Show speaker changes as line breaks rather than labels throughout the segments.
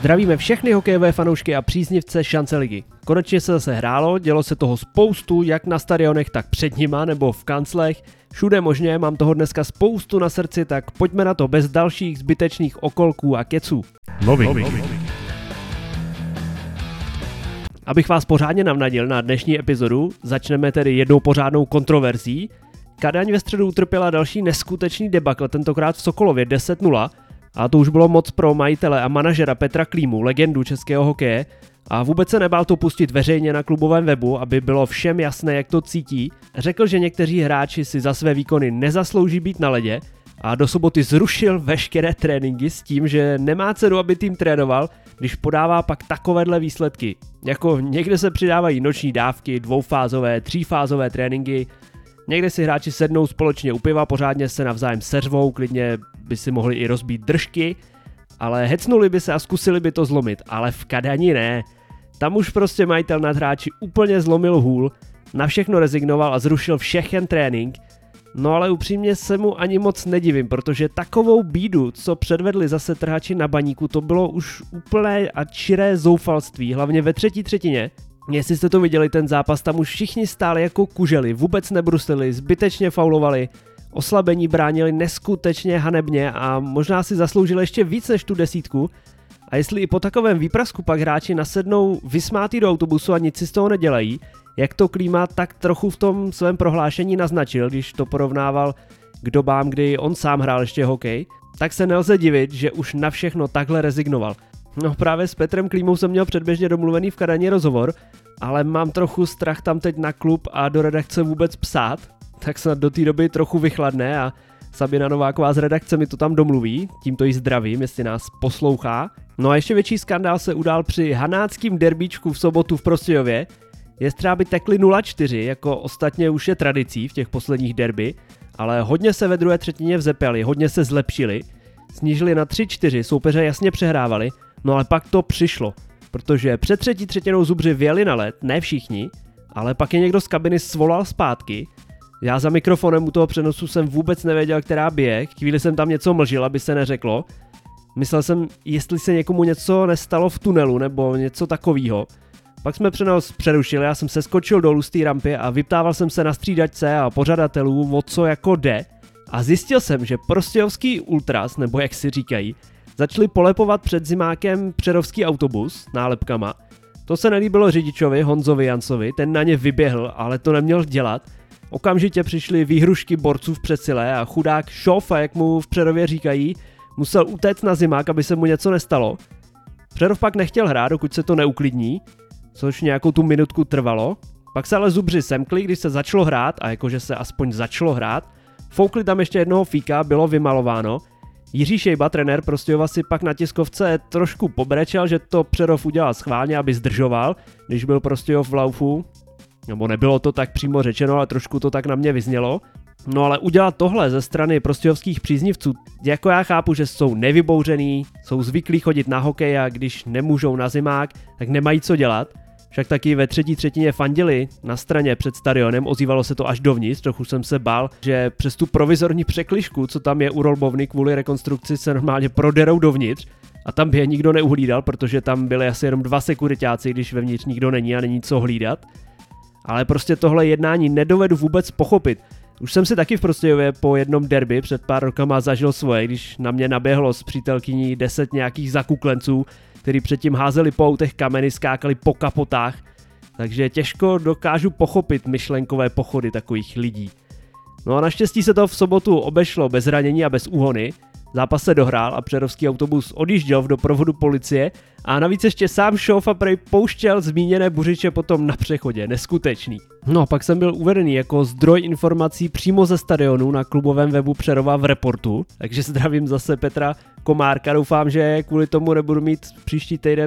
Zdravíme všechny hokejové fanoušky a příznivce šance ligy. Konečně se zase hrálo, dělo se toho spoustu, jak na stadionech, tak před nima nebo v kanclech. Všude možně, mám toho dneska spoustu na srdci, tak pojďme na to bez dalších zbytečných okolků a keců. Abych vás pořádně navnadil na dnešní epizodu, začneme tedy jednou pořádnou kontroverzí. Kadaň ve středu utrpěla další neskutečný debakl, tentokrát v Sokolově 10-0. A to už bylo moc pro majitele a manažera Petra Klímu, legendu českého hokeje, a vůbec se nebál to pustit veřejně na klubovém webu, aby bylo všem jasné, jak to cítí. Řekl, že někteří hráči si za své výkony nezaslouží být na ledě a do soboty zrušil veškeré tréninky s tím, že nemá cenu, aby tým trénoval, když podává pak takovéhle výsledky. Jako někde se přidávají noční dávky, dvoufázové, třífázové tréninky, někde si hráči sednou společně u piva, pořádně se navzájem seřvou, klidně by si mohli i rozbít držky, ale hecnuli by se a zkusili by to zlomit, ale v Kadani ne. Tam už prostě majitel nad hráči úplně zlomil hůl, na všechno rezignoval a zrušil všechen trénink. No ale upřímně se mu ani moc nedivím, protože takovou bídu, co předvedli zase trhači na Baníku, to bylo už úplné a čiré zoufalství, hlavně ve třetí třetině. Jestli jste to viděli, ten zápas, tam už všichni stáli jako kuželi, vůbec nebruslili, zbytečně faulovali, oslabení bránili neskutečně hanebně a možná si zasloužili ještě víc než tu desítku. A jestli i po takovém výprasku pak hráči nasednou vysmátý do autobusu a nic si z toho nedělají, jak to Klíma tak trochu v tom svém prohlášení naznačil, když to porovnával k dobám, kdy on sám hrál ještě hokej, tak se nelze divit, že už na všechno takhle rezignoval. No právě s Petrem Klímou jsem měl předběžně domluvený v Kadani rozhovor, ale mám trochu strach tam teď na klub a do redakce vůbec psát, tak snad do té doby trochu vychladne a Sabina Nováková z redakce mi to tam domluví, tímto jí zdravím, jestli nás poslouchá. No a ještě větší skandál se udál při hanáckým derbíčku v sobotu v Prostějově. Jestřáby tekli 0-4, jako ostatně už je tradicí v těch posledních derby, ale hodně se ve druhé třetině vzepěli, hodně se zlepšili, snížili na 3-4, soupeře jasně přehrávali, no ale pak to přišlo, protože před třetí třetinou Zubři vjeli na led, ne všichni, ale pak je někdo z kabiny svolal zpátky. Já za mikrofonem u toho přenosu jsem vůbec nevěděl, která bije, chvíli jsem tam něco mlžil, aby se neřeklo. Myslel jsem, jestli se někomu něco nestalo v tunelu nebo něco takového. Pak jsme přenos přerušili, já jsem se skočil dolů z té rampy a vyptával jsem se na střídačce a pořadatelů, o co jako jde. A zjistil jsem, že prostějovský ultras, nebo jak si říkají, začali polepovat před zimákem přerovský autobus nálepkama. To se nelíbilo řidičovi Honzovi Jancovi, ten na ně vyběhl, ale to neměl dělat. Okamžitě přišly výhrušky borců v přesile a chudák Šofa, jak mu v Přerově říkají, musel utéct na zimák, aby se mu něco nestalo. Přerov pak nechtěl hrát, dokud se to neuklidní, což nějakou tu minutku trvalo. Pak se ale Zubři semkli, když se začalo hrát, a jakože se aspoň začalo hrát, foukli tam ještě jednoho fíka, bylo vymalováno. Jiří Šejba, trenér Prostějova, si pak na tiskovce trošku pobrečel, že to Přerov udělal schválně, aby zdržoval, když byl Prostějov v laufu. Nebo nebylo to tak přímo řečeno, ale trošku to tak na mě vyznělo. No ale udělat tohle ze strany prostějovských příznivců, jako já chápu, že jsou nevybouřený, jsou zvyklí chodit na hokej a když nemůžou na zimák, tak nemají co dělat. Však taky ve třetí třetině fandili na straně před stadionem, ozývalo se to až dovnitř, trochu jsem se bál, že přes tu provizorní překližku, co tam je u rolbovny kvůli rekonstrukci, se normálně proderou dovnitř a tam by je nikdo neuhlídal, protože tam byly asi jenom 2 sekuritáci, když vevnitř nikdo není a není co hlídat. Ale prostě tohle jednání nedovedu vůbec pochopit. Už jsem si taky v Prostějově po jednom derby před pár rokama zažil svoje, když na mě naběhlo s přítelkyní 10 nějakých zakuklenců, kteří předtím házeli po autech kameny, skákali po kapotách, takže těžko dokážu pochopit myšlenkové pochody takových lidí. No a naštěstí se to v sobotu obešlo bez zranění a bez úhony. Zápas se dohrál a přerovský autobus odjížděl v doprovodu policie a navíc ještě sám Šofa prej pouštěl zmíněné buřiče potom na přechodě, neskutečný. No pak jsem byl uvedený jako zdroj informací přímo ze stadionu na klubovém webu Přerova v Reportu, takže zdravím zase Petra Komárka, doufám, že kvůli tomu nebudu mít příští týden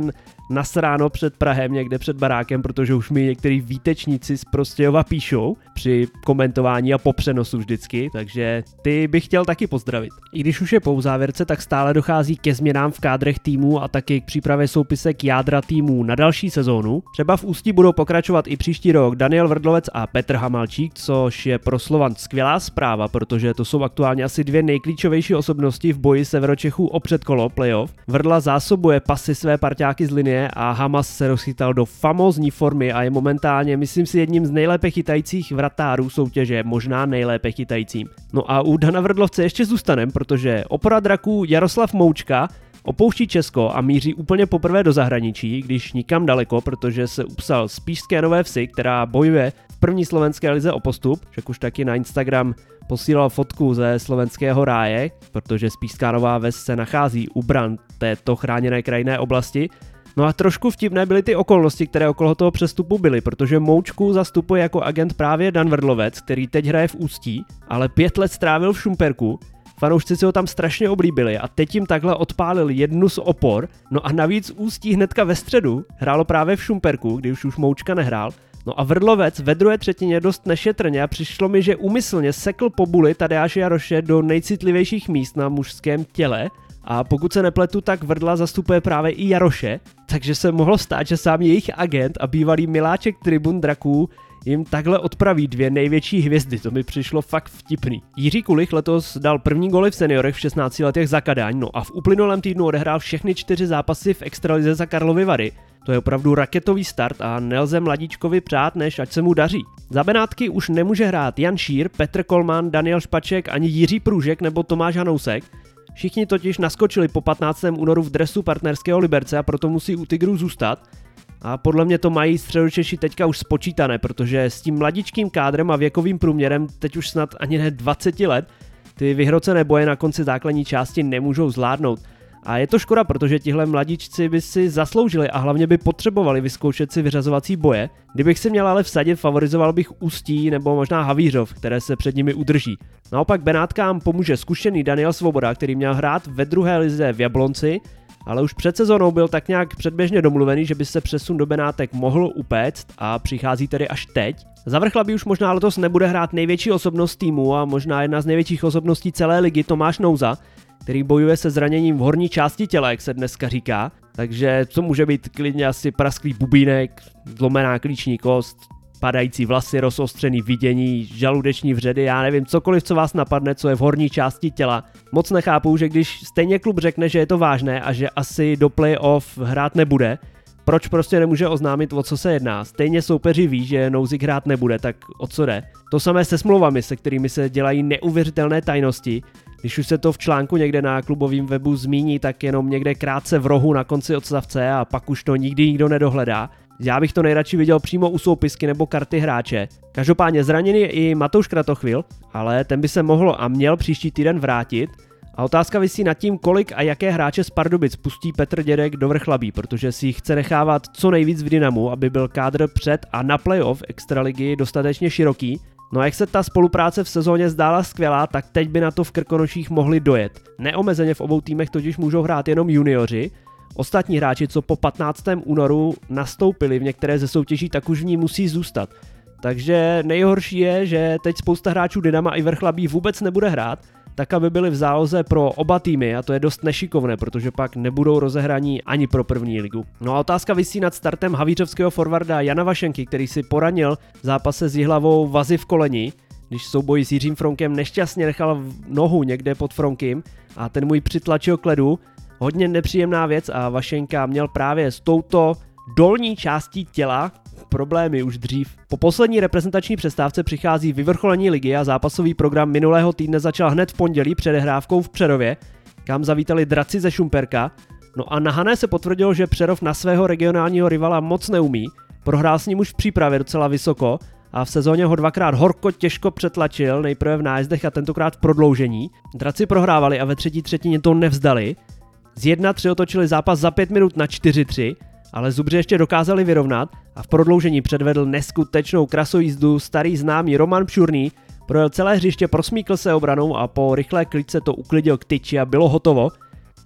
nasráno před Prahem, někde před barákem, protože už mi některý výtečníci z Prostějova píšou při komentování a po přenosu vždycky, takže ty bych chtěl taky pozdravit. I když už je po uzávěrce, tak stále dochází ke změnám v kádrech týmů a taky k přípravě soupisek jádra týmů na další sezónu. Třeba v Ústí budou pokračovat i příští rok Daniel Vrdlovec a Petr Hamalčík, což je pro Slovan skvělá zpráva, protože to jsou aktuálně asi dvě nejklíčovější osobnosti v boji Severočechů o předkolo playoff. Vrdla zásobuje pasy své parťáky z linie a Hamas se rozchytal do famózní formy a je momentálně, myslím si, jedním z nejlépe chytajících vratárů soutěže, možná nejlépe chytajícím. No a u Dana Vrdlovce ještě zůstanem, protože opora draků Jaroslav Moučka opouští Česko a míří úplně poprvé do zahraničí, když nikam daleko, protože se upsal z Spišské Nové Vsi, která bojuje v první slovenské lize o postup, však už taky na Instagram posílal fotku ze slovenského ráje, protože Spišská Nová Ves se nachází u bran této chráněné krajinné oblasti. No a trošku vtipné byly ty okolnosti, které okolo toho přestupu byly, protože Moučku zastupuje jako agent právě Dan Vrdlovec, který teď hraje v Ústí, ale 5 let strávil v Šumperku. Fanoušci si ho tam strašně oblíbili a teď jim takhle odpálil jednu z opor, no a navíc Ústí hnedka ve středu hrálo právě v Šumperku, když už Moučka nehrál. No a Vrdlovec ve druhé třetině dost nešetrně a přišlo mi, že úmyslně sekl pobuli Tadeáše Jaroše do nejcitlivějších míst na mužském těle. A pokud se nepletu, tak Vrdla zastupuje právě i Jaroše, takže se mohlo stát, že sám jejich agent a bývalý miláček tribun draků jim takhle odpraví dvě největší hvězdy, to mi přišlo fakt vtipný. Jiří Kulich letos dal první góly v seniorech v 16 letech za Kadaň, no a v uplynulém týdnu odehrál všechny 4 zápasy v extralize za Karlovy Vary. To je opravdu raketový start a nelze mladíčkovi přát, než ať se mu daří. Za Benátky už nemůže hrát Jan Šír, Petr Kolman, Daniel Špaček ani Jiří Průžek nebo Tomáš Hanousek. Všichni totiž naskočili po 15. únoru v dresu partnerského Liberce a proto musí u Tigrů zůstat. A podle mě to mají Středočeši teďka už spočítané, protože s tím mladičkým kádrem a věkovým průměrem, teď už snad ani ne 20 let, ty vyhrocené boje na konci základní části nemůžou zvládnout. A je to škoda, protože tihle mladíčci by si zasloužili a hlavně by potřebovali vyzkoušet si vyřazovací boje. Kdybych si měl ale vsadit, favorizoval bych Ústí nebo možná Havířov, které se před nimi udrží. Naopak Benátkám pomůže zkušený Daniel Svoboda, který měl hrát ve druhé lize v Jablonci, ale už před sezónou byl tak nějak předběžně domluvený, že by se přesun do Benátek mohl upéct a přichází tedy až teď. Za Vrchlabí už možná letos nebude hrát největší osobnost týmu a možná jedna z největších osobností celé ligy Tomáš Nouza, který bojuje se zraněním v horní části těla, jak se dneska říká. Takže to může být klidně asi prasklý bubínek, zlomená klíční kost, padající vlasy, rozostřený vidění, žaludeční vředy, já nevím, cokoliv, co vás napadne, co je v horní části těla. Moc nechápu, že když stejně klub řekne, že je to vážné a že asi do playoff hrát nebude, proč prostě nemůže oznámit, o co se jedná. Stejně soupeři ví, že Nouzik hrát nebude, tak o co jde. To samé se smlouvami, se kterými se dělají neuvěřitelné tajnosti. Když už se to v článku někde na klubovém webu zmíní, tak jenom někde krátce v rohu na konci odstavce a pak už to nikdy nikdo nedohledá. Já bych to nejradši viděl přímo u soupisky nebo karty hráče. Každopádně zraněný je i Matouš Kratochvil, ale ten by se mohl a měl příští týden vrátit. A otázka visí nad tím, kolik a jaké hráče z Pardubic pustí Petr Dědek do Vrchlabí, protože si chce nechávat co nejvíc v Dynamu, aby byl kádr před a na playoff extraligy dostatečně široký. No a jak se ta spolupráce v sezóně zdála skvělá, tak teď by na to v Krkonoších mohli dojet. Neomezeně v obou týmech totiž můžou hrát jenom junioři. Ostatní hráči, co po 15. únoru nastoupili v některé ze soutěží, tak už v ní musí zůstat. Takže nejhorší je, že teď spousta hráčů Dynama i Vrchlabí vůbec nebude hrát, tak aby byli v záloze pro oba týmy a to je dost nešikovné, protože pak nebudou rozehraní ani pro první ligu. No a otázka visí nad startem havířovského forwarda Jana Vašenky, který si poranil v zápase s Jihlavou vazy v koleni, když souboj s Jiřím Fronkem nešťastně nechal nohu někde pod Fronkem a ten můj přitlačil k ledu. Hodně nepříjemná věc a Vašenka měl právě s touto dolní částí těla problémy už dřív. Po poslední reprezentační přestávce přichází vyvrcholení ligy a zápasový program minulého týdne začal hned v pondělí předehrávkou v Přerově, kam zavítali draci ze Šumperka. No a na Hané se potvrdilo, že Přerov na svého regionálního rivala moc neumí, prohrál s ním už v přípravě docela vysoko a v sezóně ho dvakrát horko těžko přetlačil, nejprve v nájezdech a tentokrát v prodloužení. Draci prohrávali a ve třetí třetině to nevzdali. Z 1-3 otočili zápas za 5 minut na 4-3, ale Zubři ještě dokázali vyrovnat a v prodloužení předvedl neskutečnou krasojízdu starý známý Roman Pšurný, projel celé hřiště, prosmíkl se obranou a po rychlé kličce to uklidil k tyči a bylo hotovo.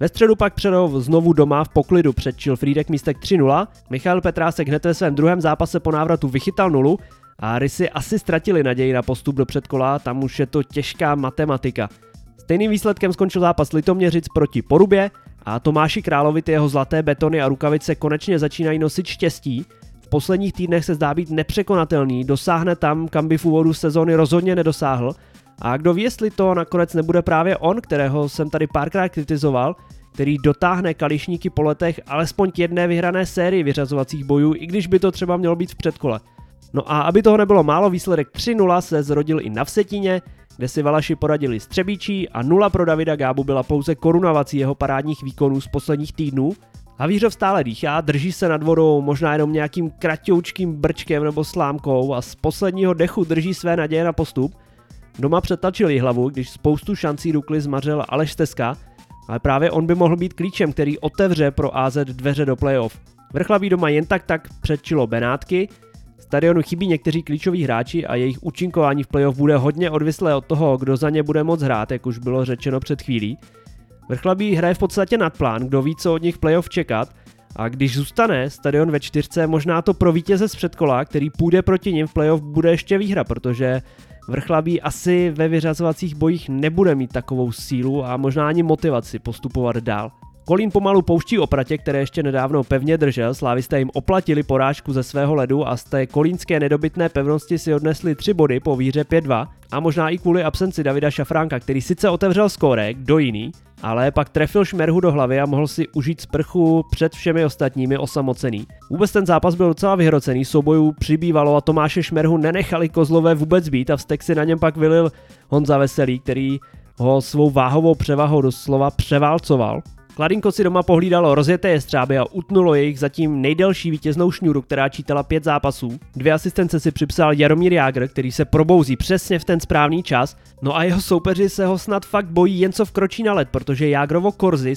Ve středu pak Přerov znovu doma v poklidu předčil Frýdek Místek 3-0, Michal Petrásek hned ve svém druhém zápase po návratu vychytal 0 a Rysy asi ztratili naději na postup do předkola, tam už je to těžká matematika. Stejným výsledkem skončil zápas Litoměřic proti Porubě a Tomáši Královi ty jeho zlaté betony a rukavice konečně začínají nosit štěstí. V posledních týdnech se zdá být nepřekonatelný, dosáhne tam, kam by v úvodu sezóny rozhodně nedosáhl. A kdo ví, jestli to nakonec nebude právě on, kterého jsem tady párkrát kritizoval, který dotáhne kališníky po letech alespoň k jedné vyhrané sérii vyřazovacích bojů, i když by to třeba mělo být v předkole. No a aby toho nebylo málo, výsledek 3-0 se zrodil i na Vsetíně, kde si Valaši poradili s Třebíčí a 0 pro Davida Gábu byla pouze korunovací jeho parádních výkonů z posledních týdnů. Havířov stále dýchá, drží se nad vodou možná jenom nějakým kratoučkým brčkem nebo slámkou a z posledního dechu drží své naděje na postup. Doma přetlačil Jihlavu, když spoustu šancí Dukly zmařil Aleš Stezka, ale právě on by mohl být klíčem, který otevře pro AZ dveře do playoff. Vrchlabí doma jen tak předčilo Benátky, stadionu chybí někteří klíčoví hráči a jejich účinkování v playoff bude hodně odvislé od toho, kdo za ně bude moc hrát, jak už bylo řečeno před chvílí. Vrchlabí hraje v podstatě nad plán, kdo ví, co od nich v playoff čekat, a když zůstane stadion ve 4, možná to pro vítěze z předkola, který půjde proti nim v playoff, bude ještě výhra, protože Vrchlabí asi ve vyřazovacích bojích nebude mít takovou sílu a možná ani motivaci postupovat dál. Kolín pomalu pouští Opratě, které ještě nedávno pevně držel, slávisté jim oplatili porážku ze svého ledu a z té kolínské nedobytné pevnosti si odnesli 3 body po výhře 5-2 a možná i kvůli absenci Davida Šafránka, který sice otevřel skórek, kdo jiný, ale pak trefil šmerhu do hlavy a mohl si užít sprchu před všemi ostatními osamocený. Vůbec ten zápas byl docela vyhrocený, soubojů přibývalo a Tomáše Šmerhu nenechali Kozlové vůbec být a vztek si na něm pak vylil Honza Veselý, který ho svou váhovou převahou doslova převálcoval. Kladinko si doma pohlídalo rozjeté jestřáby a utnulo jejich zatím nejdelší vítěznou šňůru, která čítala 5 zápasů. 2 asistence si připsal Jaromír Jágr, který se probouzí přesně v ten správný čas, no a jeho soupeři se ho snad fakt bojí, jen co vkročí na led, protože Jágrovo korzy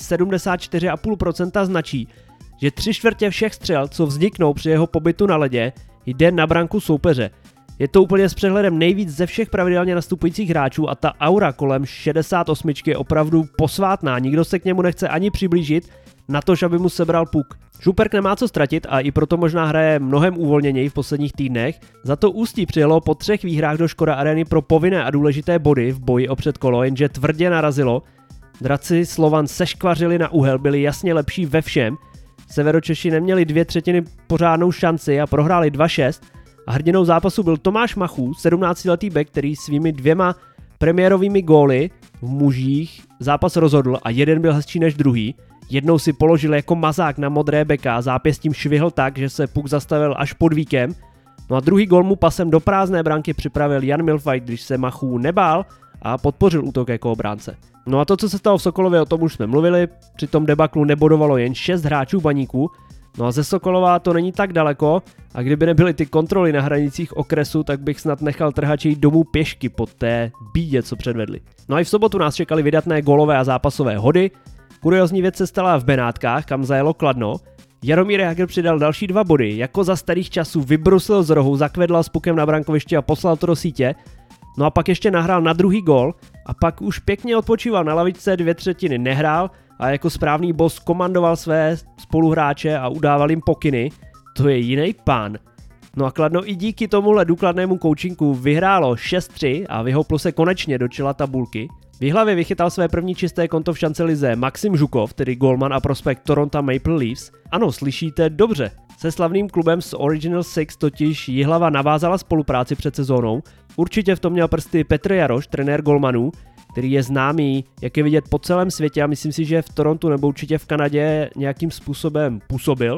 74,5% značí, že 3/4 všech střel, co vzniknou při jeho pobytu na ledě, jde na branku soupeře. Je to úplně s přehledem nejvíc ze všech pravidelně nastupujících hráčů a ta aura kolem 68 je opravdu posvátná, nikdo se k němu nechce ani přiblížit, natož aby mu sebral puk. Župerk nemá co ztratit a i proto možná hraje mnohem uvolněněji v posledních týdnech, za to Ústí přijelo po 3 výhrách do Škoda Areny pro povinné a důležité body v boji o předkolo, jenže tvrdě narazilo. Draci Slovan seškvařili na úhel, byli jasně lepší ve všem, Severočeši neměli 2/3 pořádnou šanci a prohráli 2-6, a hrdinou zápasu byl Tomáš Machů, 17letý bek, který svými 2 premiérovými góly v mužích zápas rozhodl a jeden byl hezčí než druhý. Jednou si položil jako mazák na modré beka, zápěstím švihl tak, že se puk zastavil až pod víkem. No a druhý gól mu pasem do prázdné branky připravil Jan Milfajt, když se Machů nebál a podpořil útok jako obránce. No a to, co se stalo v Sokolově, o tom už jsme mluvili, při tom debaklu nebodovalo jen 6 hráčů Baníku. No a ze Sokolova to není tak daleko a kdyby nebyly ty kontroly na hranicích okresu, tak bych snad nechal trhače jít domů pěšky po té bídě, co předvedli. No a i v sobotu nás čekaly vydatné gólové a zápasové hody. Kuriozní věc se stala v Benátkách, kam zajelo Kladno. Jaromír Jágr přidal další 2 body, jako za starých časů vybruslil z rohu, zakvedlal s pukem na brankovišti a poslal to do sítě. No a pak ještě nahrál na druhý gól a pak už pěkně odpočíval na lavičce, 2/3 nehrál a jako správný boss komandoval své spoluhráče a udával jim pokyny. To je jiný pán. No a Kladno i díky tomuhle důkladnému coachinku vyhrálo 6-3 a vyhouplo se konečně do čela tabulky. V Jihlavě vychytal své první čisté konto v šancelize Maxim Žukov, tedy golman a prospekt Toronto Maple Leafs. Ano, slyšíte dobře. Se slavným klubem z Original Six totiž Jihlava navázala spolupráci před sezónou. Určitě v tom měl prsty Petr Jaroš, trenér golmanů, který je známý, jak je vidět po celém světě a myslím si, že v Torontu nebo určitě v Kanadě nějakým způsobem působil.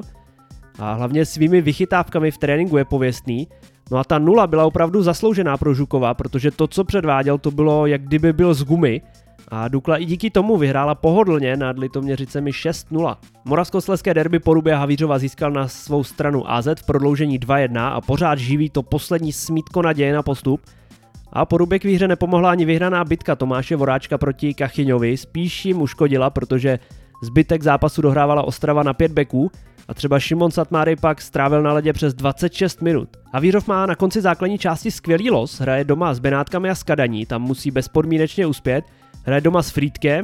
A hlavně svými vychytávkami v tréninku je pověstný. No a ta 0 byla opravdu zasloužená pro Žukova, protože to, co předváděl, to bylo, jak kdyby byl z gumy. A Dukla i díky tomu vyhrála pohodlně nad Litoměřicemi 6-0. Moravskoslezské derby Porubě a Havířova získal na svou stranu AZ v prodloužení 2-1 a pořád živí to poslední smítko naděje na postup. A Porubě k výhře nepomohla ani vyhraná bitka Tomáše Voráčka proti Kachyňovi, spíš jim uškodila, protože zbytek zápasu dohrávala Ostrava na 5 beků a třeba Šimon Satmáry pak strávil na ledě přes 26 minut. Havířov má na konci základní části skvělý los, hraje doma s Benátkami a s Kadaní, tam musí bezpodmínečně uspět, hraje doma s Frýdkem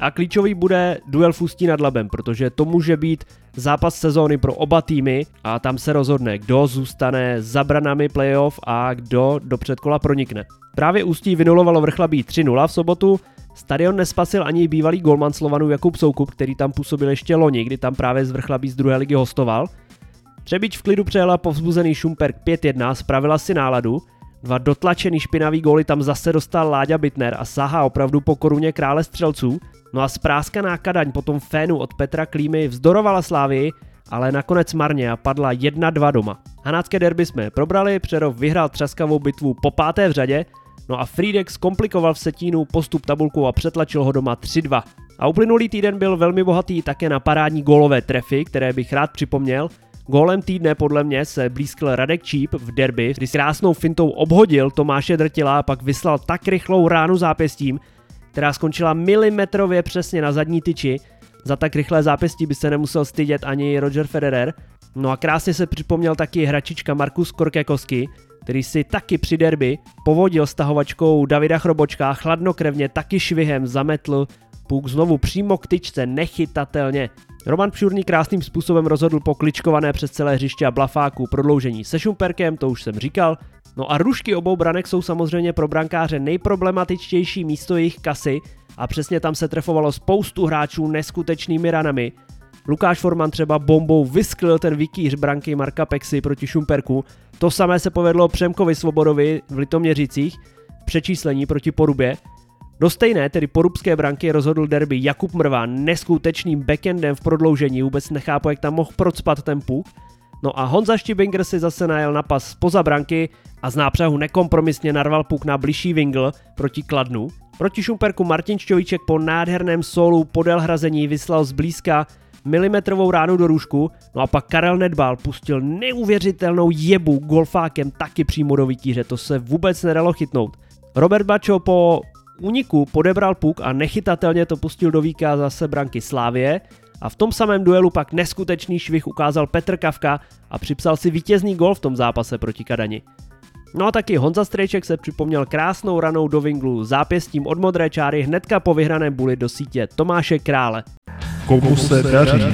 A klíčový bude duel v Ústí nad Labem, protože to může být zápas sezóny pro oba týmy a tam se rozhodne, kdo zůstane za branami playoff a kdo do předkola pronikne. Právě Ústí vynulovalo Vrchlabí 3-0 v sobotu, stadion nespasil ani bývalý golman Slovanů Jakub Soukup, který tam působil ještě loni, kdy tam právě z Vrchlabí z druhé ligy hostoval. Třebíč v klidu přejela povzbuzený Šumperk 5-1, spravila si náladu. 2 dotlačený špinavý góly tam zase dostal Láďa Bittner a sahá opravdu po koruně krále střelců. No a spráskaná Kadaň potom fénu od Petra Klímy vzdorovala Slávii, ale nakonec marně a padla 1-2 doma. Hanácké derby jsme probrali, Přerov vyhrál třaskavou bitvu po 5. v řadě, no a Frýdek zkomplikoval v Setínu postup tabulkou a přetlačil ho doma 3-2. A uplynulý týden byl velmi bohatý také na parádní gólové trefy, které bych rád připomněl. Gólem týdne podle mě se blízkl Radek Číp v derby, kdy s krásnou fintou obhodil Tomáše Drtila a pak vyslal tak rychlou ránu zápěstím, která skončila milimetrově přesně na zadní tyči. Za tak rychlé zápěstí by se nemusel stydět ani Roger Federer. No a krásně se připomněl taky hračička Markus Korkekosky, který si taky při derby povodil stahovačkou Davida Chrobočka, chladnokrevně taky švihem zametl puk znovu přímo k tyčce nechytatelně. Roman Pšurný krásným způsobem rozhodl po kličkované přes celé hřiště a blafáku prodloužení se Šumperkem, to už jsem říkal. No a rušky obou branek jsou samozřejmě pro brankáře nejproblematičtější místo jejich kasy a přesně tam se trefovalo spoustu hráčů neskutečnými ranami. Lukáš Forman třeba bombou vysklil ten vikýř branky Marka Pexy proti Šumperku, to samé se povedlo Přemkovi Svobodovi v Litoměřicích v přečíslení proti Porubě. Do stejné, tedy porubské branky, rozhodl derby Jakub Mrva neskutečným backendem v prodloužení, vůbec nechápu, jak tam mohl procpat ten puk. No a Honza Štibinger si zase najel na pas spoza branky a z nápřahu nekompromisně narval puk na bližší vingl proti Kladnu. Proti Šumperku Martin Šťovíček po nádherném sólu podél hrazení vyslal zblízka milimetrovou ránu do růžku, no a pak Karel Nedbal pustil neuvěřitelnou jebu golfákem taky přímo do vytíře, to se vůbec nedalo chytnout. Robert Bačo po úniku podebral puk a nechytatelně to pustil do víka zase branky Slávie a v tom samém duelu pak neskutečný švih ukázal Petr Kavka a připsal si vítězný gól v tom zápase proti Kadani. No a taky Honza Strejček se připomněl krásnou ranou do vinglu zápěstím od modré čáry hnedka po vyhraném buli do sítě Tomáše Krále.
Komu se daří?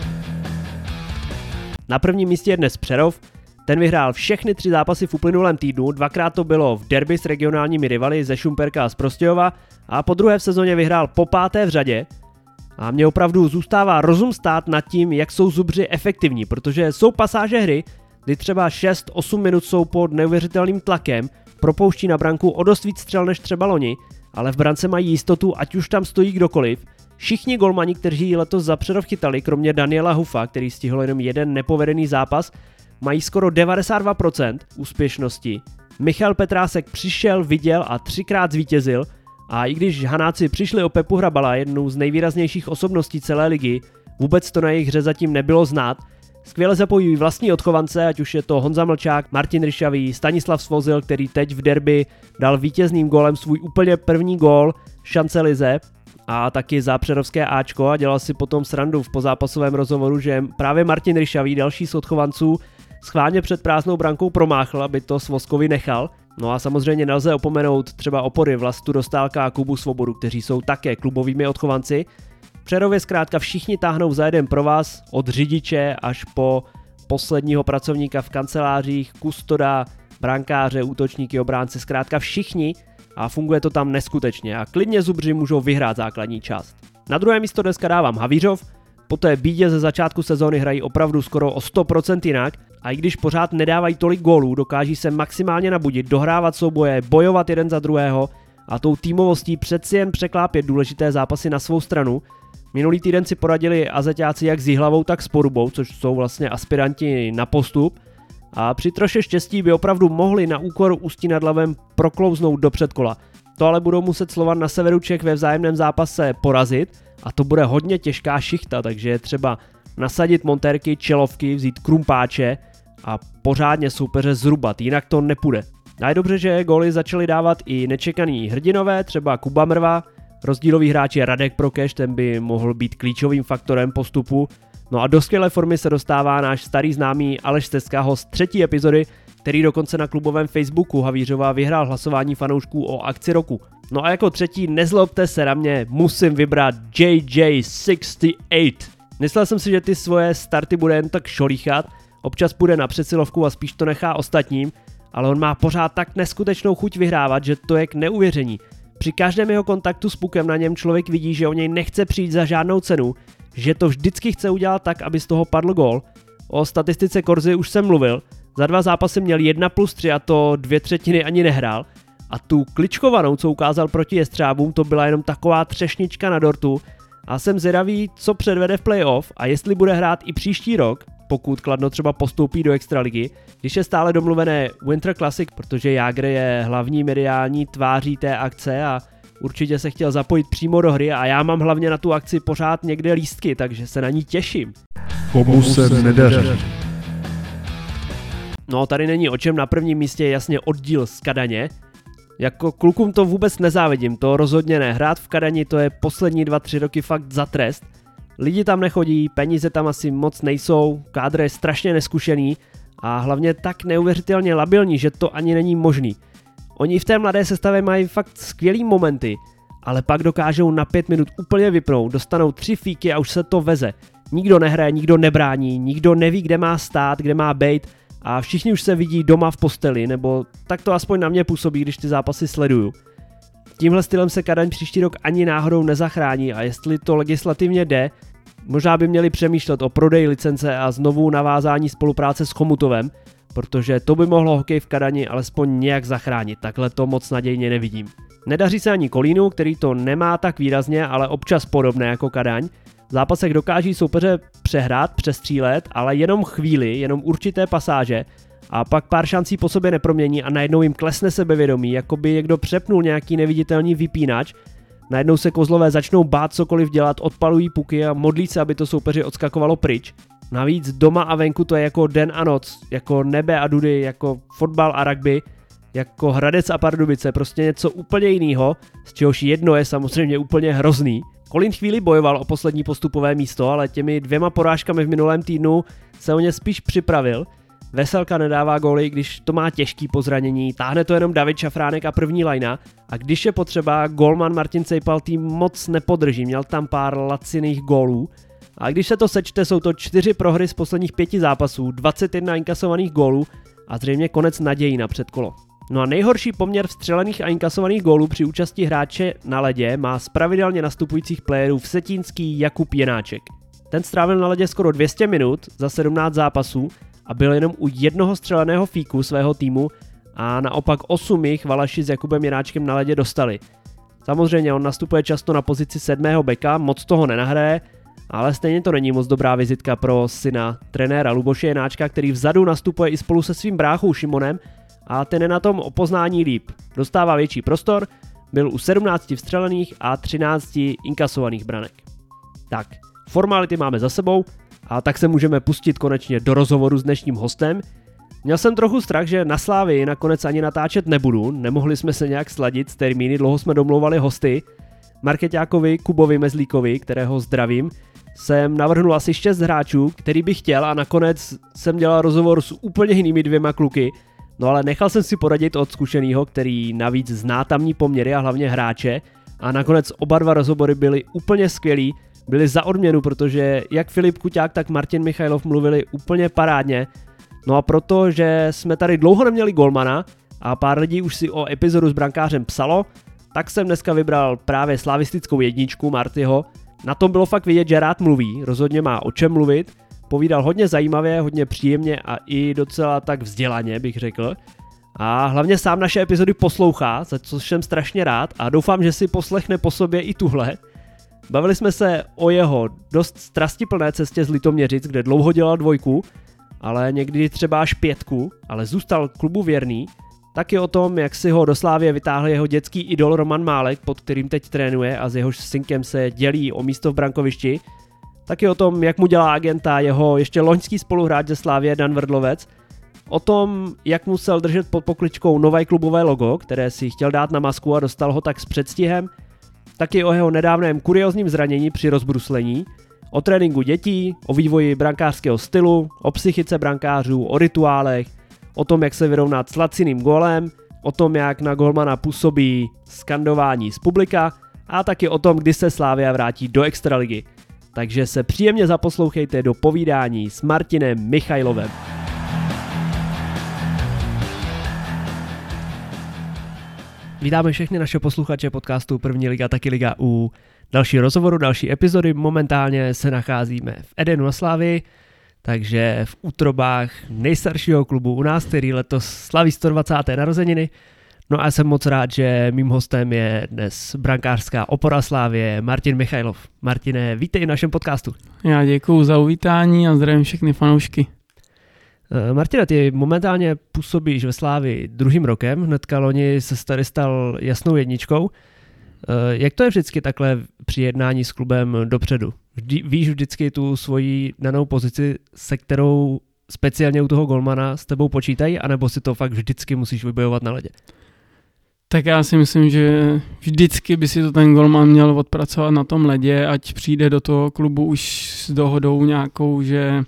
Na prvním místě je dnes Přerov, ten vyhrál všechny 3 zápasy v uplynulém týdnu, 2krát to bylo v derby s regionálními rivaly ze Šumperka a z Prostějova a po druhé v sezóně vyhrál po 5. v řadě. A mně opravdu zůstává rozum stát nad tím, jak jsou Zubři efektivní, protože jsou pasáže hry, kdy třeba 6-8 minut jsou pod neuvěřitelným tlakem, propouští na branku o dost víc střel než třeba loni, ale v brance mají jistotu, ať už tam stojí kdokoliv. Všichni golmani, kteří letos za Přerov chytali, kromě Daniela Hufa, který stihl jenom jeden nepovedený zápas, mají skoro 92% úspěšnosti. Michal Petrásek přišel, viděl a 3krát zvítězil a i když Hanáci přišli o Pepu Hrabala, jednu z nejvýraznějších osobností celé ligy, vůbec to na jejich hře zatím nebylo znát. Skvěle zapojují vlastní odchovance, ať už je to Honza Mlčák, Martin Ryšavý, Stanislav Svozil, který teď v derby dal vítězným gólem svůj úplně první gól šance lize a taky za přerovské Ačko a dělal si potom srandu v pozápasovém rozhovoru, že právě Martin Ryšavý, další z odchovanců, schválně před prázdnou brankou promáchl, aby to Svozkovi nechal. No a samozřejmě nelze opomenout třeba opory Vlastu Dostálka a Kubu Svobodu, kteří jsou také klubovými odchovanci. V Přerově zkrátka všichni táhnou za jeden pro vás, od řidiče až po posledního pracovníka v kancelářích, kustoda, brankáře, útočníky, obránci, zkrátka všichni a funguje to tam neskutečně a klidně Zubři můžou vyhrát základní část. Na druhé místo dneska dávám Havířov, po té bídě ze začátku sezóny hrají opravdu skoro o 100% jinak a i když pořád nedávají tolik gólů, dokáží se maximálně nabudit, dohrávat souboje, bojovat jeden za druhého a tou týmovostí přeci jen překlápět důležité zápasy na svou stranu. Minulý týden si poradili azeťáci jak s Jihlavou, tak s Porubou, což jsou vlastně aspiranti na postup. A při troše štěstí by opravdu mohli na úkor Ústí nad Labem proklouznout do předkola. To ale budou muset Slovan na severu Čech ve vzájemném zápase porazit a to bude hodně těžká šichta, takže je třeba nasadit montérky, čelovky, vzít krumpáče a pořádně soupeře zrubat, jinak to nepůjde. A je dobře, že góly začali dávat i nečekaný hrdinové, třeba Kuba Mrva, rozdílový hráč je Radek Prokeš, ten by mohl být klíčovým faktorem postupu. No a do skvělé formy se dostává náš starý známý Aleš Stezka, host 3. epizody, který dokonce na klubovém Facebooku Havířova vyhrál hlasování fanoušků o akci roku. No a jako třetí, nezlobte se na mě, musím vybrat JJ68. Myslel jsem si, že ty svoje starty bude jen tak šolíchat, občas půjde na přesilovku a spíš to nechá ostatním, ale on má pořád tak neskutečnou chuť vyhrávat, že to je k neuvěření. Při každém jeho kontaktu s pukem na něm člověk vidí, že o něj nechce přijít za žádnou cenu, že to vždycky chce udělat tak, aby z toho padl gól. O statistice Korzy už jsem mluvil, za 2 zápasy měl 1+3 a to 2/3 ani nehrál. A tu kličkovanou, co ukázal proti Jestřábům, to byla jenom taková třešnička na dortu a jsem zvědavý, co předvede v playoff a jestli bude hrát i příští rok, pokud Kladno třeba postoupí do extraligy, když je stále domluvené Winter Classic, protože Jágr je hlavní mediální tváří té akce a určitě se chtěl zapojit přímo do hry a já mám hlavně na tu akci pořád někde lístky, takže se na ní těším.
Komu se nedaří.
No tady není o čem, na prvním místě je jasně oddíl z Kadaně. Jako klukům to vůbec nezávidím, to rozhodně ne. Hrát v Kadani to je poslední 2-3 roky fakt za trest. Lidi tam nechodí, peníze tam asi moc nejsou, kádr je strašně neskušený a hlavně tak neuvěřitelně labilní, že to ani není možný. Oni v té mladé sestavě mají fakt skvělý momenty, ale pak dokážou na 5 minut úplně vypnout, dostanou 3 fíky a už se to veze. Nikdo nehraje, nikdo nebrání, nikdo neví, kde má stát, kde má bejt a všichni už se vidí doma v posteli, nebo tak to aspoň na mě působí, když ty zápasy sleduju. Tímhle stylem se Kadaň příští rok ani náhodou nezachrání a jestli to legislativně jde, možná by měli přemýšlet o prodeji licence a znovu navázání spolupráce s Chomutovem, protože to by mohlo hokej v Kadani alespoň nějak zachránit, takhle to moc nadějně nevidím. Nedaří se ani Kolínu, který to nemá tak výrazně, ale občas podobné jako Kadaň. V zápasech dokáží soupeře přehrát, přestřílet, ale jenom chvíli, jenom určité pasáže a pak pár šancí po sobě nepromění a najednou jim klesne sebevědomí, jako by někdo přepnul nějaký neviditelný vypínač. Najednou se kozlové začnou bát cokoliv dělat, odpalují puky a modlí se, aby to soupeři odskakovalo pryč. Navíc doma a venku to je jako den a noc, jako nebe a dudy, jako fotbal a rugby, jako Hradec a Pardubice, prostě něco úplně jiného, z čehož jedno je samozřejmě úplně hrozný. Kolín chvíli bojoval o poslední postupové místo, ale těmi 2 porážkami v minulém týdnu se o ně spíš připravil. Veselka nedává góly, když to má těžký po zranění, táhne to jenom David Šafránek a první lajna a když je potřeba, golman Martin Cejpal tým moc nepodrží, měl tam pár laciných gólů. A když se to sečte, jsou to 4 prohry z posledních 5 zápasů, 21 inkasovaných gólů a zřejmě konec nadějí na předkolo. No a nejhorší poměr vstřelených a inkasovaných gólů při účasti hráče na ledě má z pravidelně nastupujících playerů vsetínský Jakub Jenáček. Ten strávil na ledě skoro 200 minut za 17 zápasů a byl jenom u jednoho střeleného fíku svého týmu a naopak 8 jich Valaši s Jakubem Jenáčkem na ledě dostali. Samozřejmě on nastupuje často na pozici 7. beka, moc toho nenahraje, ale stejně to není moc dobrá vizitka pro syna trenéra Luboše Jenáčka, který vzadu nastupuje i spolu se svým bráchou Šimonem a ten je na tom o poznání líp. Dostává větší prostor, byl u 17 vstřelených a 13 inkasovaných branek. Tak, formality máme za sebou a tak se můžeme pustit konečně do rozhovoru s dnešním hostem. Měl jsem trochu strach, že na Slávii nakonec ani natáčet nebudu, nemohli jsme se nějak sladit s termíny, dlouho jsme domlouvali hosty. Markeťákovi Kubovi Mezlíkovi, kterého zdravím, jsem navrhnul asi 6 hráčů, který bych chtěl a nakonec jsem dělal rozhovor s úplně jinými 2 kluky, no ale nechal jsem si poradit od zkušenýho, který navíc zná tamní poměry a hlavně hráče a nakonec oba 2 rozhovory byly úplně skvělý, byly za odměnu, protože jak Filip Kuťák, tak Martin Michailov mluvili úplně parádně, no a protože jsme tady dlouho neměli golmana a pár lidí už si o epizodu s brankářem psalo, tak jsem dneska vybral právě slavistickou jedničku Martyho. Na tom bylo fakt vidět, že rád mluví, rozhodně má o čem mluvit, povídal hodně zajímavě, hodně příjemně a i docela tak vzdělaně, bych řekl. A hlavně sám naše epizody poslouchá, za což jsem strašně rád a doufám, že si poslechne po sobě i tuhle. Bavili jsme se o jeho dost strastiplné cestě z Litoměřic, kde dlouho dělal 2, ale někdy třeba až 5, ale zůstal klubu věrný. Taky o tom, jak si ho do Slávie vytáhl jeho dětský idol Roman Málek, pod kterým teď trénuje a s jehož synkem se dělí o místo v brankovišti. Taky o tom, jak mu dělá agenta jeho ještě loňský spoluhráč ze Slávie Dan Vrdlovec. O tom, jak musel držet pod pokličkou nové klubové logo, které si chtěl dát na masku a dostal ho tak s předstihem. Taky o jeho nedávném kuriózním zranění při rozbruslení. O tréninku dětí, o vývoji brankářského stylu, o psychice brankářů, o rituálech, o tom, jak se vyrovnat s laciným gólem, o tom, jak na golmana působí skandování z publika a taky o tom, kdy se Slavia vrátí do extraligy. Takže se příjemně zaposlouchejte do povídání s Martinem Michajlovem. Vítáme všechny naše posluchače podcastu První liga, taky liga u další rozhovoru, další epizody. Momentálně se nacházíme v Edenu na Slavii, takže v útrobách nejstaršího klubu u nás, který letos slaví 120. narozeniny. No a jsem moc rád, že mým hostem je dnes brankářská opora Slavie Martin Michajlov. Martine, vítej v našem podcastu.
Já děkuju za uvítání a zdravím všechny fanoušky.
Martina, ty momentálně působíš ve Slavii 2. rokem, hnedka loni se tady stal jasnou jedničkou. Jak to je vždycky takhle při jednání s klubem dopředu? Víš vždycky tu svoji danou pozici, se kterou speciálně u toho golmana s tebou počítají, anebo si to fakt vždycky musíš vybojovat na ledě?
Tak já si myslím, že vždycky by si to ten golman měl odpracovat na tom ledě, ať přijde do toho klubu už s dohodou nějakou, že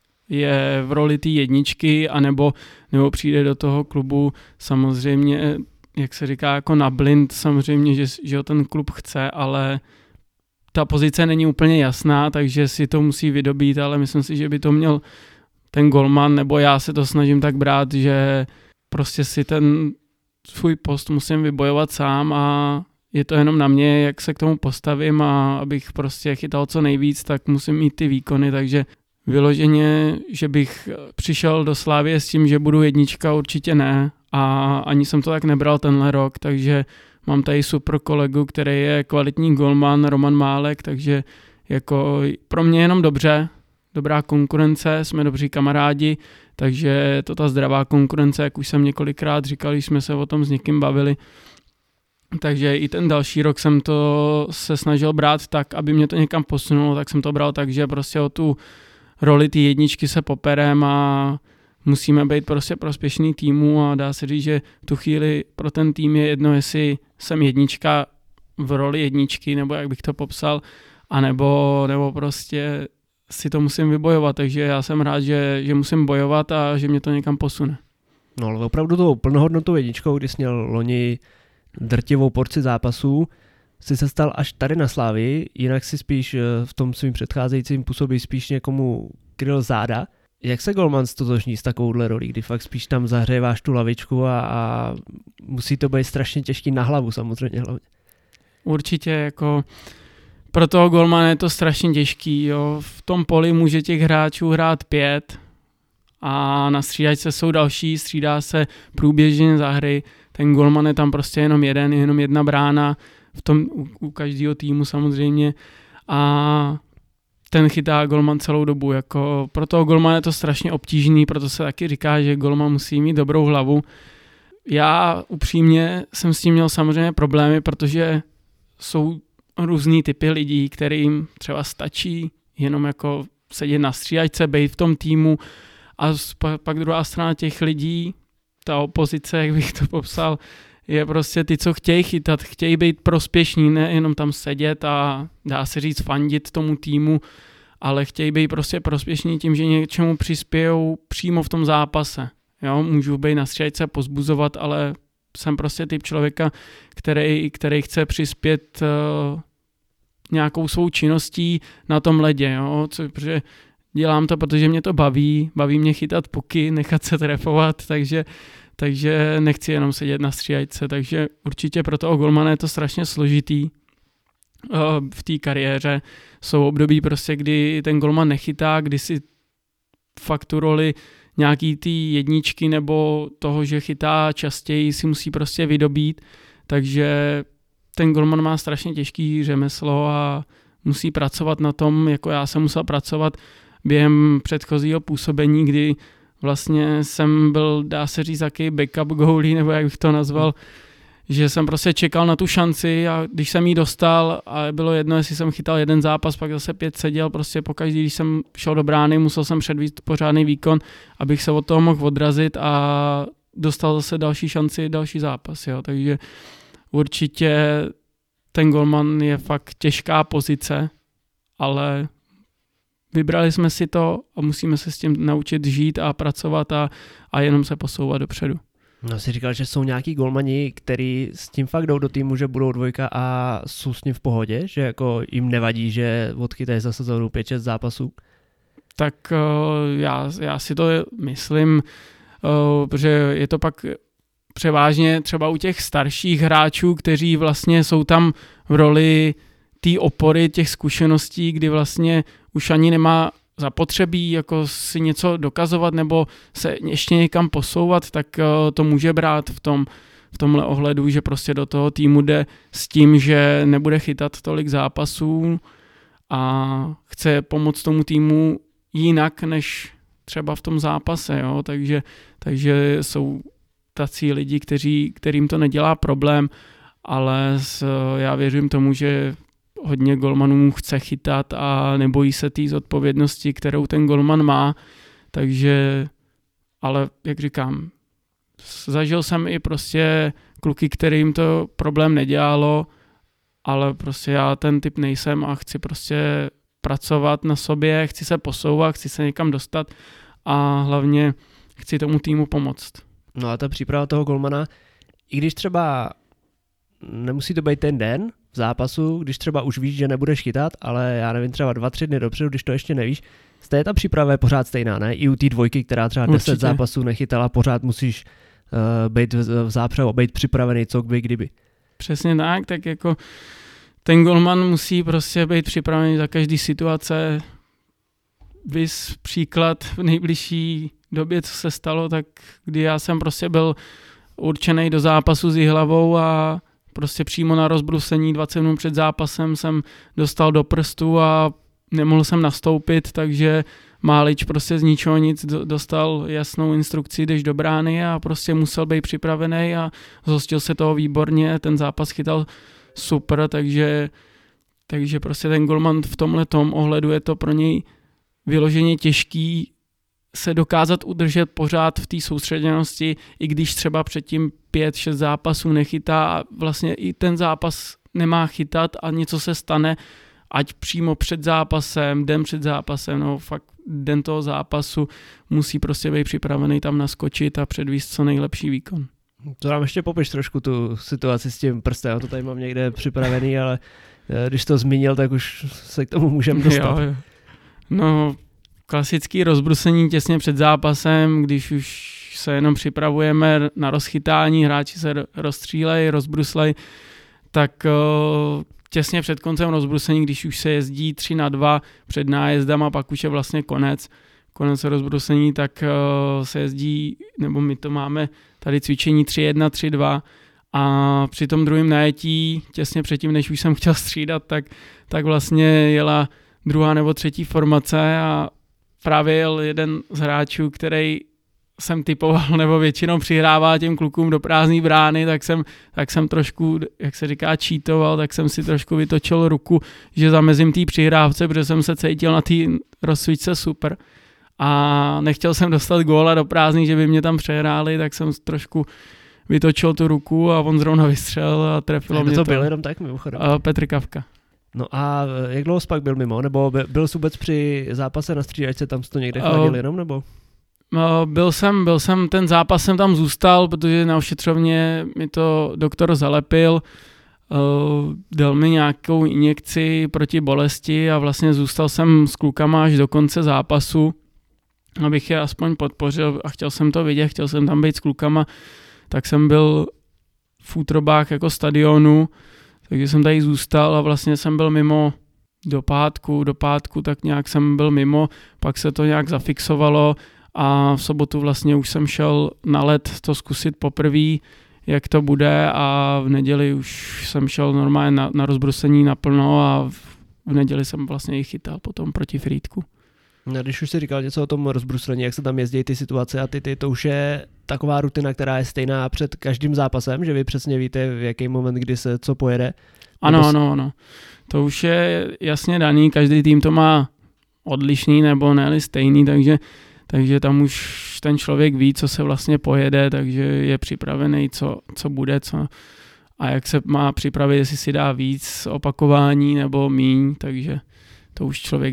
je v roli té jedničky, anebo přijde do toho klubu samozřejmě, jak se říká, jako na blind, samozřejmě, že ho ten klub chce, ale ta pozice není úplně jasná, takže si to musí vydobít, ale myslím si, že by to měl ten golman, nebo já se to snažím tak brát, že prostě si ten svůj post musím vybojovat sám a je to jenom na mě, jak se k tomu postavím a abych prostě chytal co nejvíc, tak musím mít ty výkony, takže vyloženě, že bych přišel do Slavie s tím, že budu jednička, určitě ne a ani jsem to tak nebral tenhle rok, takže mám tady super kolegu, který je kvalitní golman, Roman Málek, takže jako pro mě jenom dobře, dobrá konkurence, jsme dobří kamarádi, takže je to ta zdravá konkurence, jak už jsem několikrát říkal, když jsme se o tom s někým bavili. Takže i ten další rok jsem to se snažil brát tak, aby mě to někam posunulo, tak jsem to bral tak, že prostě o tu roli té jedničky se poperem a musíme být prostě prospěšný týmu a dá se říct, že v tu chvíli pro ten tým je jedno, jestli jsem jednička v roli jedničky, nebo jak bych to popsal, nebo prostě si to musím vybojovat, takže já jsem rád, že musím bojovat a že mě to někam posune.
No ale opravdu tou plnohodnotou jedničkou, když jsi měl loni drtivou porci zápasů, jsi se stal až tady na Slavii, jinak si spíš v tom svým předcházejícím působí spíš někomu kryl záda. Jak se golman stotožní s takovouhle rolí, kdy fakt spíš tam zahřejváš tu lavičku a musí to být strašně těžký na hlavu samozřejmě hlavně.
Určitě jako pro toho golmana je to strašně těžký. Jo. V tom poli může těch hráčů hrát 5 a na střídačce jsou další, střídá se průběžně za hry. Ten golman je tam prostě jenom jedna brána v tom u každého týmu samozřejmě a ten chytá golman celou dobu. Jako pro toho golmana je to strašně obtížný, proto se taky říká, že golman musí mít dobrou hlavu. Já upřímně jsem s tím měl samozřejmě problémy, protože jsou různý typy lidí, kterým třeba stačí jenom jako sedět na střídačce, být v tom týmu a pak druhá strana těch lidí, ta opozice, jak bych to popsal, je prostě ty, co chtějí chytat, chtějí být prospěšní, ne jenom tam sedět a dá se říct fandit tomu týmu, ale chtějí být prostě prospěšní tím, že něčemu přispějou přímo v tom zápase. Jo, můžu být na střídačce pozbuzovat, ale jsem prostě typ člověka, který chce přispět nějakou svou činností na tom ledě, jo, protože dělám to, protože mě to baví mě chytat puky, nechat se trefovat, takže nechci jenom sedět na střídačce, takže určitě pro toho golmana je to strašně složitý v té kariéře. Jsou období prostě, kdy ten golman nechytá, kdy si fakt tu roli nějaký ty jedničky nebo toho, že chytá častěji, si musí prostě vydobít, takže ten golman má strašně těžký řemeslo a musí pracovat na tom, jako já jsem musel pracovat během předchozího působení, kdy vlastně jsem byl, dá se říct, jaký backup goalie, nebo jak bych to nazval, že jsem prostě čekal na tu šanci a když jsem ji dostal a bylo jedno, jestli jsem chytal jeden zápas, pak zase 5 seděl, prostě pokaždý, když jsem šel do brány, musel jsem předvést pořádný výkon, abych se od toho mohl odrazit a dostal zase další šanci, další zápas, jo, takže určitě ten golman je fakt těžká pozice, ale vybrali jsme si to a musíme se s tím naučit žít a pracovat a jenom se posouvat dopředu.
No, jsi říkal, že jsou nějaký golmani, který s tím fakt jdou do týmu, že budou dvojka a jsou s ním v pohodě, že jako jim nevadí, že odchytají za sezónu 5-6 zápasů?
Tak já si to myslím, protože je to pak převážně třeba u těch starších hráčů, kteří vlastně jsou tam v roli té opory těch zkušeností, kdy vlastně už ani nemá zapotřebí jako si něco dokazovat nebo se ještě někam posouvat, tak to může brát v tomhle ohledu, že prostě do toho týmu jde s tím, že nebude chytat tolik zápasů a chce pomoct tomu týmu jinak, než třeba v tom zápase, jo? Takže jsou tací lidi, kterým to nedělá problém, ale já věřím tomu, že hodně golmanů chce chytat a nebojí se té zodpovědnosti, kterou ten golman má, takže, ale jak říkám, zažil jsem i prostě kluky, kterým to problém nedělalo, ale prostě já ten typ nejsem a chci prostě pracovat na sobě, chci se posouvat, chci se někam dostat a hlavně chci tomu týmu pomoct.
No a ta příprava toho golmana, i když třeba nemusí to být ten den v zápasu, když třeba už víš, že nebudeš chytat, ale já nevím, třeba 2-3 dny dopředu, když to ještě nevíš, stejně ta příprava je pořád stejná, ne? I u té dvojky, která třeba 10 zápasů nechytala, pořád musíš být v zápřehu, být připravený, co kdyby.
Přesně tak jako ten golman musí prostě být připravený za každý situace. Vys příklad v nejbližší době, co se stalo, tak kdy já jsem prostě byl určený do zápasu s Jihlavou a prostě přímo na rozbrusení 20 minut před zápasem jsem dostal do prstu a nemohl jsem nastoupit, takže Málič prostě z ničeho nic dostal jasnou instrukci, jdeš do brány a prostě musel být připravený a zhostil se toho výborně, ten zápas chytal super, takže prostě ten golman v tomhletom ohledu je to pro něj vyloženě těžký se dokázat udržet pořád v té soustředěnosti, i když třeba předtím 5-6 zápasů nechytá a vlastně i ten zápas nemá chytat a něco se stane, ať přímo před zápasem, den před zápasem, no fakt den toho zápasu musí prostě být připravený tam naskočit a předvíst co nejlepší výkon.
To nám ještě popiš trošku tu situaci s tím prstem, to tady mám někde připravený, ale když to zmínil, tak už se k tomu můžeme dostat. Jo.
No, klasický rozbrusení těsně před zápasem, když už se jenom připravujeme na rozchytání, hráči se rozstřílejí, rozbruslej, tak těsně před koncem rozbrusení, když už se jezdí 3-2 před nájezdem a pak už je vlastně konec rozbrusení, tak se jezdí, nebo my to máme tady cvičení 3-1, 3-2 a při tom druhém najetí, těsně předtím, než už jsem chtěl střídat, tak vlastně jela druhá nebo třetí formace a právě jel jeden z hráčů, který jsem typoval nebo většinou přihrává těm klukům do prázdné brány, tak jsem trošku, jak se říká, cheatoval, tak jsem si trošku vytočil ruku, že zamezím té přihrávce, protože jsem se cítil na té rozsvíčce super a nechtěl jsem dostat góla do prázdný, že by mě tam přehráli, tak jsem trošku vytočil tu ruku a on zrovna vystřelil a trefilo mě to.
To byl jenom tak mimochodem?
Petr Kavka.
No a jak dlouho jsi pak byl mimo, nebo byl jsi vůbec při zápase na střídačce, tam jsi to někde chladil jenom, nebo?
Byl jsem, ten zápas jsem tam zůstal, protože na ošetřovně mi to doktor zalepil, dal mi nějakou injekci proti bolesti a vlastně zůstal jsem s klukama až do konce zápasu, abych je aspoň podpořil a chtěl jsem to vidět, chtěl jsem tam být s klukama, tak jsem byl v útrobách jako stadionu, takže jsem tady zůstal a vlastně jsem byl mimo do pátku tak nějak jsem byl mimo, pak se to nějak zafixovalo a v sobotu vlastně už jsem šel na led to zkusit poprvé, jak to bude a v neděli už jsem šel normálně na rozbrusení naplno a v neděli jsem vlastně i chytal potom proti Frýdku.
No, když už jsi říkal něco o tom rozbruslení, jak se tam jezdí ty situace a ty, to už je taková rutina, která je stejná před každým zápasem, že vy přesně víte, v jaký moment, kdy se co pojede?
Ano. To už je jasně daný, každý tým to má odlišný nebo ne stejný, takže tam už ten člověk ví, co se vlastně pojede, takže je připravený, co bude, a jak se má připravit, jestli si dá víc opakování nebo míň, takže to už člověk ví.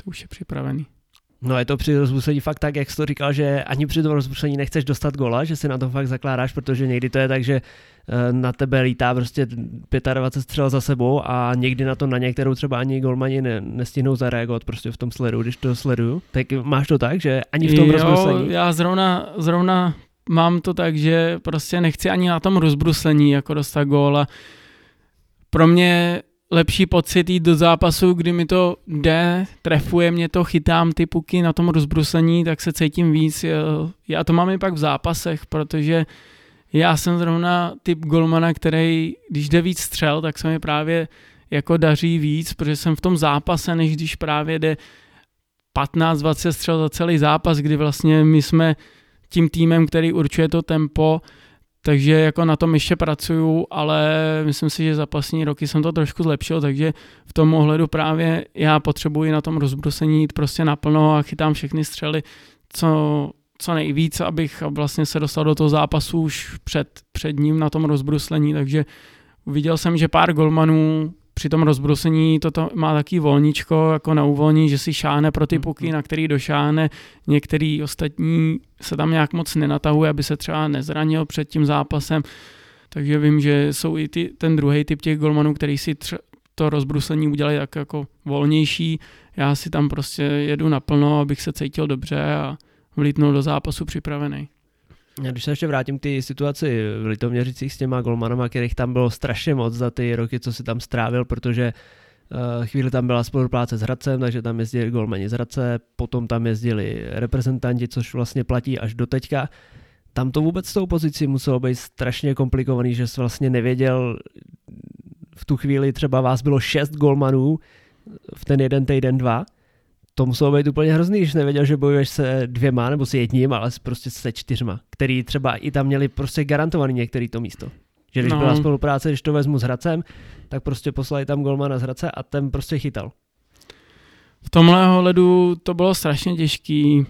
to už je připravený.
No je to při rozbrusení fakt tak, jak jsi to říkal, že ani při tom rozbrusení nechceš dostat gola, že si na to fakt zakládáš, protože někdy to je tak, že na tebe lítá prostě 25 střel za sebou a někdy na to na některou třeba ani golmani nestihnou zareagovat prostě v tom sledu, když to sleduju. Tak máš to tak, že ani v tom rozbrusení?
Já zrovna mám to tak, že prostě nechci ani na tom rozbruslení jako dostat góla. Pro mě lepší pocit jít do zápasu, kdy mi to jde, trefuje mě to, chytám ty puky na tom rozbruslení, tak se cítím víc. Já to mám i pak v zápasech, protože já jsem zrovna typ golmana, který, když jde víc střel, tak se mi právě jako daří víc, protože jsem v tom zápase, než když právě jde 15-20 střel za celý zápas, kdy vlastně my jsme tím týmem, který určuje to tempo, takže jako na tom ještě pracuju, ale myslím si, že za poslední roky jsem to trošku zlepšil, takže v tom ohledu právě já potřebuji na tom rozbrusení jít prostě naplno a chytám všechny střely, co nejvíc, abych vlastně se dostal do toho zápasu už před ním na tom rozbruslení, takže viděl jsem, že pár golmanů při tom rozbrusení toto má taky volníčko jako na uvolní, že si šáhne pro ty puky, na který došáhne, některý ostatní se tam nějak moc nenatahuje, aby se třeba nezranil před tím zápasem, takže vím, že jsou i ten druhý typ těch golmanů, který si to rozbruslení udělají tak jako volnější, já si tam prostě jedu naplno, abych se cítil dobře a vlítnul do zápasu připravený.
Když se ještě vrátím k té situaci v Litoměřicích s těma golmanama, kterých tam bylo strašně moc za ty roky, co si tam strávil, protože chvíli tam byla spolupráce s Hradcem, takže tam jezdili golmani z Hradce, potom tam jezdili reprezentanti, což vlastně platí až do teďka. Tam to vůbec s tou pozicí muselo být strašně komplikovaný, že jsi vlastně nevěděl, v tu chvíli třeba vás bylo 6 golmanů v ten jeden týden 2, to muselo být úplně hrozný, když nevěděl, že bojuješ se 2 nebo s jedním, ale prostě se 4, který třeba i tam měli prostě garantovaný některý to místo. Že když byla spolupráce, když to vezmu s Hradcem, tak prostě poslali tam golmana z Hradce a ten prostě chytal.
V tomhle ohledu to bylo strašně těžký.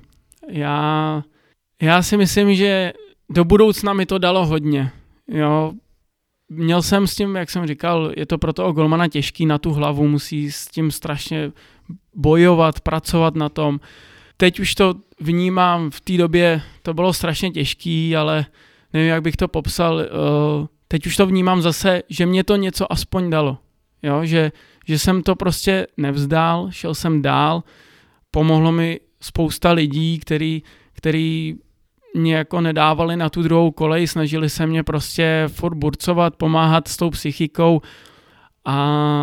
Já si myslím, že do budoucna mi to dalo hodně. Jo. Měl jsem s tím, jak jsem říkal, je to pro toho golmana těžký na tu hlavu, musí s tím strašně bojovat, pracovat na tom. Teď už to vnímám, v té době to bylo strašně těžký, ale nevím, jak bych to popsal. Teď už to vnímám zase, že mě to něco aspoň dalo. Jo? Že jsem to prostě nevzdál, šel jsem dál, pomohlo mi spousta lidí, který mě jako nedávali na tu druhou kolej, snažili se mě prostě furt burcovat, pomáhat s tou psychikou a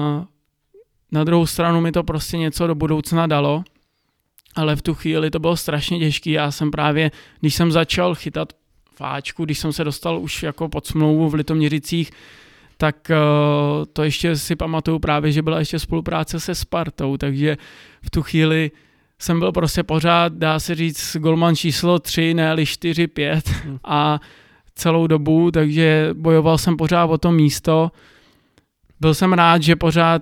na druhou stranu mi to prostě něco do budoucna dalo, ale v tu chvíli to bylo strašně těžký. Já jsem právě, když jsem začal chytat fáčku, když jsem se dostal už jako pod smlouvu v Litoměřicích, tak to ještě si pamatuju právě, že byla ještě spolupráce se Spartou, takže v tu chvíli jsem byl prostě pořád, dá se říct, golman číslo 3, ne 4, 5 a celou dobu, takže bojoval jsem pořád o to místo. Byl jsem rád, že pořád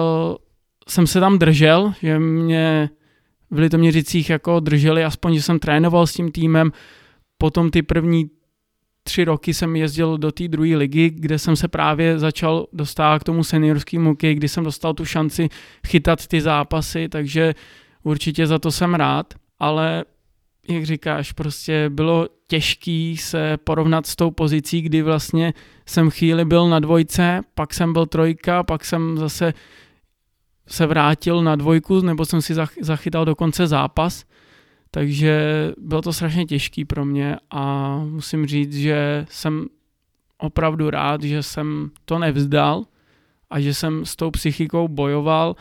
jsem se tam držel, že mě v Litoměřicích jako drželi, aspoň, že jsem trénoval s tím týmem. Potom ty první 3 roky jsem jezdil do té druhé ligy, kde jsem se právě začal dostávat k tomu seniorskému hokeji, kdy jsem dostal tu šanci chytat ty zápasy, takže určitě za to jsem rád, ale jak říkáš, prostě bylo těžký se porovnat s tou pozicí, kdy vlastně jsem chvíli byl na 2, pak jsem byl 3, pak jsem zase se vrátil na 2, nebo jsem si zachytal dokonce zápas, takže bylo to strašně těžký pro mě a musím říct, že jsem opravdu rád, že jsem to nevzdal a že jsem s tou psychikou bojoval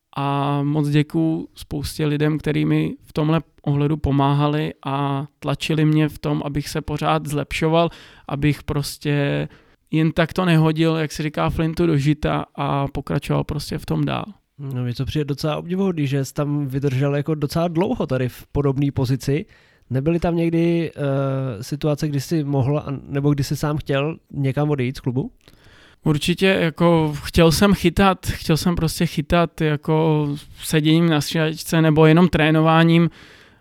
a moc děkuju spoustě lidem, kteří mi v tomhle ohledu pomáhali a tlačili mě v tom, abych se pořád zlepšoval, abych prostě jen tak to nehodil, jak se říká, flintu do žita a pokračoval prostě v tom dál.
No, mě to přijde docela obdivuhodný, že jsi tam vydržel jako docela dlouho tady v podobné pozici. Nebyly tam někdy situace, kdy jsi mohl, nebo kdy jsi sám chtěl někam odejít z klubu?
Určitě, jako chtěl jsem prostě chytat jako seděním na střídačce nebo jenom trénováním.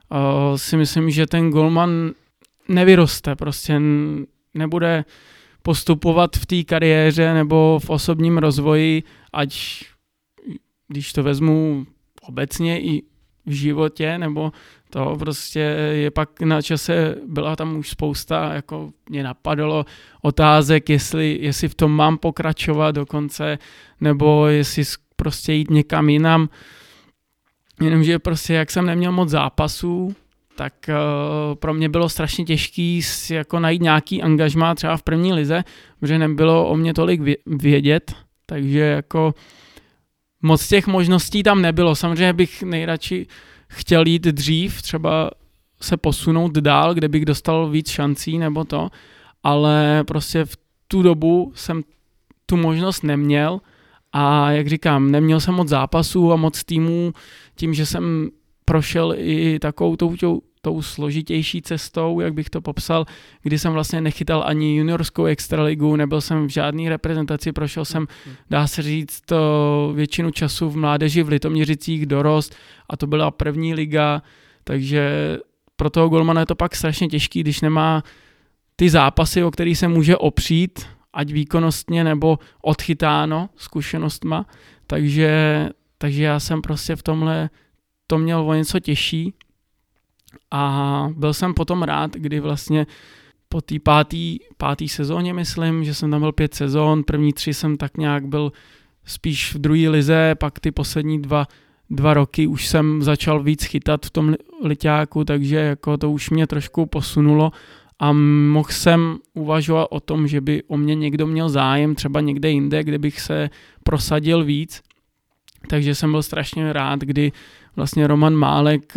Si myslím, že ten golman nevyroste, prostě nebude postupovat v té kariéře nebo v osobním rozvoji, ať když to vezmu obecně i v životě, nebo to prostě je pak na čase, byla tam už spousta, jako mě napadalo otázek, jestli v tom mám pokračovat dokonce, nebo jestli prostě jít někam jinam. Jenomže prostě jak jsem neměl moc zápasů, tak pro mě bylo strašně těžký jako najít nějaký angažmá třeba v první lize, protože nebylo o mě tolik vědět, takže jako moc těch možností tam nebylo. Samozřejmě bych nejradši chtěl jít dřív, třeba se posunout dál, kde bych dostal víc šancí nebo to, ale prostě v tu dobu jsem tu možnost neměl a jak říkám, neměl jsem moc zápasů a moc týmů, tím, že jsem prošel i takovou tou složitější cestou, jak bych to popsal, kdy jsem vlastně nechytal ani juniorskou extraligu, nebyl jsem v žádné reprezentaci, prošel jsem, dá se říct, většinu času v mládeži v Litoměřicích, dorost a to byla první liga, takže pro toho golmana je to pak strašně těžký, když nemá ty zápasy, o který se může opřít, ať výkonnostně nebo odchytáno zkušenostma, takže já jsem prostě v tomhle to měl o něco těžší a byl jsem potom rád, kdy vlastně po té pátý sezóně, myslím, že jsem tam byl 5 sezón, první 3 jsem tak nějak byl spíš v druhé lize, pak ty poslední dva roky už jsem začal víc chytat v tom liťáku, takže jako to už mě trošku posunulo a mohl jsem uvažovat o tom, že by o mě někdo měl zájem, třeba někde jinde, kde bych se prosadil víc. Takže jsem byl strašně rád, kdy vlastně Roman Málek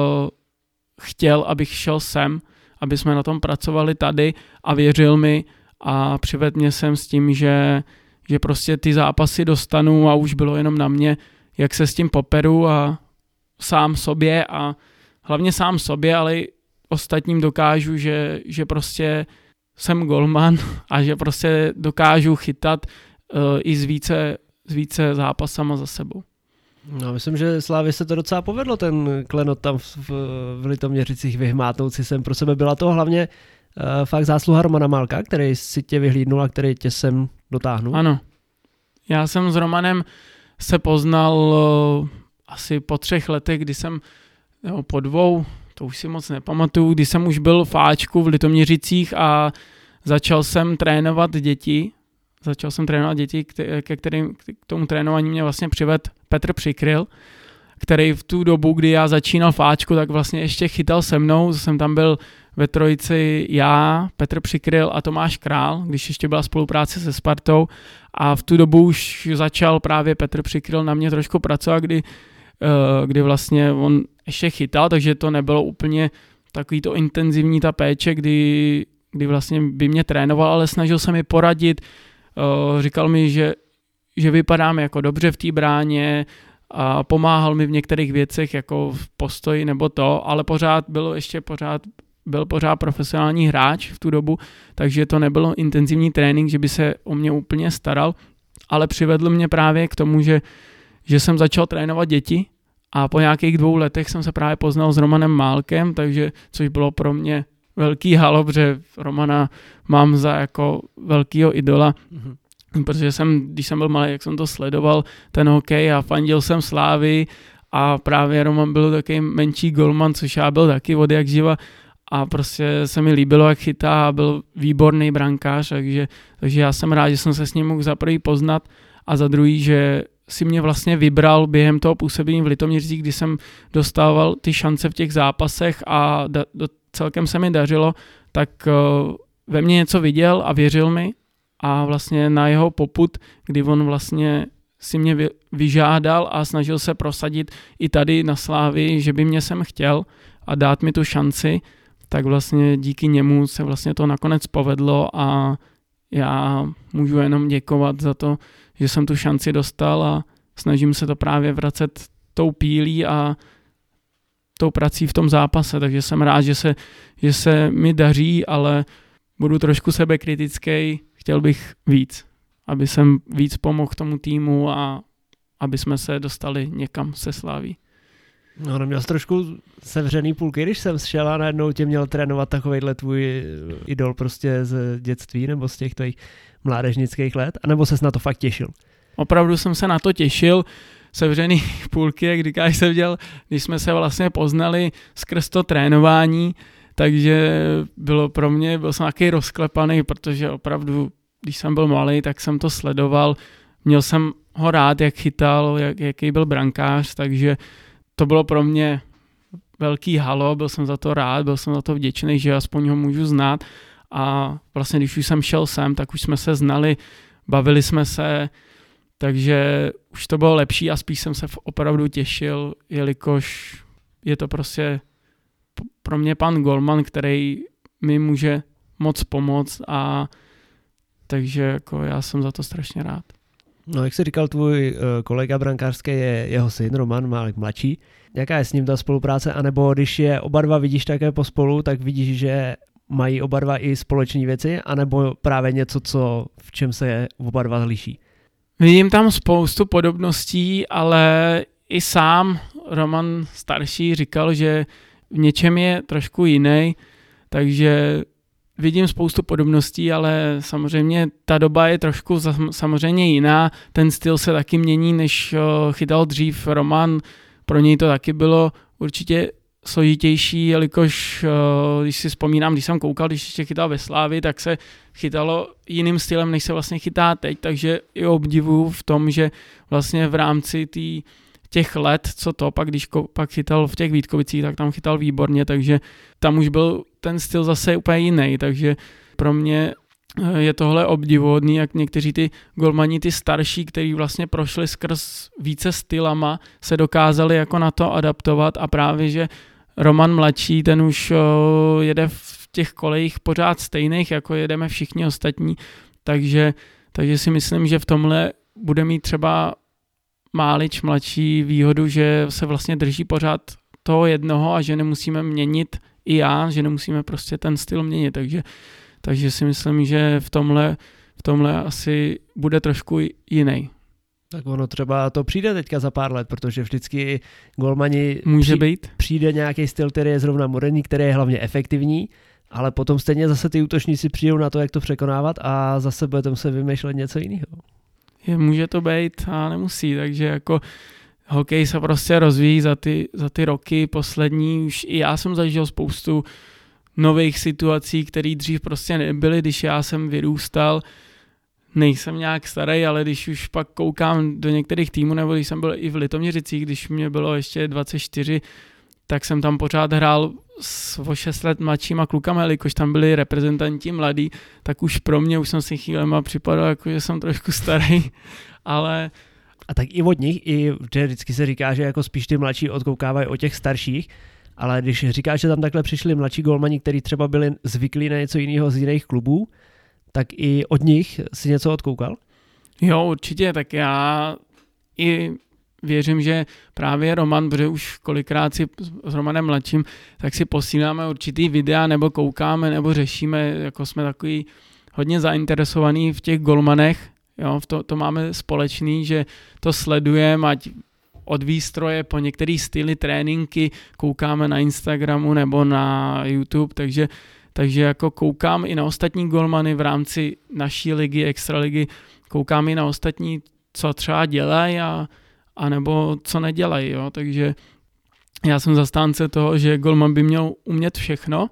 chtěl, abych šel sem, aby jsme na tom pracovali tady a věřil mi a přivedl mě sem s tím, že prostě ty zápasy dostanu a už bylo jenom na mě, jak se s tím poperu a sám sobě a hlavně sám sobě, ale i ostatním dokážu, že prostě jsem golman a že prostě dokážu chytat i s více zápasama za sebou.
No, myslím, že Slávě se to docela povedlo, ten klenot tam v Litoměřicích vyhmátnout si sem pro sebe. Byla to hlavně fakt zásluha Romana Málka, který si tě vyhlídnul a který tě sem dotáhnul.
Ano. Já jsem s Romanem se poznal asi po 3 letech, kdy jsem, nebo po 2, to už si moc nepamatuju, kdy jsem už byl v Ačku v Litoměřicích a začal jsem trénovat děti, k tomu trénování mě vlastně přivedl Petr Přikryl, který v tu dobu, kdy já začínal v Ačku, tak vlastně ještě chytal se mnou, jsem tam byl ve trojici já, Petr Přikryl a Tomáš Král, když ještě byla spolupráce se Spartou a v tu dobu už začal právě Petr Přikryl na mě trošku pracovat, kdy vlastně on ještě chytal, takže to nebylo úplně takový to intenzivní ta péče, kdy vlastně by mě trénoval, ale snažil se mi poradit, říkal mi, že vypadám jako dobře v té bráně a pomáhal mi v některých věcech jako v postoji nebo to, ale pořád byl profesionální hráč v tu dobu, takže to nebylo intenzivní trénink, že by se o mě úplně staral, ale přivedl mě právě k tomu, že jsem začal trénovat děti a po nějakých 2 letech jsem se právě poznal s Romanem Málkem, což bylo pro mě velký halo, protože Romana mám za jako velkýho idola, protože když jsem byl malý, jak jsem to sledoval, ten hokej a fandil jsem Slávy a právě Roman byl takový menší golman, což já byl taky od jak živa a prostě se mi líbilo, jak chytá a byl výborný brankář, takže já jsem rád, že jsem se s ním mohl za prvý poznat a za druhý, že si mě vlastně vybral během toho působení v Litoměřicích, kdy jsem dostával ty šance v těch zápasech a celkem se mi dařilo, tak ve mně něco viděl a věřil mi a vlastně na jeho popud, kdy on vlastně si mě vyžádal a snažil se prosadit i tady na Slávii, že by mě sem chtěl a dát mi tu šanci, tak vlastně díky němu se vlastně to nakonec povedlo a já můžu jenom děkovat za to, že jsem tu šanci dostal a snažím se to právě vracet tou pílí a tou prací v tom zápase, takže jsem rád, že se mi daří, ale budu trošku sebekritický, chtěl bych víc, aby jsem víc pomohl tomu týmu a aby jsme se dostali někam se Slaví.
No, měl jsi trošku sevřený půlky, když jsem šel a najednou tě měl trénovat takovejhle tvůj idol prostě z dětství nebo z těch tvých mládežnických let, anebo ses na to fakt těšil?
Opravdu jsem se na to těšil, sevřený půlky, jak říkáš, jsem viděl, když jsme se vlastně poznali skrz to trénování, takže byl jsem taky rozklepaný, protože opravdu, když jsem byl malý, tak jsem to sledoval, měl jsem ho rád, jak chytal, jaký byl brankář, takže to bylo pro mě velký halo, byl jsem za to rád, byl jsem za to vděčný, že aspoň ho můžu znát a vlastně když už jsem šel sem, tak už jsme se znali, bavili jsme se, takže už to bylo lepší a spíš jsem se opravdu těšil, jelikož je to prostě pro mě pan golman, který mi může moc pomoct a takže jako já jsem za to strašně rád.
No, jak jsi říkal, tvůj kolega brankářský je jeho syn Roman Málek mladší. Jaká je s ním ta spolupráce? A nebo když je oba dva vidíš také pospolu, tak vidíš, že mají oba dva i společné věci? A nebo právě něco, v čem se oba dva liší?
Vidím tam spoustu podobností, ale i sám Roman starší říkal, že v něčem je trošku jiný, takže vidím spoustu podobností, ale samozřejmě ta doba je trošku samozřejmě jiná. Ten styl se taky mění, než chytal dřív Roman. Pro něj to taky bylo určitě složitější, jelikož když si vzpomínám, když jsem koukal, když ještě chytal ve Slávii, tak se chytalo jiným stylem, než se vlastně chytá teď, takže i obdivuju v tom, že vlastně v rámci těch let, pak když pak chytal v těch Vítkovicích, tak tam chytal výborně, takže tam už byl ten styl zase úplně jiný, takže pro mě je tohle obdivuhodný, jak někteří ty golmani, ty starší, kteří vlastně prošli skrz více stylama, se dokázali jako na to adaptovat a právě, že Roman mladší, ten už jede v těch kolejích pořád stejných, jako jedeme všichni ostatní, takže si myslím, že v tomhle bude mít třeba Málič mladší výhodu, že se vlastně drží pořád toho jednoho a že nemusíme měnit i já, že nemusíme prostě ten styl měnit, takže si myslím, že v tomhle asi bude trošku jiný.
Tak ono třeba to přijde teďka za pár let, protože vždycky golmani přijde nějaký styl, který je zrovna moderní, který je hlavně efektivní, ale potom stejně zase ty útočníci přijdou na to, jak to překonávat a zase budete muset vymýšlet něco jiného.
Může to být a nemusí, takže jako hokej se prostě rozvíjí za ty roky poslední, už i já jsem zažil spoustu nových situací, které dřív prostě nebyly, když já jsem vyrůstal, nejsem nějak starý, ale když už pak koukám do některých týmů, nebo když jsem byl i v Litoměřicích, když mě bylo ještě 24, tak jsem tam pořád hrál o 6 let mladšíma klukama, jelikož tam byli reprezentanti mladí, tak už pro mě, už jsem si chvílema připadal, jako že jsem trošku starý, ale...
A tak i od nich, že vždycky se říká, že jako spíš ty mladší odkoukávají o těch starších, ale když říkáš, že tam takhle přišli mladší golmani, kteří třeba byli zvyklí na něco jiného z jiných klubů, tak i od nich si něco odkoukal?
Jo, určitě, tak já i věřím, že právě Roman, protože už kolikrát si s Romanem mladším, tak si posíláme určitý videa, nebo koukáme, nebo řešíme, jako jsme takový hodně zainteresovaný v těch golmanech, jo, to máme společný, že to sledujeme, ať od výstroje po některé styly tréninky koukáme na Instagramu nebo na YouTube, takže jako koukám i na ostatní golmany v rámci naší ligy, extraligy, koukám i na ostatní, co třeba dělají a nebo co nedělají, jo, takže já jsem zastánce toho, že golman by měl umět všechno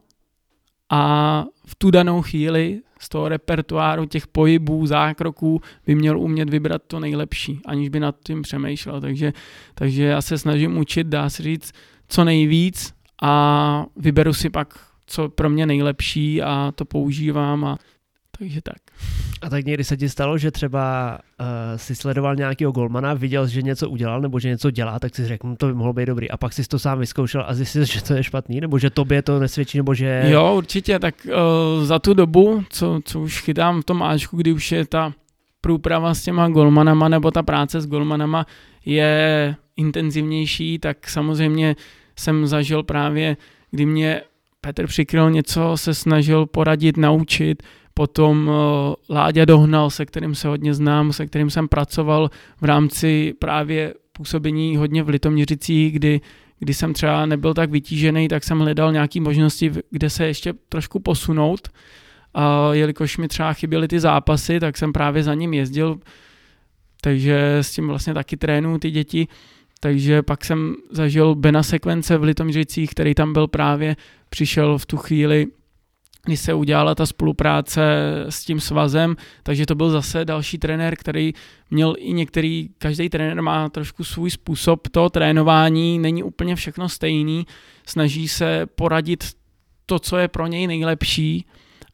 a v tu danou chvíli z toho repertoáru těch pohybů, zákroků by měl umět vybrat to nejlepší, aniž by nad tím přemýšlel, takže já se snažím učit, dá se říct, co nejvíc a vyberu si pak, co pro mě nejlepší a to používám takže tak.
A tak někdy se ti stalo, že třeba si sledoval nějakého golmana, viděl, že něco udělal nebo že něco dělá, tak si řekl, to by mohlo být dobrý. A pak jsi to sám vyzkoušel a zjistil, že to je špatný, nebo že tobě to nesvědčí, nebo že...
Jo, určitě, tak za tu dobu, co už chytám v tom Ačku, kdy už je ta průprava s těma golmanama, nebo ta práce s golmanama je intenzivnější, tak samozřejmě jsem zažil právě, kdy mě Petr Přikryl něco se snažil poradit, naučit, potom Láďa Dohnal, se kterým se hodně znám, se kterým jsem pracoval v rámci právě působení hodně v Litoměřicích, kdy jsem třeba nebyl tak vytížený, tak jsem hledal nějaké možnosti, kde se ještě trošku posunout. A jelikož mi třeba chyběly ty zápasy, tak jsem právě za ním jezdil. takže s tím vlastně taky trénuju ty děti. Takže pak jsem zažil Bena Sekvence v Litoměřicích, který tam byl právě, přišel v tu chvíli, kdy se udělala ta spolupráce s tím svazem, takže to byl zase další trenér, který měl i každý trenér má trošku svůj způsob toho trénování, není úplně všechno stejný, snaží se poradit to, co je pro něj nejlepší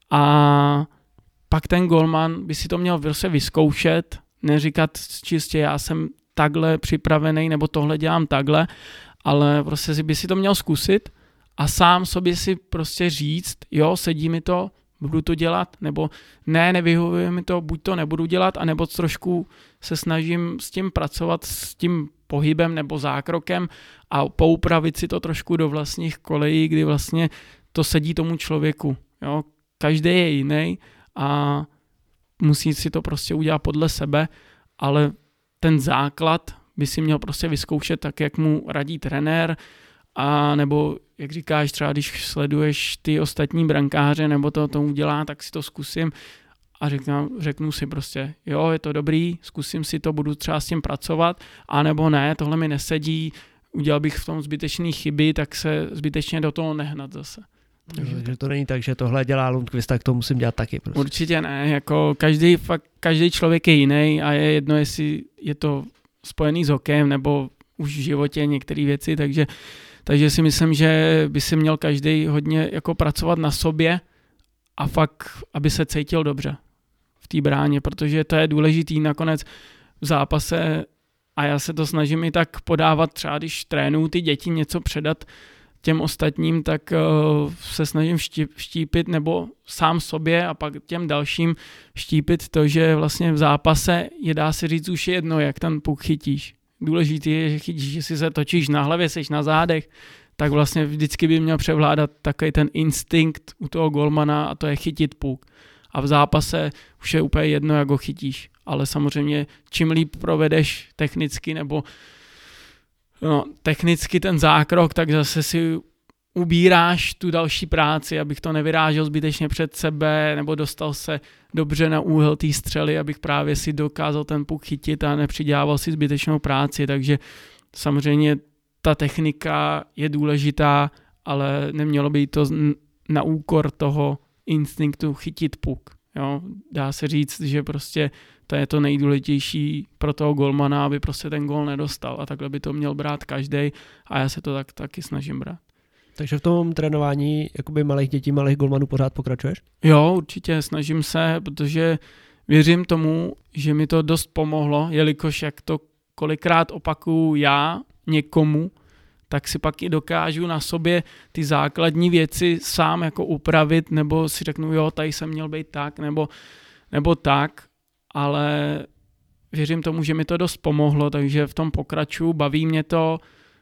a pak ten golman by si to měl prostě vyzkoušet, neříkat čistě já jsem takhle připravený nebo tohle dělám takhle, ale prostě by si to měl zkusit a sám sobě si prostě říct, jo, sedí mi to, budu to dělat, nebo ne, nevyhovuje mi to, buď to nebudu dělat, anebo trošku se snažím s tím pracovat, s tím pohybem nebo zákrokem a poupravit si to trošku do vlastních kolejí, kdy vlastně to sedí tomu člověku. Jo. Každý je jiný a musí si to prostě udělat podle sebe, ale ten základ by si měl prostě vyzkoušet tak, jak mu radí trenér, a nebo jak říkáš, třeba když sleduješ ty ostatní brankáře, nebo to udělá, tak si to zkusím a řeknu si prostě, jo, je to dobrý, zkusím si to, budu třeba s tím pracovat, anebo ne, tohle mi nesedí, udělal bych v tom zbytečné chyby, tak se zbytečně do toho nehnat zase.
Takže to není tak, že tohle dělá Lundqvist, tak to musím dělat taky. Prostě.
Určitě ne, jako každý člověk je jiný a je jedno, jestli je to spojený s hokejem nebo už v životě některé věci, takže si myslím, že by si měl každý hodně jako pracovat na sobě a fakt, aby se cítil dobře v té bráně, protože to je důležitý nakonec v zápase a já se to snažím i tak podávat, třeba když trénuju ty děti něco předat těm ostatním, tak se snažím štípit nebo sám sobě a pak těm dalším štípit to, že vlastně v zápase je, dá se říct, už jedno, jak ten puk chytíš. Důležitý je, že chytíš, že si se točíš na hlavě, seš na zádech, tak vlastně vždycky by měl převládat takový ten instinkt u toho golmana a to je chytit puk. A v zápase už je úplně jedno, jak ho chytíš. Ale samozřejmě čím líp provedeš technicky nebo technicky ten zákrok, tak zase si ubíráš tu další práci, abych to nevyrážel zbytečně před sebe nebo dostal se dobře na úhel té střely, abych právě si dokázal ten puk chytit a nepřidělával si zbytečnou práci, takže samozřejmě ta technika je důležitá, ale nemělo by to na úkor toho instinktu chytit puk. Jo? Dá se říct, že prostě to je to nejdůležitější pro toho golmana, aby prostě ten gól nedostal a takhle by to měl brát každej a já se to taky snažím brát.
Takže v tom trénování jakoby malých dětí, malých golmanů pořád pokračuješ?
Jo, určitě snažím se, protože věřím tomu, že mi to dost pomohlo, jelikož jak to kolikrát opakuju já někomu, tak si pak i dokážu na sobě ty základní věci sám jako upravit, nebo si řeknu, jo, tady jsem měl být tak, nebo tak, ale věřím tomu, že mi to dost pomohlo, takže v tom pokračuju, baví mě to,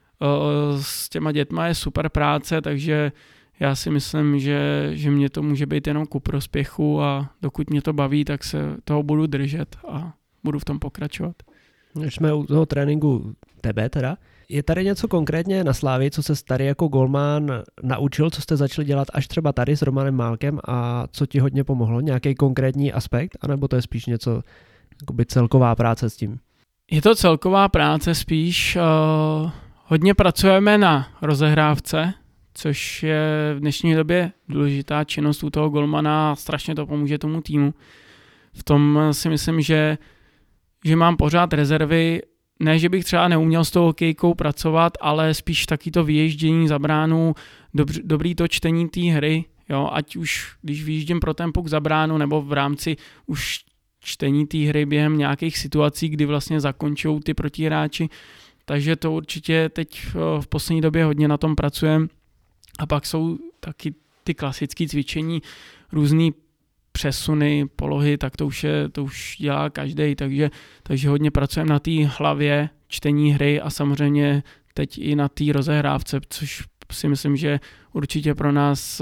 s těma dětma je super práce, takže já si myslím, že mě to může být jenom ku prospěchu a dokud mě to baví, tak se toho budu držet a budu v tom pokračovat.
Když jsme u toho tréninku tebe teda, je tady něco konkrétně na Slávii, co se tady jako golman naučil, co jste začali dělat až třeba tady s Romanem Málkem a co ti hodně pomohlo? Nějaký konkrétní aspekt, anebo to je spíš něco, jakoby celková práce s tím?
Je to celková práce spíš. Hodně pracujeme na rozehrávce, což je v dnešní době důležitá činnost u toho golmana a strašně to pomůže tomu týmu. V tom si myslím, že mám pořád rezervy. Ne, že bych třeba neuměl s tou hokejkou pracovat, ale spíš taky to vyježdění za bránu, dobrý to čtení té hry, jo, ať už když vyjíždím pro ten puk za bránu nebo v rámci už čtení té hry během nějakých situací, kdy vlastně zakončují ty protihráči. Takže to určitě teď v poslední době hodně na tom pracujeme. A pak jsou taky ty klasické cvičení, různý přesuny, polohy, tak to už dělá každý, takže hodně pracujeme na té hlavě, čtení hry a samozřejmě teď i na té rozehrávce, což si myslím, že určitě pro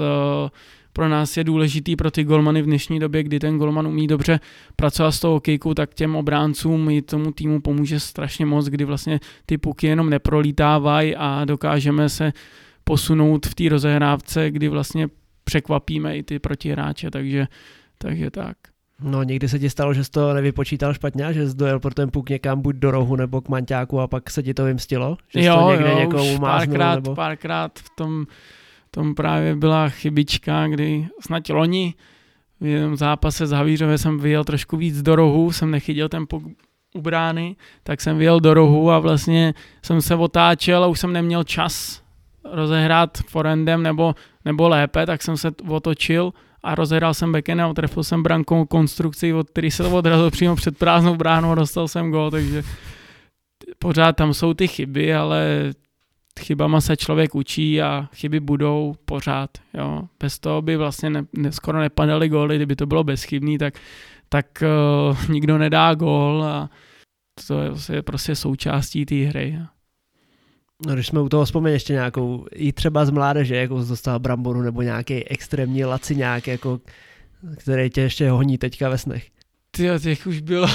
nás je důležitý pro ty golmany v dnešní době, kdy ten golman umí dobře pracovat s tou hokejkou, tak těm obráncům i tomu týmu pomůže strašně moc, kdy vlastně ty puky jenom neprolítávají a dokážeme se posunout v té rozehrávce, kdy vlastně překvapíme i ty protihráče, takže tak.
No, někdy se ti stalo, že jsi to nevypočítal špatně, že jsi dojel pro ten puk někam buď do rohu nebo k manťáku a pak se ti to vymstilo? Že jsi to někde někomu máznul, nebo...
párkrát v tom právě byla chybička, kdy snad loni v jednom zápase z Havířově jsem vyjel trošku víc do rohu, jsem nechytil ten puk u brány, tak jsem vyjel do rohu a vlastně jsem se otáčel a už jsem neměl čas rozehrát forehandem nebo lépe, tak jsem se otočil a rozehrál jsem backendem a trefil jsem brankou konstrukci, od který se odrazil přímo před prázdnou bránou a dostal jsem gól, takže pořád tam jsou ty chyby, ale chybama se člověk učí a chyby budou pořád. Jo. Bez toho by vlastně skoro nepadaly góly, kdyby to bylo bezchybný, tak nikdo nedá gól a to je prostě součástí té hry.
No, když jsme u toho vzpomněli ještě nějakou, i třeba z mládeže, jako z dostal bramboru, nebo nějaký extrémní laciňák, jako, který tě ještě honí teďka ve snech.
Těch už bylo...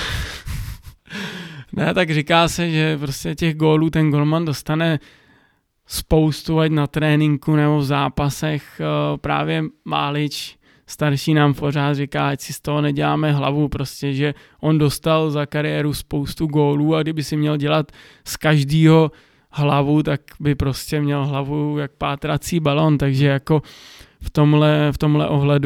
Ne, tak říká se, že prostě těch gólů ten golman dostane spoustu, ať na tréninku nebo v zápasech. Právě Málič starší nám pořád říká, ať si z toho neděláme hlavu, prostě, že on dostal za kariéru spoustu gólů a kdyby si měl dělat z každého hlavu, tak by prostě měl hlavu jak pátrací balon, takže jako v tomhle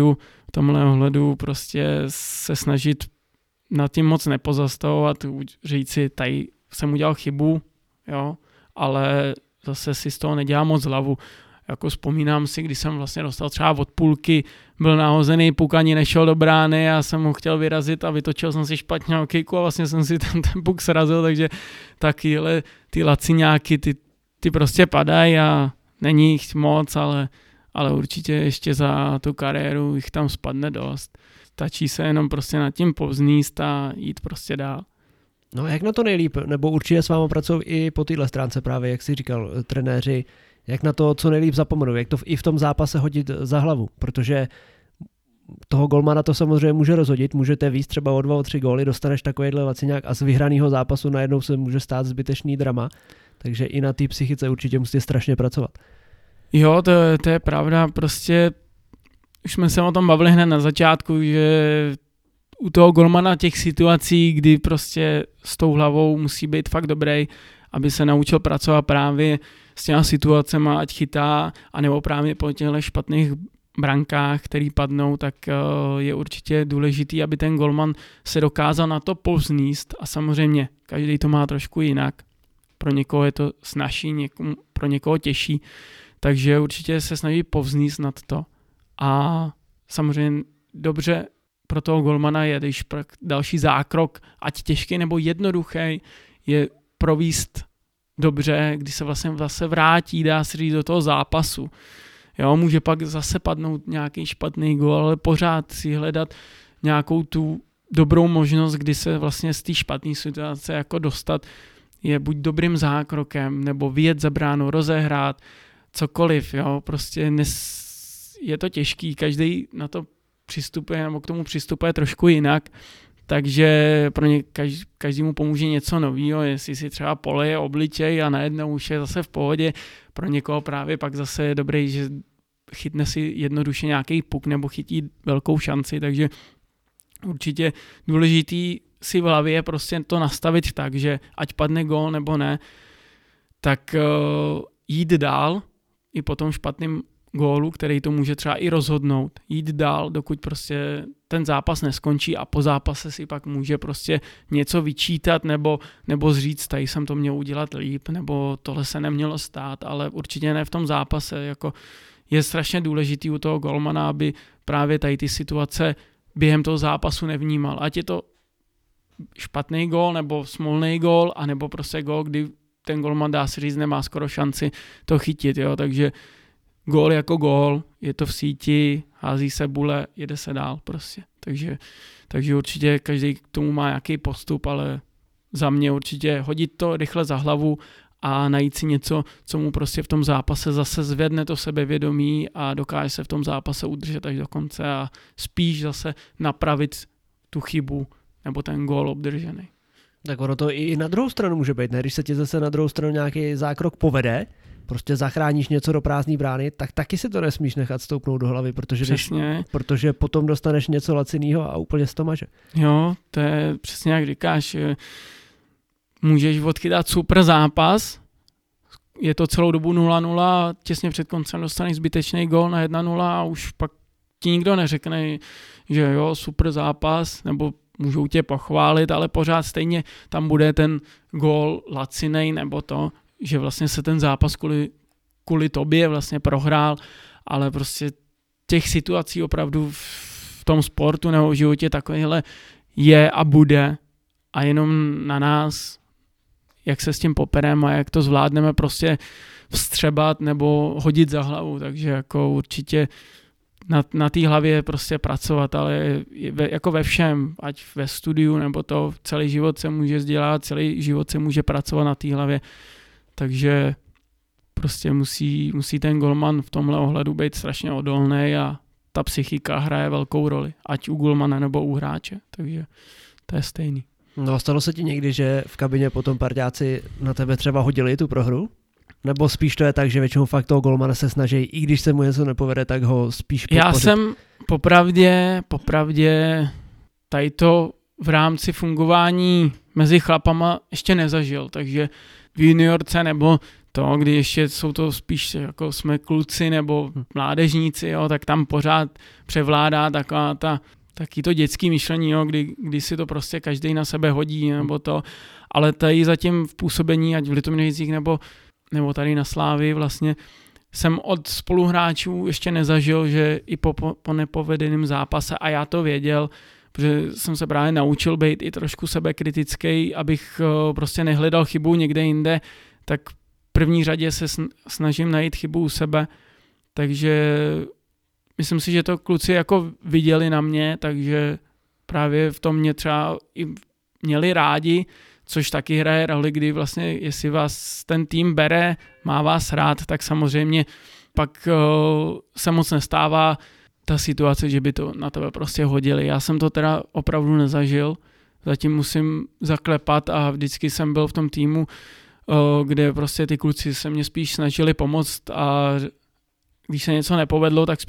ohledu prostě se snažit nad tím moc nepozastavovat, říct si, tady jsem udělal chybu, jo, ale zase si z toho nedělám moc hlavu. Jako vzpomínám si, když jsem vlastně dostal třeba od půlky, byl nahozený puk, ani nešel do brány a jsem ho chtěl vyrazit a vytočil jsem si špatně okejku a vlastně jsem si ten puk srazil, takže takyhle ty laciňáky, ty prostě padají a není jich moc, ale určitě ještě za tu kariéru jich tam spadne dost. Stačí se jenom prostě nad tím povzníst a jít prostě dál.
No jak na to nejlíp, nebo určitě s vámi pracují i po téhle stránce právě, jak jsi říkal, trenéři, jak na to co nejlíp zapomenou, jak to i v tom zápase hodit za hlavu, protože toho golmana to samozřejmě může rozhodit, můžete víc třeba o 2, o 3 góly, dostaneš takovýhle laciňák a z vyhraného zápasu najednou se může stát zbytečný drama, takže i na té psychice určitě musíte strašně pracovat.
Jo, to je pravda, prostě už jsme se o tom bavili hned na začátku, že u toho golmana těch situací, kdy prostě s tou hlavou musí být fakt dobrý, aby se naučil pracovat právě s těma situacema, ať chytá, anebo právě po těchto špatných brankách, který padnou, tak je určitě důležitý, aby ten golman se dokázal na to povzníst a samozřejmě každý to má trošku jinak. Pro někoho je to snazší, pro někoho těžší, takže určitě se snaží povzníst nad to. A samozřejmě dobře pro toho golmana je, když další zákrok, ať těžký nebo jednoduchý, je províst dobře, když se vlastně zase vrátí, dá se říct, do toho zápasu. Jo, může pak zase padnout nějaký špatný gól, ale pořád si hledat nějakou tu dobrou možnost, kdy se vlastně z té špatné situace jako dostat, je buď dobrým zákrokem, nebo vyjet za bránu, rozehrát, cokoliv, jo, prostě je to těžký, každý na to přistupuje, nebo k tomu přistupuje trošku jinak, takže pro každému pomůže něco nového, jestli si třeba poleje obličej a najednou už je zase v pohodě, pro někoho právě pak zase je dobrý, že chytne si jednoduše nějaký puk nebo chytí velkou šanci, takže určitě důležitý si v hlavě prostě to nastavit tak, že ať padne gól nebo ne, tak jít dál i po tom špatným gólu, který to může třeba i rozhodnout, jít dál, dokud prostě ten zápas neskončí a po zápase si pak může prostě něco vyčítat nebo říct, tady jsem to měl udělat líp, nebo tohle se nemělo stát, ale určitě ne v tom zápase. Jako je strašně důležitý u toho golmana, aby právě tady ty situace během toho zápasu nevnímal. Ať je to špatný gól, nebo smolný gól, anebo prostě gól, kdy ten golman, dá se říct, nemá skoro šanci to chytit, jo, takže gól jako gól, je to v síti, hází se bule, jede se dál prostě. Takže určitě každý k tomu má nějaký postup, ale za mě určitě hodit to rychle za hlavu a najít si něco, co mu prostě v tom zápase zase zvedne to sebevědomí a dokáže se v tom zápase udržet až do konce a spíš zase napravit tu chybu nebo ten gól obdržený.
Tak ono to i na druhou stranu může být, ne? Když se ti zase na druhou stranu nějaký zákrok povede, prostě zachráníš něco do prázdné brány, tak taky si to nesmíš nechat stoupnout do hlavy, protože potom dostaneš něco lacinýho a úplně se to maže.
Jo, to je přesně jak říkáš, můžeš odchytat super zápas, je to celou dobu 0-0, těsně před koncem dostaneš zbytečný gól na 1-0 a už pak ti nikdo neřekne, že jo, super zápas, nebo můžou tě pochválit, ale pořád stejně tam bude ten gól lacinej, nebo to, že vlastně se ten zápas kvůli tobě vlastně prohrál, ale prostě těch situací opravdu v tom sportu nebo v životě takovýhle je a bude a jenom na nás, jak se s tím popereme a jak to zvládneme prostě vstřebat nebo hodit za hlavu, takže jako určitě na té hlavě prostě pracovat, ale jako ve všem, ať ve studiu nebo to, celý život se může vzdělat, celý život se může pracovat na té hlavě, takže prostě musí ten golman v tomhle ohledu být strašně odolný a ta psychika hraje velkou roli, ať u golmana nebo u hráče, takže to je stejný.
No, stalo se ti někdy, že v kabině potom parťáci na tebe třeba hodili tu prohru? Nebo spíš to je tak, že většinou fakt toho golmana se snaží, i když se mu něco nepovede, tak ho spíš podpořit?
Já jsem popravdě tady to v rámci fungování mezi chlapama ještě nezažil, takže v juniorce nebo to, kdy ještě jsou to spíš jako jsme kluci nebo mládežníci, jo, tak tam pořád převládá taky to dětský myšlení, jo, kdy si to prostě každý na sebe hodí nebo to, ale tady zatím v působení, ať v Litoměřicích nebo tady na Slávii vlastně jsem od spoluhráčů ještě nezažil, že i po nepovedeném zápase, a já to věděl, protože jsem se právě naučil být i trošku sebekritický, abych prostě nehledal chybu někde jinde, tak v první řadě se snažím najít chybu u sebe, takže myslím si, že to kluci jako viděli na mě, takže právě v tom mě třeba i měli rádi, což taky hraje roli, kdy vlastně, jestli vás ten tým bere, má vás rád, tak samozřejmě pak se moc nestává ta situace, že by to na tebe prostě hodili. Já jsem to teda opravdu nezažil, zatím musím zaklepat a vždycky jsem byl v tom týmu, kde prostě ty kluci se mě spíš snažili pomoct a když se něco nepovedlo, tak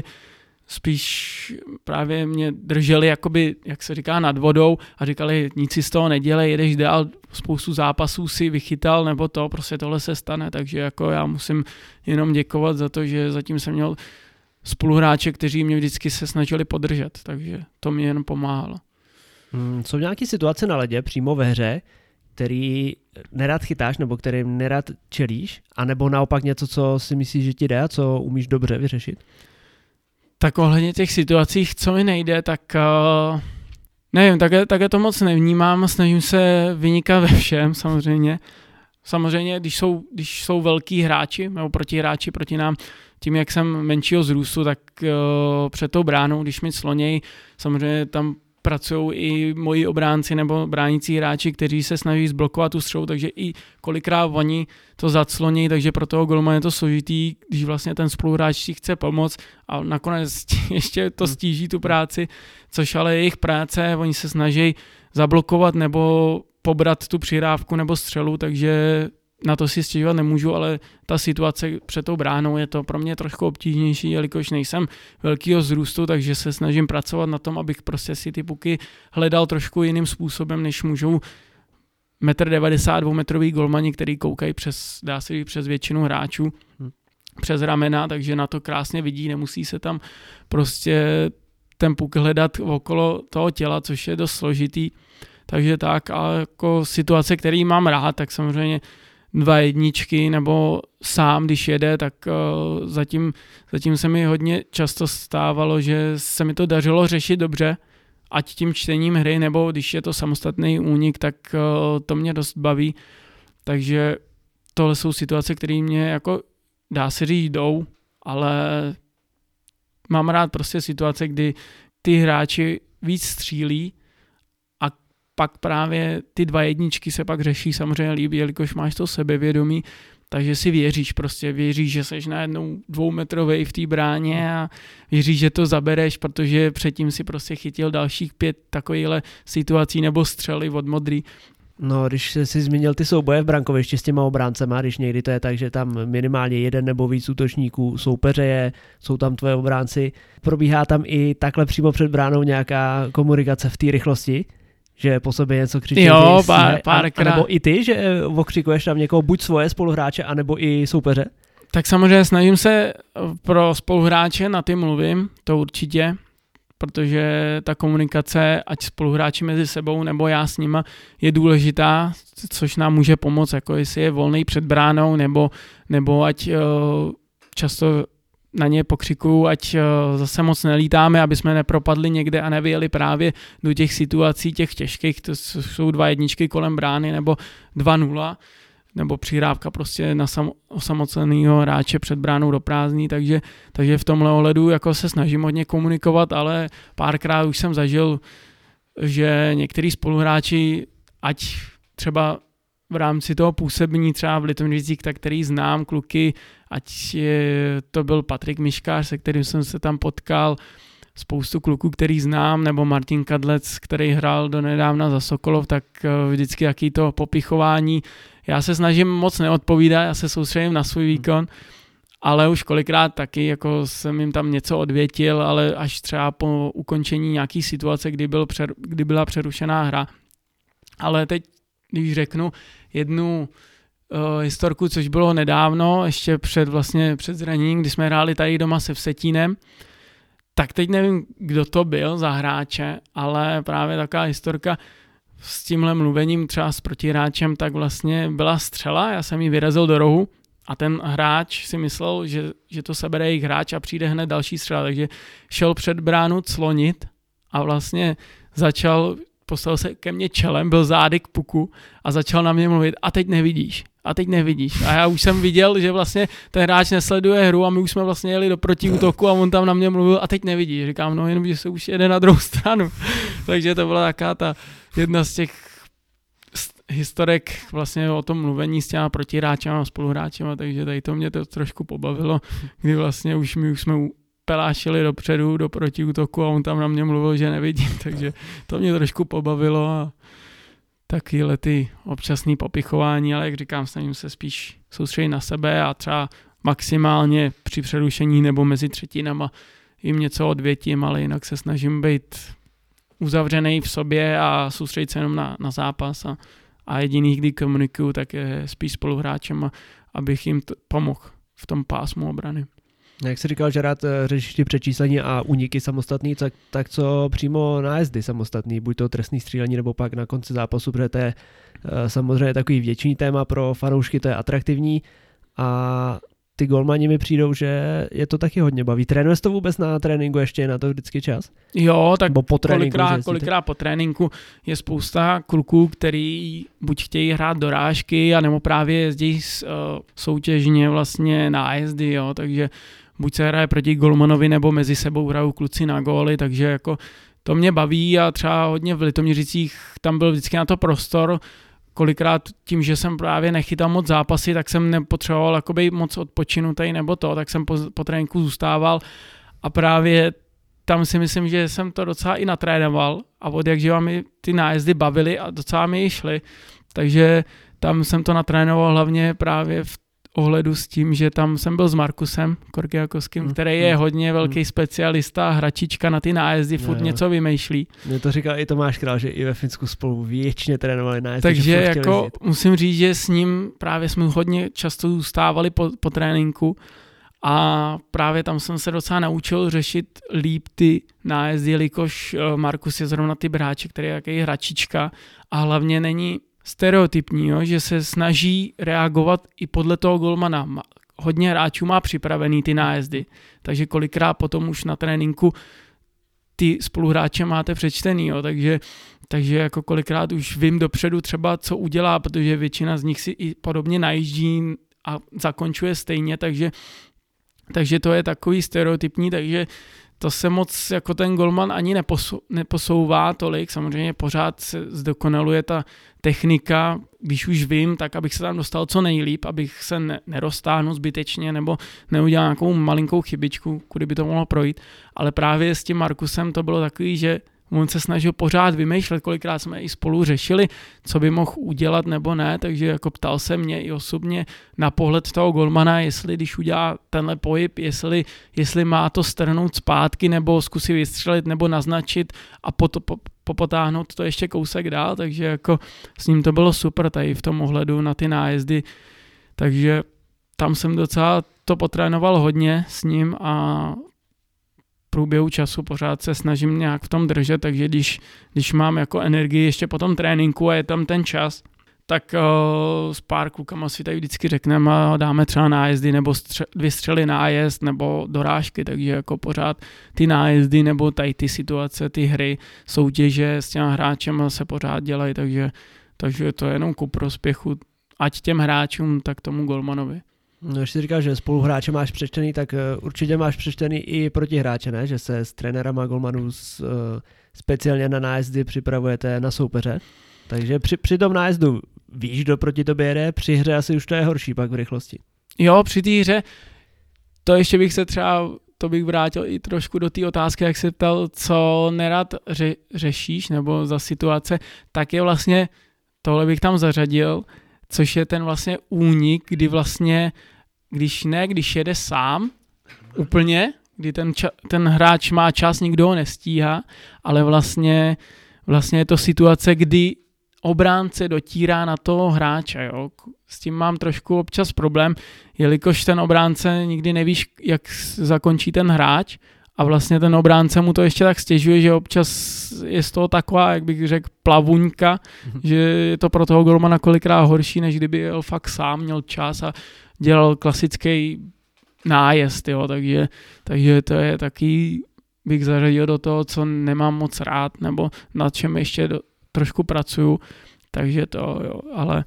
spíš právě mě drželi, jakoby, jak se říká, nad vodou a říkali, nic si z toho nedělej, jedeš dál, spoustu zápasů si vychytal, nebo to, prostě tohle se stane, takže jako já musím jenom děkovat za to, že zatím jsem měl spoluhráče, kteří mě vždycky se snažili podržet, takže to mě jen pomáhalo.
Jsou nějaké situace na ledě přímo ve hře, který nerad chytáš nebo kterým nerad čelíš, anebo naopak něco, co si myslíš, že ti jde a co umíš dobře vyřešit?
Tak ohledně těch situacích, co mi nejde, tak nevím, také to moc nevnímám, snažím se vynikat ve všem samozřejmě. Samozřejmě, když jsou velký hráči, nebo protihráči proti nám, tím, jak jsem menšího zrůstu, tak před tou bránou, když mi slonějí, samozřejmě tam pracují i moji obránci nebo bránící hráči, kteří se snaží zblokovat tu střelu, takže i kolikrát oni to zacloní, takže pro toho golmana je to složitý, když vlastně ten spoluhráč si chce pomoct a nakonec ještě to stíží tu práci, což ale je jejich práce, oni se snaží zablokovat nebo pobrat tu přihrávku nebo střelu, takže na to si stěžovat nemůžu, ale ta situace před tou bránou je to pro mě trošku obtížnější, jelikož nejsem velkýho vzrůstu, takže se snažím pracovat na tom, abych prostě si ty puky hledal trošku jiným způsobem, než můžou 1,90 m, 2metrový golmani, který koukají přes většinu hráčů, přes ramena, takže na to krásně vidí, nemusí se tam prostě ten puk hledat okolo toho těla, což je dost složitý. Takže tak, a jako situace, který mám rád, tak samozřejmě 2 jedničky nebo sám, když jede, tak zatím se mi hodně často stávalo, že se mi to dařilo řešit dobře, ať tím čtením hry, nebo když je to samostatný únik, tak to mě dost baví. Takže tohle jsou situace, které mě jako dá se říct jdou, ale mám rád prostě situace, kdy ty hráči víc střílí, pak právě ty 2 jedničky se pak řeší samozřejmě líbí, jelikož máš to sebevědomí, takže si věříš, že seš najednou 2metrovej v té bráně a věříš, že to zabereš, protože předtím si prostě chytil dalších 5 takovýchhle situací nebo střely od modrý.
No, když jsi zmínil ty souboje v brankovišti s těma obráncema, když někdy to je tak, že tam minimálně jeden nebo víc útočníků soupeře jsou tam tvoje obránci, probíhá tam i takhle přímo před bránou nějaká komunikace v té rychlosti, že po sobě něco křičí.
Jo, párkrát.
Nebo i ty, že okřikuješ tam někoho, buď svoje spoluhráče, anebo i soupeře?
Tak samozřejmě snažím se pro spoluhráče na ty mluvím, to určitě, protože ta komunikace, ať spoluhráči mezi sebou nebo já s nima, je důležitá, což nám může pomoct, jako jestli je volný před bránou, nebo ať často na ně pokřikuju, ať zase moc nelítáme, aby jsme nepropadli někde a nevyjeli právě do těch situací, těch těžkých, to jsou 2-1 kolem brány nebo 2-0, nebo přihrávka prostě na osamoceného hráče před bránou do prázdný, takže v tomhle ohledu jako se snažím hodně komunikovat, ale párkrát už jsem zažil, že některý spoluhráči, ať třeba v rámci toho působení třeba v Litoměřicích, tak který znám kluky, ať to byl Patrik Miškář, se kterým jsem se tam potkal, spoustu kluků, který znám, nebo Martin Kadlec, který hrál donedávna za Sokolov, tak vždycky jaký to popichování. Já se snažím moc neodpovídat, já se soustředím na svůj výkon, ale už kolikrát taky jako jsem jim tam něco odvětil, ale až třeba po ukončení nějaký situace, kdy byla přerušená hra. Ale teď, když řeknu jednu historku, což bylo nedávno, ještě před zraněním, kdy jsme hráli tady doma se Vsetínem, tak teď nevím, kdo to byl za hráče, ale právě taková historka s tímhle mluvením třeba s protihráčem, tak vlastně byla střela, já jsem ji vyrazil do rohu a ten hráč si myslel, že to sebere jejich hráč a přijde hned další střela, takže šel před bránu clonit a vlastně postavil se ke mně čelem, byl zády k puku a začal na mě mluvit a teď nevidíš. A já už jsem viděl, že vlastně ten hráč nesleduje hru a my už jsme vlastně jeli do protiútoku a on tam na mě mluvil a teď nevidíš. Říkám, no jenom, že se už jede na druhou stranu. Takže to byla taká ta jedna z těch historek vlastně o tom mluvení s těma protihráčema a spoluhráčema, takže tady to mě to trošku pobavilo, kdy vlastně už jsme pelášili dopředu do protiútoku a on tam na mě mluvil, že nevidím, takže to mě trošku pobavilo a takovýhle ty občasný popichování, ale jak říkám, snažím se spíš soustředit na sebe a třeba maximálně při přerušení nebo mezi třetinama jim něco odvětím, ale jinak se snažím být uzavřený v sobě a soustředit se jenom na zápas a jediný, kdy komunikuju, tak je spíš spoluhráčem, abych jim pomohl v tom pásmu obrany.
Jak jsi říkal, že rád řešíš ty přečíslení a úniky samostatný, tak co přímo nájezdy samostatný, buď to trestný střílení nebo pak na konci zápasu, protože to je samozřejmě takový větší téma pro fanoušky, to je atraktivní a ty golmani mi přijdou, že je to taky hodně baví. Trénuješ to vůbec na tréninku, ještě je na to vždycky čas?
Jo, tak
po tréninku,
kolikrát po tréninku je spousta kluků, který buď chtějí hrát dorážky, anebo právě jezdí soutěžně vlastně nájezdy, jo, takže buď se hraje proti golmanovi, nebo mezi sebou hrajou kluci na góly, takže jako to mě baví a třeba hodně v Litoměřicích tam byl vždycky na to prostor. Kolikrát tím, že jsem právě nechytal moc zápasy, tak jsem nepotřeboval jakoby moc odpočinutý nebo to, tak jsem po tréninku zůstával a právě tam si myslím, že jsem to docela i natrénoval a od jakživa mi ty nájezdy bavily a docela mi i šly, takže tam jsem to natrénoval hlavně právě v ohledu s tím, že tam jsem byl s Markusem Korkiakovským, který je hodně velký specialista, hračička na ty nájezdy, furt něco vymýšlí.
Mě to říkal i Tomáš Král, že i ve Finsku spolu věčně trénovali nájezdy.
Takže jako musím říct, že s ním právě jsme hodně často zůstávali po tréninku a právě tam jsem se docela naučil řešit líp ty nájezdy, jelikož Markus je zrovna ty hráče, který je jaký hračička a hlavně není stereotypní, jo, že se snaží reagovat i podle toho golmana. Hodně hráčů má připravený ty nájezdy, takže kolikrát potom už na tréninku ty spoluhráče máte přečtený, jo, takže jako kolikrát už vím dopředu třeba, co udělá, protože většina z nich si i podobně najíždí a zakončuje stejně, takže to je takový stereotypní, takže to se moc jako ten golman ani neposouvá tolik, samozřejmě pořád se zdokonaluje ta technika, když už vím, tak abych se tam dostal co nejlíp, abych se neroztáhnul zbytečně nebo neudělal nějakou malinkou chybičku, kudy by to mohlo projít, ale právě s tím Markusem to bylo takový, že on se snažil pořád vymýšlet, kolikrát jsme i spolu řešili, co by mohl udělat nebo ne, takže jako ptal se mě i osobně na pohled toho golmana, jestli když udělá tenhle pohyb, jestli má to strhnout zpátky nebo zkusit vystřelit nebo naznačit a popotáhnout to ještě kousek dál, takže jako s ním to bylo super tady v tom ohledu na ty nájezdy, takže tam jsem docela to potrénoval hodně s ním a v průběhu času pořád se snažím nějak v tom držet, takže když mám jako energii ještě po tom tréninku a je tam ten čas, tak s pár klukama si tady vždycky řekneme a dáme třeba nájezdy nebo vystřeli nájezd nebo dorážky, takže jako pořád ty nájezdy nebo tady ty situace, ty hry, soutěže s těma hráčema se pořád dělají, takže to je jenom ku prospěchu ať těm hráčům, tak tomu golmanovi.
No, když jsi říkal, že spoluhráče máš přečtený, tak určitě máš přečtený i protihráče, ne? Že se s trenérama golmanů speciálně na nájezdy připravujete na soupeře. Takže při tom nájezdu víš, kdo proti tobě jede, při hře asi už to je horší pak v rychlosti.
Jo, při té hře, to ještě bych se třeba, to bych vrátil i trošku do té otázky, jak se ptal, co nerad řešíš, nebo za situace, tak je vlastně, tohle bych tam zařadil, což je ten vlastně únik, kdy vlastně, když jede sám úplně, kdy ten hráč má čas, nikdo ho nestíhá, ale vlastně je to situace, kdy obránce dotírá na toho hráče. Jo. S tím mám trošku občas problém, jelikož ten obránce nikdy nevíš, jak zakončí ten hráč a vlastně ten obránce mu to ještě tak stěžuje, že občas je z toho taková, jak bych řekl, plavuňka, že je to pro toho golmana kolikrát horší, než kdyby jel fakt sám, měl čas a dělal klasický nájezd, jo, takže to je taky, bych zařadil do toho, co nemám moc rád, nebo nad čem ještě trošku pracuju, takže to, jo,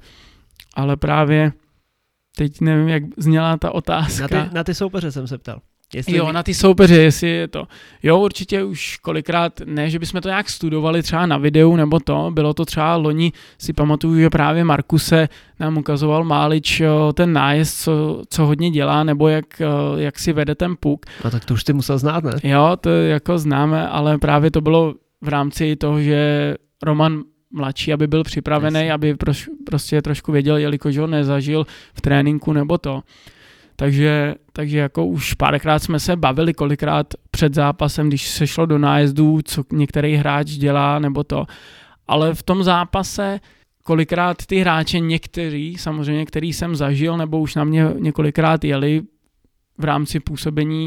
ale právě teď nevím, jak zněla ta otázka.
Na ty soupeře jsem se ptal.
Na ty soupeře, jestli je to. Jo, určitě už kolikrát, ne, že bychom to nějak studovali třeba na videu nebo to, bylo to třeba loni, si pamatuju, že právě Markuse nám ukazoval Málič ten nájezd, co hodně dělá, nebo jak si vede ten puk.
No tak to už ty musel znát, ne?
Jo, to jako známe, ale právě to bylo v rámci toho, že Roman mladší, aby byl připravený, aby prostě trošku věděl, jelikož ho nezažil v tréninku nebo to. Takže jako už párkrát jsme se bavili, kolikrát před zápasem, když se šlo do nájezdů, co některý hráč dělá nebo to. Ale v tom zápase kolikrát ty hráče někteří, samozřejmě, který jsem zažil nebo už na mě několikrát jeli v rámci působení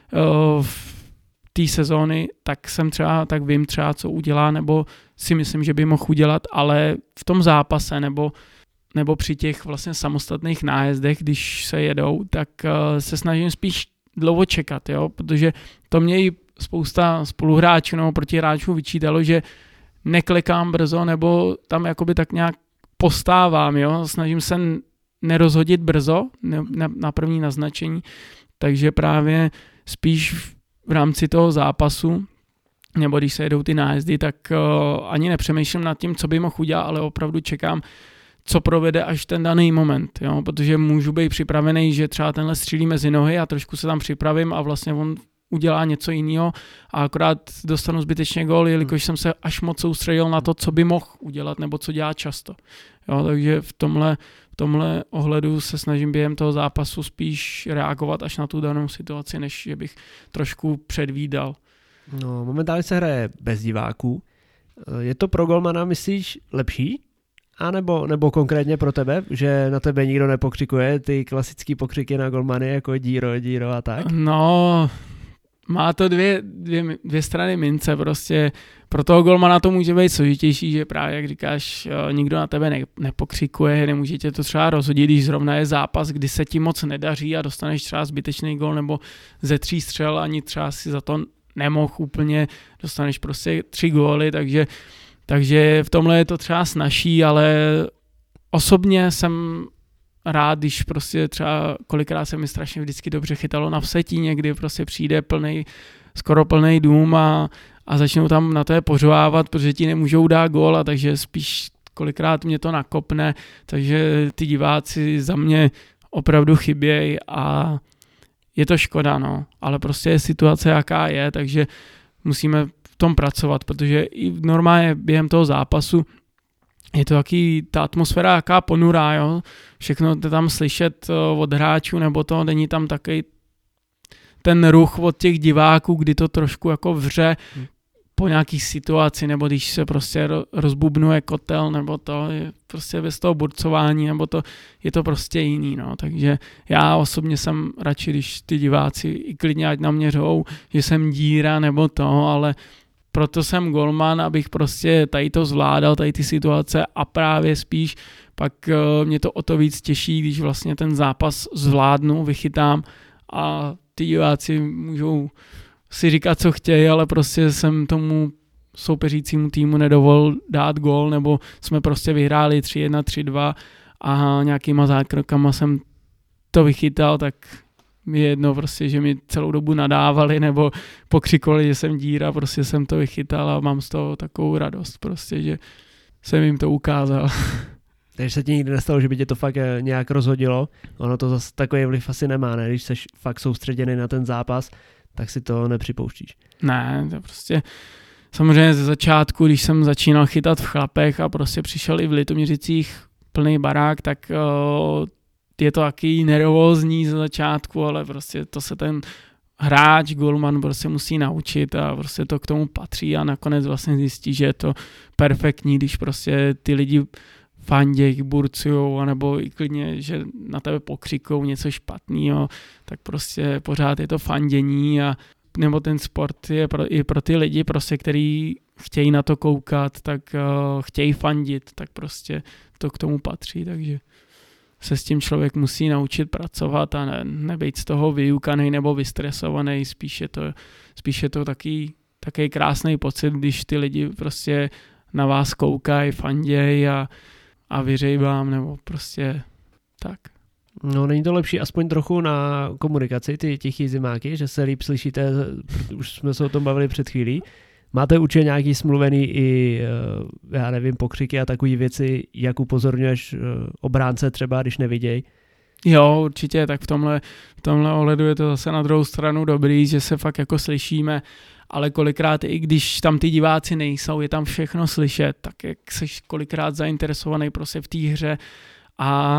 v té sezóny, tak vím třeba, co udělá, nebo si myslím, že by mohl udělat, ale v tom zápase nebo při těch vlastně samostatných nájezdech, když se jedou, tak se snažím spíš dlouho čekat, jo, protože to mě i spousta spoluhráčů nebo protihráčů vyčítalo, že neklikám brzo, nebo tam jakoby tak nějak postávám, jo, snažím se nerozhodit brzo na první naznačení, takže právě spíš v rámci toho zápasu, nebo když se jedou ty nájezdy, tak ani nepřemýšlím nad tím, co by mohl udělat, ale opravdu čekám, co provede až ten daný moment, jo? Protože můžu být připravený, že třeba tenhle střílí mezi nohy a trošku se tam připravím a vlastně on udělá něco jiného a akorát dostanu zbytečně gól, jelikož jsem se až moc soustředil na to, co by mohl udělat nebo co dělá často. Jo? Takže v tomhle ohledu se snažím během toho zápasu spíš reagovat až na tu danou situaci, než že bych trošku předvídal.
No, momentálně se hraje bez diváků. Je to pro golmana, myslíš, lepší? A nebo konkrétně pro tebe, že na tebe nikdo nepokřikuje ty klasický pokřiky na golmany jako díro a tak?
No, má to dvě strany mince, prostě pro toho golmana to může být složitější, že právě jak říkáš, nikdo na tebe nepokřikuje, nemůže tě to třeba rozhodit, když zrovna je zápas, kdy se ti moc nedaří a dostaneš třeba zbytečný gól nebo ze 3 střel, ani třeba si za to nemohl úplně, dostaneš prostě 3 góly, takže v tomhle je to třeba snazší, ale osobně jsem rád, když prostě třeba kolikrát se mi strašně vždycky dobře chytalo na Vsetíně, kdy prostě přijde skoro plný dům a začnou tam na to pořvávat, protože ti nemůžou dát gól, a takže spíš kolikrát mě to nakopne, takže ty diváci za mě opravdu chybějí a je to škoda, no, ale prostě je situace jaká je, takže musíme tom pracovat, protože i normálně během toho zápasu je to taky ta atmosféra jaká ponurá, jo? Všechno to tam slyšet od hráčů, nebo to není tam takový ten ruch od těch diváků, kdy to trošku jako vře po nějaký situaci, nebo když se prostě rozbubnuje kotel, nebo to je prostě bez toho burcování, nebo to je to prostě jiný, no. Takže já osobně jsem radši, když ty diváci i klidně ať na mě řvou, že jsem díra, nebo to, ale proto jsem golman, abych prostě tady to zvládal, tady ty situace a právě spíš pak mě to o to víc těší, když vlastně ten zápas zvládnu, vychytám a ty diváci můžou si říkat, co chtějí, ale prostě jsem tomu soupeřícímu týmu nedovolil dát gól, nebo jsme prostě vyhráli 3-1, 3-2 a nějakýma zákrokama jsem to vychytal, tak je jedno prostě, že mi celou dobu nadávali nebo pokřikovali, že jsem díra, prostě jsem to vychytal a mám z toho takovou radost prostě, že jsem jim to ukázal.
Takže se ti nikdy nestalo, že by tě to fakt nějak rozhodilo? Ono to zase takový vliv asi nemá, ne? Když jsi fakt soustředěný na ten zápas, tak si to nepřipouštíš.
Ne, to prostě samozřejmě ze začátku, když jsem začínal chytat v Chlapech a prostě přišel i v Litoměřicích plný barák, tak je to taky nervózní ze začátku, ale prostě to se ten hráč, golman prostě musí naučit a prostě to k tomu patří a nakonec vlastně zjistí, že je to perfektní, když prostě ty lidi fanděj, burcujou, anebo i klidně, že na tebe pokřikou něco špatného, tak prostě pořád je to fandění a nebo ten sport je i pro ty lidi, prostě, který chtějí na to koukat, tak chtějí fandit, tak prostě to k tomu patří, takže se s tím člověk musí naučit pracovat a nebejt z toho vyjukaný nebo vystresovaný, spíš je to taky krásný pocit, když ty lidi prostě na vás koukají, fandějí a věří vám, nebo prostě tak.
No, není to lepší aspoň trochu na komunikaci, ty tichý zimáky, že se líp slyšíte, už jsme se o tom bavili před chvílí. Máte určitě nějaký smluvený i, já nevím, pokřiky a takové věci, jak upozorňuješ obránce třeba, když neviděj?
Jo, určitě, tak v tomhle ohledu je to zase na druhou stranu dobrý, že se fakt jako slyšíme, ale kolikrát i když tam ty diváci nejsou, je tam všechno slyšet, tak jak jsi kolikrát zainteresovaný prostě v té hře a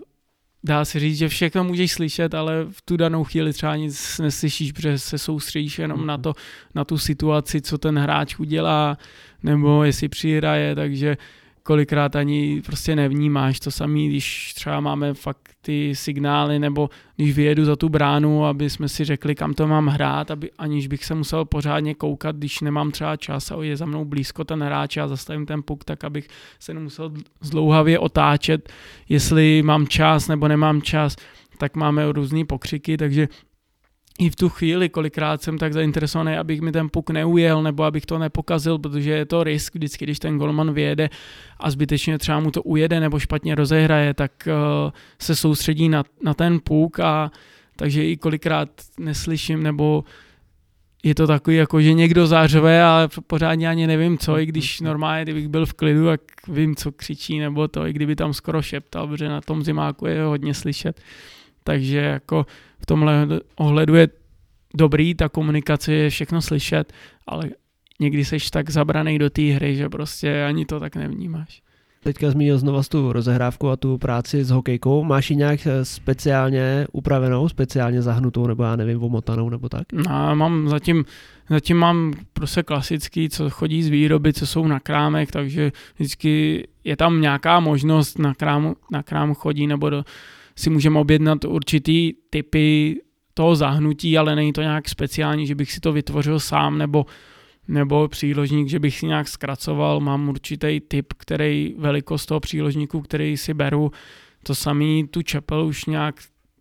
dá se říct, že všechno můžeš slyšet, ale v tu danou chvíli třeba nic neslyšíš, protože se soustředíš jenom na tu situaci, co ten hráč udělá, nebo jestli přihraje, takže kolikrát ani prostě nevnímáš. To samé, když třeba máme fakt ty signály, nebo když vyjedu za tu bránu, aby jsme si řekli, kam to mám hrát, aniž bych se musel pořádně koukat, když nemám třeba čas a je za mnou blízko ten hráč a zastavím ten puk, tak abych se nemusel zdlouhavě otáčet, jestli mám čas nebo nemám čas, tak máme různý pokřiky, takže i v tu chvíli kolikrát jsem tak zainteresovaný, abych mi ten puk neujel nebo abych to nepokazil, protože je to risk vždycky, když ten golman vyjede a zbytečně třeba mu to ujede nebo špatně rozehraje, tak se soustředí na ten puk a takže i kolikrát neslyším nebo je to takový jako, že někdo zářve, ale pořádně ani nevím co, i když normálně, kdybych byl v klidu, tak vím, co křičí nebo to, i kdyby tam skoro šeptal, protože na tom zimáku je hodně slyšet. Takže jako v tomhle ohledu je dobrý, ta komunikace je všechno slyšet, ale někdy seš tak zabranej do té hry, že prostě ani to tak nevnímáš.
Teďka zmínil znova tu rozehrávku a tu práci s hokejkou. Máš ji nějak speciálně upravenou, speciálně zahnutou, nebo já nevím, omotanou, nebo tak?
No, zatím mám prostě klasický, co chodí z výroby, co jsou na krámech, takže vždycky je tam nějaká možnost, na krám chodí, nebo si můžeme objednat určitý typy toho zahnutí, ale není to nějak speciální, že bych si to vytvořil sám, nebo příložník, že bych si nějak zkracoval. Mám určitý typ, velikost toho příložníku, který si beru. To samý tu čepel už nějak,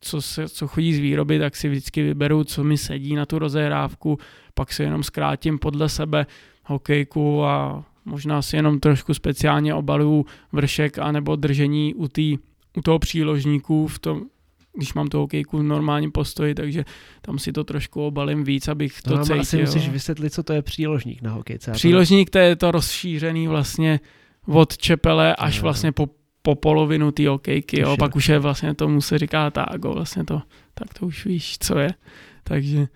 co chodí z výroby, tak si vždycky vyberu, co mi sedí na tu rozehrávku, pak si jenom zkrátím podle sebe hokejku a možná si jenom trošku speciálně obaluju vršek anebo držení u toho příložníku, když mám tu hokejku v normálním postoji, takže tam si to trošku obalím víc, abych to cítil.
Asi musíš vysvětlit, co to je příložník na hokejce.
Příložník, to je to rozšířený vlastně od čepele až vlastně po polovinu té hokejky, jo. Pak už je vlastně tomu se říká tágo, vlastně to, tak to už víš, co je.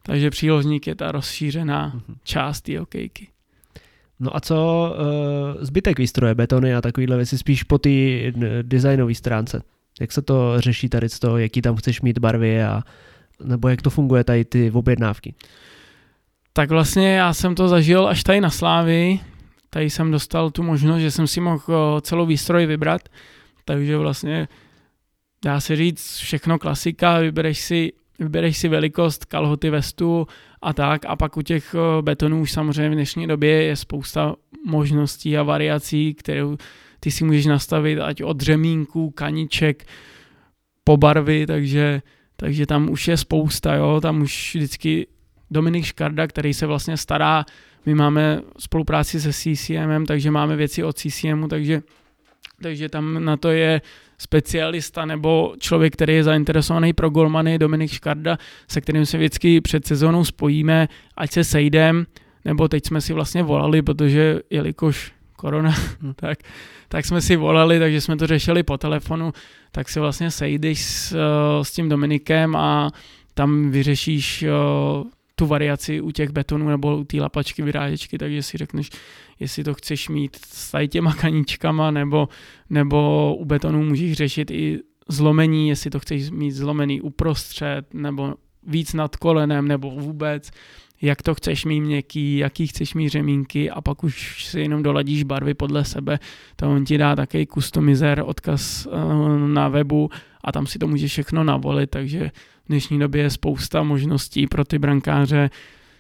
Takže příložník je ta rozšířená část té hokejky.
No a co zbytek výstroje, betony a takovýhle věci spíš po té designové stránce? Jak se to řeší tady z toho, jaký tam chceš mít barvy a nebo jak to funguje tady ty objednávky?
Tak vlastně já jsem to zažil až tady na Slávii. Tady jsem dostal tu možnost, že jsem si mohl celou výstroj vybrat. Takže vlastně dá se říct všechno klasika, vybereš si velikost, kalhoty, vestu a tak. A pak u těch betonů už samozřejmě v dnešní době je spousta možností a variací, které ty si můžeš nastavit ať od řemínků, kaniček, po barvy, takže tam už je spousta, jo, tam už vždycky Dominik Škarda, který se vlastně stará, my máme spolupráci se CCMem, takže máme věci od CCMu, takže tam na to je specialista nebo člověk, který je zainteresovaný pro golmany, Dominik Škarda, se kterým se vždycky před sezónou spojíme, ať se sejdem, nebo teď jsme si vlastně volali, protože jelikož korona, tak jsme si volali, takže jsme to řešili po telefonu, tak si vlastně sejdeš s tím Dominikem a tam vyřešíš tu variaci u těch betonů nebo u té lapačky, vyrážečky, takže si řekneš, jestli to chceš mít s těma kaníčkama, nebo u betonů můžeš řešit i zlomení, jestli to chceš mít zlomený uprostřed, nebo víc nad kolenem, nebo vůbec, jak to chceš mít měkký, jaký chceš mít řemínky a pak už si jenom doladíš barvy podle sebe, to on ti dá takový customizer, odkaz na webu a tam si to můžeš všechno navolit, takže v dnešní době je spousta možností pro ty brankáře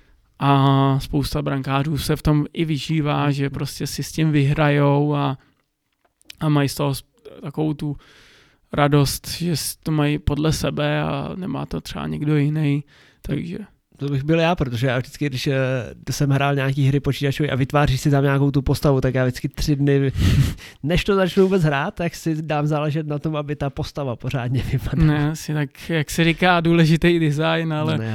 a spousta brankářů se v tom i vyžívá, že prostě si s tím vyhrajou a mají z toho takovou tu radost, že to mají podle sebe a nemá to třeba někdo jiný, takže...
To bych byl já, protože já vždycky, když jsem hrál nějaký hry počítačové a vytváříš si tam nějakou tu postavu, tak já vždycky 3 dny, než to začnu vůbec hrát, tak si dám záležet na tom, aby ta postava pořádně vypadala.
Ne, asi tak, jak se říká, důležitý design,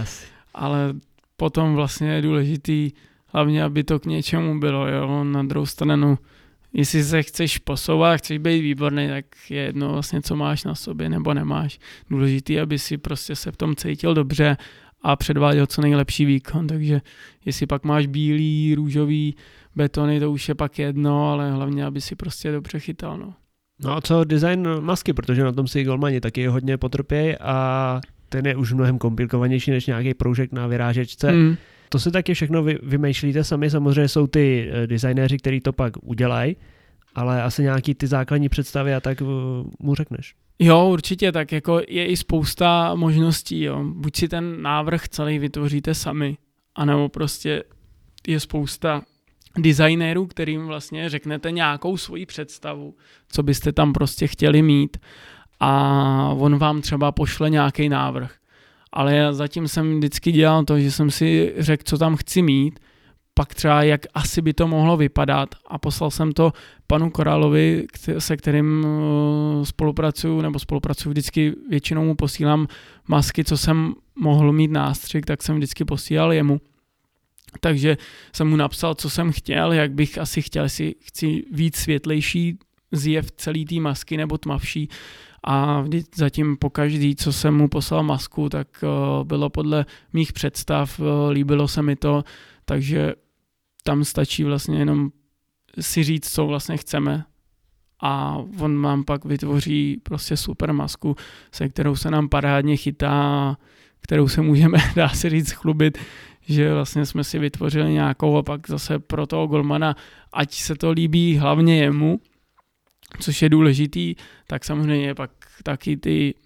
ale potom vlastně je důležitý hlavně, aby to k něčemu bylo, jo, na druhou stranu, jestli se chceš posouvat, chceš být výborný, tak je jedno vlastně, co máš na sobě nebo nemáš. Důležitý, aby si prostě se v tom cítil dobře a předváděl co nejlepší výkon, takže jestli pak máš bílý, růžový betony, to už je pak jedno, ale hlavně, aby si prostě dobře chytal, no.
No a co design masky, protože na tom si golmani taky hodně potrpějí a ten je už mnohem komplikovanější než nějaký proužek na vyrážečce. To si taky všechno vymýšlíte sami, samozřejmě jsou ty designéři, kteří to pak udělají, ale asi nějaký ty základní představy a tak mu řekneš.
Jo, určitě, tak jako je i spousta možností, jo. Buď si ten návrh celý vytvoříte sami, anebo prostě je spousta designérů, kterým vlastně řeknete nějakou svoji představu, co byste tam prostě chtěli mít a on vám třeba pošle nějaký návrh. Ale já zatím jsem vždycky dělal to, že jsem si řekl, co tam chci mít, pak třeba jak asi by to mohlo vypadat a poslal jsem to panu Korálovi, se kterým spolupracuju vždycky, většinou mu posílám masky, co jsem mohl mít nástřik, tak jsem vždycky posílal jemu. Takže jsem mu napsal, co jsem chtěl, jak bych asi chtěl, jestli chci víc světlejší zjev celý té masky nebo tmavší. A zatím pokaždý, co jsem mu poslal masku, tak bylo podle mých představ, líbilo se mi to, takže tam stačí vlastně jenom si říct, co vlastně chceme a on nám pak vytvoří prostě super masku, se kterou se nám parádně chytá, kterou se můžeme, dá se říct, chlubit, že vlastně jsme si vytvořili nějakou a pak zase pro toho golmana, ať se to líbí hlavně jemu, což je důležitý, tak samozřejmě pak taky ty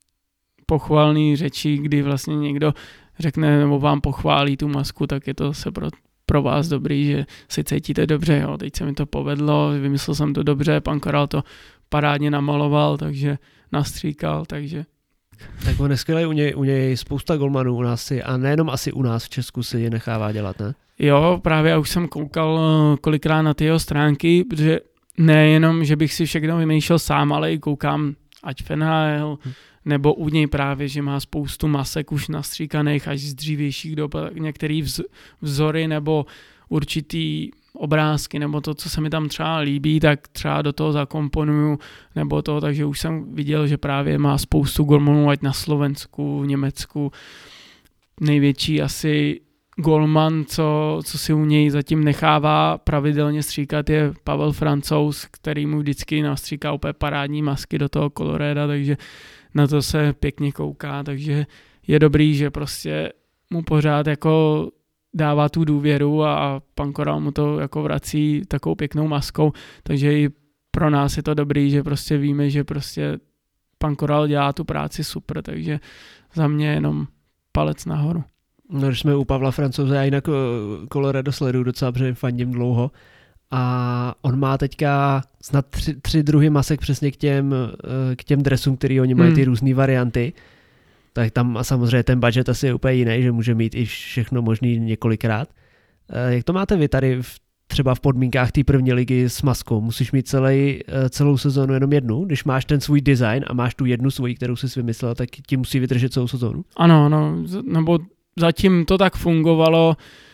pochvalné řeči, kdy vlastně někdo řekne nebo vám pochválí tu masku, tak je to se pro vás dobrý, že si cítíte dobře, jo, teď se mi to povedlo, vymyslel jsem to dobře, pan Korál to parádně namaloval, takže nastříkal, takže...
Tak on je skvělý, u něj spousta golmanů u nás si, a nejenom asi u nás v Česku si je nechává dělat, ne? Jo,
právě já už jsem koukal kolikrát na ty jeho stránky, protože nejenom, že bych si všechno vymýšlel sám, ale i koukám ať v NHL, nebo u něj právě, že má spoustu masek už nastříkaných až z dřívějších dob, některé vzory nebo určitý obrázky, nebo to, co se mi tam třeba líbí, tak třeba do toho zakomponuju, nebo to, takže už jsem viděl, že právě má spoustu golmanů, ať na Slovensku, Německu, největší asi golman, co si u něj zatím nechává pravidelně stříkat, je Pavel Francouz, který mu vždycky nastříká úplně parádní masky do toho Colorada, takže na to se pěkně kouká, takže je dobrý, že prostě mu pořád jako dává tu důvěru a pan Koral mu to jako vrací takovou pěknou maskou, takže i pro nás je to dobrý, že prostě víme, že prostě pan Koral dělá tu práci super, takže za mě jenom palec nahoru.
No, když jsme u Pavla Francouze, já jinak Colorado sleduju docela, protože fandím dlouho a on má teďka snad tři druhy masek přesně k těm dresům, který oni mají ty různé varianty, tak tam samozřejmě ten budget asi je úplně jiný, že může mít i všechno možný několikrát. Jak to máte vy tady třeba v podmínkách té první ligy s maskou? Musíš mít celou sezónu jenom jednu? Když máš ten svůj design a máš tu jednu svoji, kterou jsi vymyslel, tak ti musí vydržet celou sezónu?
Ano, nebo zatím to tak fungovalo,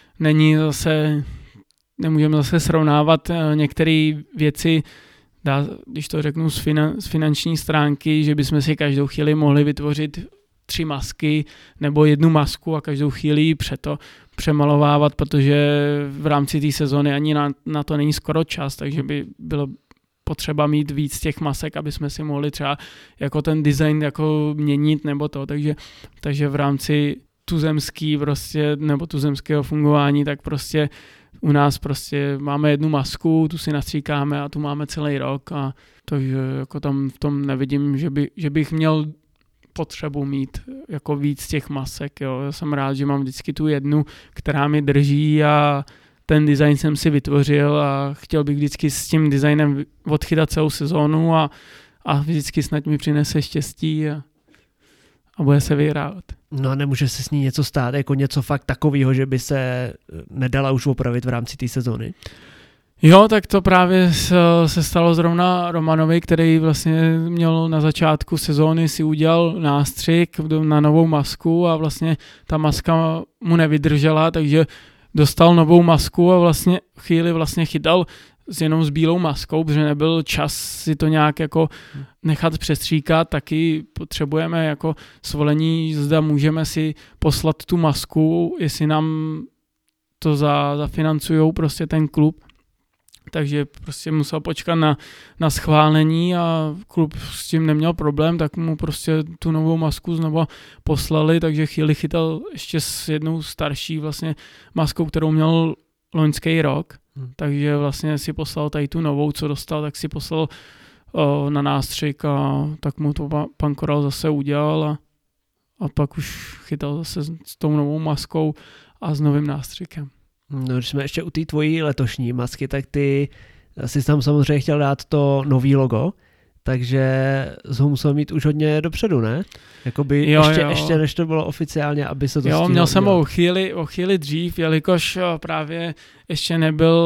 nemůžeme zase srovnávat některé věci, když to řeknu z finanční stránky, že bychom si každou chvíli mohli vytvořit 3 masky nebo jednu masku a každou chvíli ji přemalovávat, protože v rámci té sezóny ani na to není skoro čas, takže by bylo potřeba mít víc těch masek, aby jsme si mohli třeba jako ten design jako měnit nebo to, takže v rámci tuzemský prostě, nebo tuzemského fungování, tak prostě u nás prostě máme jednu masku, tu si nastříkáme a tu máme celý rok a takže jako tam v tom nevidím, že bych měl potřebu mít jako víc těch masek. Jo. Já jsem rád, že mám vždycky tu jednu, která mi drží a ten design jsem si vytvořil a chtěl bych vždycky s tím designem odchytat celou sezónu a vždycky snad mi přinese štěstí a bude se vyhrávat.
No a nemůže se s ní něco stát, jako něco fakt takového, že by se nedala už opravit v rámci té sezóny?
Jo, tak to právě se stalo zrovna Romanovi, který vlastně měl na začátku sezóny si udělal nástřik na novou masku a vlastně ta maska mu nevydržela, takže dostal novou masku a vlastně chvíli chytal jenom s bílou maskou, protože nebyl čas si to nějak jako nechat přestříkat, taky potřebujeme jako svolení, zda můžeme si poslat tu masku, jestli nám to zafinancujou prostě ten klub. Takže prostě musel počkat na schválení a klub s tím neměl problém, tak mu prostě tu novou masku znovu poslali, takže chvíli chytal ještě s jednou starší vlastně maskou, kterou měl loňský rok, takže vlastně si poslal tady tu novou, co dostal, tak si poslal na nástřik a tak mu to pan Koral zase udělal a pak už chytal zase s tou novou maskou a s novým nástřikem.
No, když jsme ještě u té tvojí letošní masky, tak ty jsi tam samozřejmě chtěl dát to nový logo, takže jsi ho musel mít už hodně dopředu, ne? Jakoby ještě než to bylo oficiálně, aby se to
Jo, měl jsem ho o chvíli dřív, jelikož právě ještě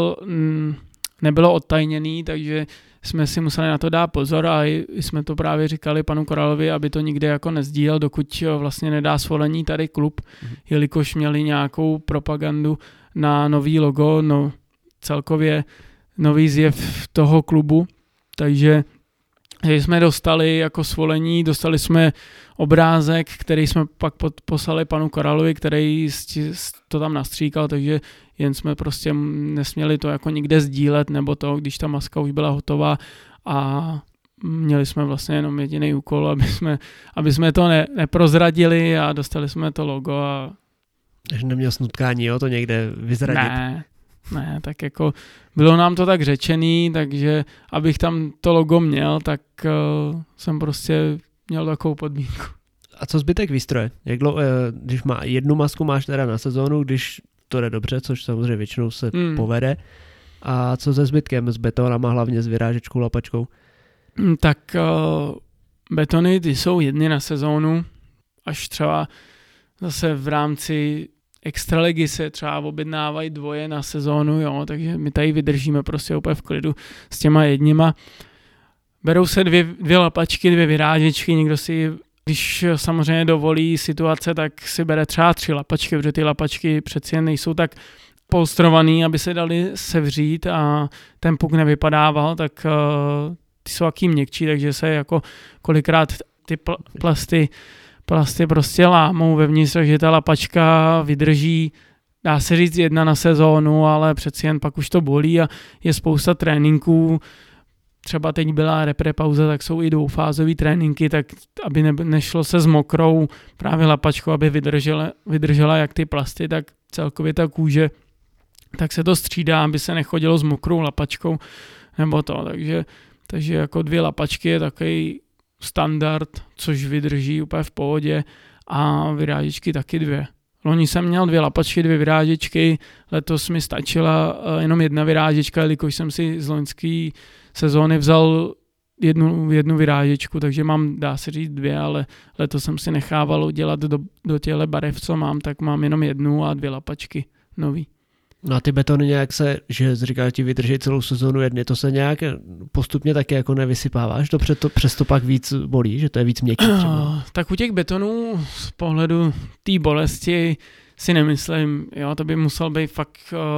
nebylo odtajněný, takže jsme si museli na to dát pozor a jsme to právě říkali panu Koralovi, aby to nikde jako nezdílel, dokud vlastně nedá svolení tady klub, jelikož měli nějakou propagandu na nový logo, no celkově nový zjev toho klubu, takže jsme dostali jako svolení, dostali jsme obrázek, který jsme pak poslali panu Koralovi, který to tam nastříkal, takže jen jsme prostě nesměli to jako nikde sdílet, nebo to, když ta maska už byla hotová a měli jsme vlastně jenom jediný úkol, aby jsme to neprozradili a dostali jsme to logo a
takže neměl snutkání, jo, to někde vyzradit?
Ne, tak jako bylo nám to tak řečený, takže abych tam to logo měl, tak jsem prostě měl takovou podmínku.
A co zbytek výstroje? Když má jednu masku máš teda na sezónu, když to jde dobře, což samozřejmě většinou se povede. A co se zbytkem? S betonama, hlavně s vyrážečkou, lapačkou?
Tak betony, ty jsou jedny na sezónu, až třeba zase v rámci extraligy se třeba objednávají 2 na sezónu, jo, takže my tady vydržíme prostě úplně v klidu s těma jedněma. Berou se 2 lapačky, 2 vyrážečky, někdo si, když samozřejmě dovolí situace, tak si bere třeba 3 lapačky, protože ty lapačky přeci jen nejsou tak polstrovaný, aby se dali sevřít a ten puk nevypadával, tak ty jsou jaký měkčí, takže se jako kolikrát ty plasty plasty prostě lámou vevnitř, takže ta lapačka vydrží, dá se říct 1 na sezónu, ale přeci jen pak už to bolí a je spousta tréninků. Třeba teď byla repre pauza, tak jsou i dvoufázové tréninky, tak aby nešlo se s mokrou právě lapačkou, aby vydržela jak ty plasty, tak celkově ta kůže, tak se to střídá, aby se nechodilo s mokrou lapačkou nebo to, takže jako 2 lapačky je takový standard, což vydrží úplně v pohodě a vyrážečky taky 2. Loni jsem měl 2 lapačky, 2 vyrážečky, letos mi stačila jenom 1 vyrážečka, jelikož jsem si z loňské sezóny vzal jednu vyrážečku, takže mám, dá se říct 2, ale letos jsem si nechával dělat do těle barev, co mám, tak mám jenom 1 a 2 lapačky nový.
No a ty betony nějak že říkáš, ti vydrží celou sezónu jedny, to se nějak postupně taky jako nevysypáváš, to přesto pak víc bolí, že to je víc měkký třeba?
Tak u těch betonů z pohledu té bolesti si nemyslím, jo, to by musel být fakt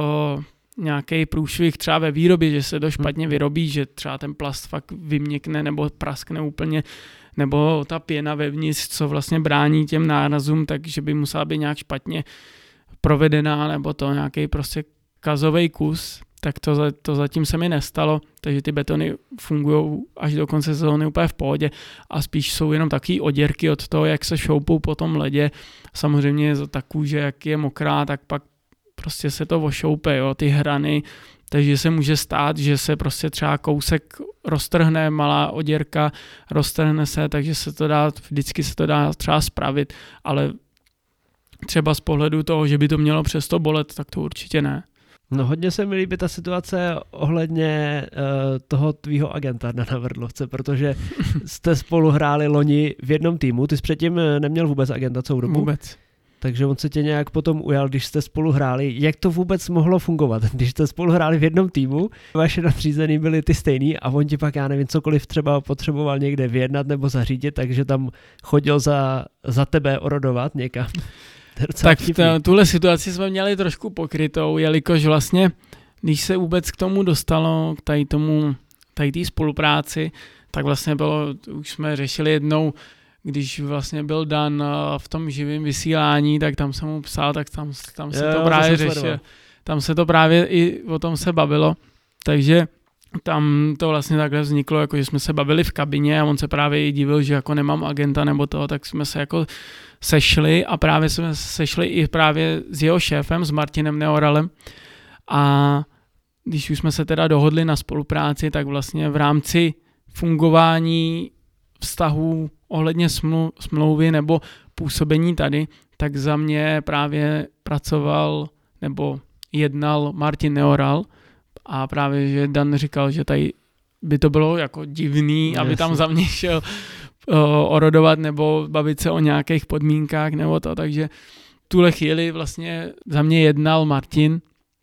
nějaký průšvih třeba ve výrobě, že se to špatně vyrobí, že třeba ten plast fakt vyměkne nebo praskne úplně, nebo ta pěna vevnitř, co vlastně brání těm nárazům, takže by musela být nějak špatně provedená, nebo to nějaký prostě kazový kus, tak to zatím se mi nestalo, takže ty betony fungují až do konce sezóny úplně v pohodě a spíš jsou jenom taky oděrky od toho, jak se šoupou po tom ledě. Samozřejmě za ta kůže, jak je mokrá, tak pak prostě se to ošoupe, jo, ty hrany, takže se může stát, že se prostě třeba kousek roztrhne, malá oděrka, roztrhne se, takže vždycky se to dá třeba spravit, ale třeba z pohledu toho, že by to mělo přesto bolet, tak to určitě ne.
No hodně se mi líbí ta situace ohledně toho tvýho agenta na Navrdlovce, protože jste spolu hráli loni v jednom týmu, ty jsi předtím neměl vůbec agenta celou dobu.
Vůbec.
Takže on se tě nějak potom ujal, když jste spolu hráli. Jak to vůbec mohlo fungovat, když jste spolu hráli v jednom týmu, vaše nadřízený byli ty stejný a on ti pak, já nevím, cokoliv třeba potřeboval někde vyjednat nebo zařídit, takže tam chodil za tebe orodovat někam.
Tak tuhle situaci jsme měli trošku pokrytou, jelikož vlastně, když se vůbec k tomu dostalo, k tady té spolupráci, tak vlastně už jsme řešili jednou, když vlastně byl Dan v tom živém vysílání, tak tam jsem mu psal, tak tam se to právě řešilo. Tam se to právě i o tom se bavilo, takže tam to vlastně takhle vzniklo, jako že jsme se bavili v kabině a on se právě i divil, že jako nemám agenta nebo toho, tak jsme se jako sešli a právě jsme se sešli i právě s jeho šéfem, s Martinem Neoralem a když už jsme se teda dohodli na spolupráci, tak vlastně v rámci fungování vztahů ohledně smlouvy nebo působení tady, tak za mě právě pracoval nebo jednal Martin Neoral a právě, že Dan říkal, že tady by to bylo jako divný, aby tam za mě šel orodovat nebo bavit se o nějakých podmínkách nebo to, takže v tuhle chvíli vlastně za mě jednal Martin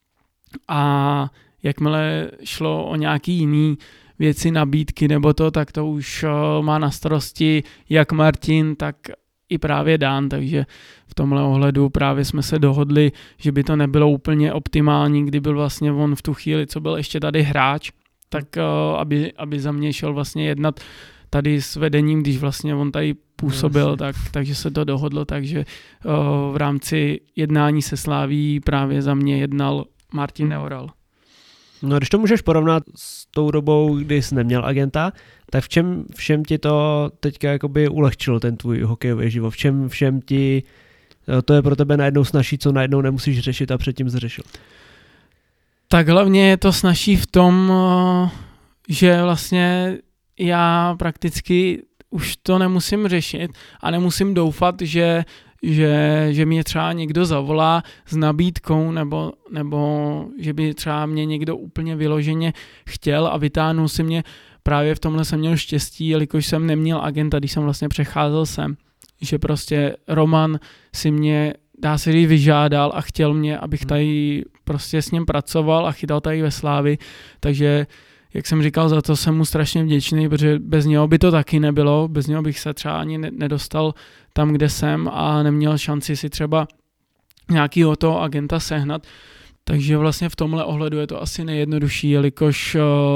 a jakmile šlo o nějaký jiný věci, nabídky nebo to, tak to už má na starosti jak Martin, tak i právě Dan, takže v tomhle ohledu právě jsme se dohodli, že by to nebylo úplně optimální, kdy byl vlastně on v tu chvíli, co byl ještě tady hráč, tak aby za mě šel vlastně jednat tady s vedením, když vlastně on tady působil, takže se to dohodlo, takže v rámci jednání se Slaví právě za mě jednal Martin Neoral.
No když to můžeš porovnat s tou dobou, kdy jsi neměl agenta, tak všem ti to teďka jakoby ulehčilo ten tvůj hokejový život? Všem ti to je pro tebe najednou snazší, co najednou nemusíš řešit a předtím zřešil?
Tak hlavně je to snazší v tom, že vlastně já prakticky už to nemusím řešit a nemusím doufat, že mě třeba někdo zavolá s nabídkou nebo že by třeba mě někdo úplně vyloženě chtěl a vytáhnul si mě. Právě v tomhle jsem měl štěstí, jelikož jsem neměl agenta, když jsem vlastně přecházel sem, že prostě Roman si mě, dá se říct, vyžádal a chtěl mě, abych tady prostě s ním pracoval a chytal tady ve Slávi, takže jak jsem říkal, za to jsem mu strašně vděčný, protože bez něho by to taky nebylo, bez něho bych se třeba ani nedostal tam, kde jsem a neměl šanci si třeba nějakýho toho agenta sehnat. Takže vlastně v tomhle ohledu je to asi nejjednodušší, jelikož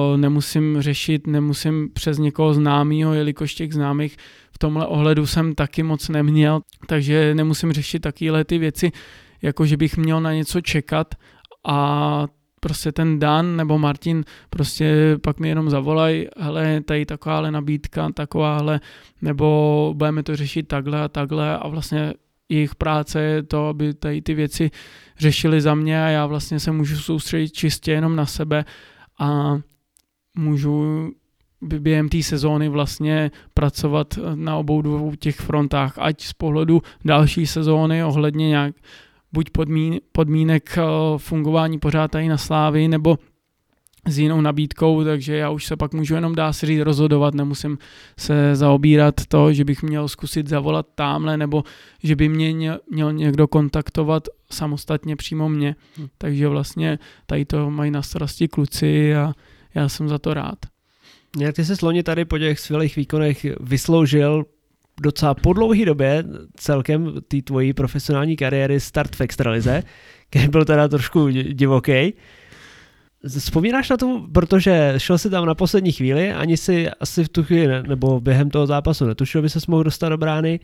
nemusím přes někoho známýho, jelikož těch známých v tomhle ohledu jsem taky moc neměl, takže nemusím řešit takovéhle ty věci, jako že bych měl na něco čekat a prostě ten Dan nebo Martin prostě pak mi jenom zavolají, hele, tady takováhle nabídka, takováhle, nebo budeme to řešit takhle a vlastně jejich práce je to, aby tady ty věci řešili za mě a já vlastně se můžu soustředit čistě jenom na sebe a můžu během té sezóny vlastně pracovat na obou dvou těch frontách, ať z pohledu další sezóny ohledně nějak buď podmínek fungování pořád tady na Slávii, nebo s jinou nabídkou, takže já už se pak můžu jenom, dá se říct, rozhodovat, nemusím se zaobírat to, že bych měl zkusit zavolat támhle, nebo že by mě měl někdo kontaktovat samostatně přímo mě. Takže vlastně tady to mají na starosti kluci a já jsem za to rád.
Jak ty se loni tady po těch skvělých výkonech vysloužil docela po dlouhé době celkem té tvojí profesionální kariéry start v extralize, který byl teda trošku divoký. Vzpomínáš na to, protože šel si tam na poslední chvíli, ani si asi v tu chvíli nebo během toho zápasu netušil, by se mohl dostat do brány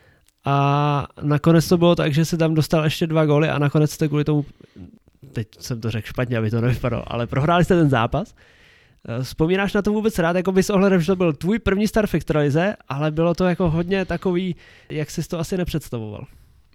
a nakonec to bylo tak, že si tam dostal ještě 2 góly a nakonec jste kvůli tomu, teď jsem to řekl špatně, aby to nevypadalo, ale prohráli jste ten zápas. Vzpomínáš na to vůbec rád, jako by s ohledem, že to byl tvůj první start v extralize, ale bylo to jako hodně takový, jak jsi to asi nepředstavoval?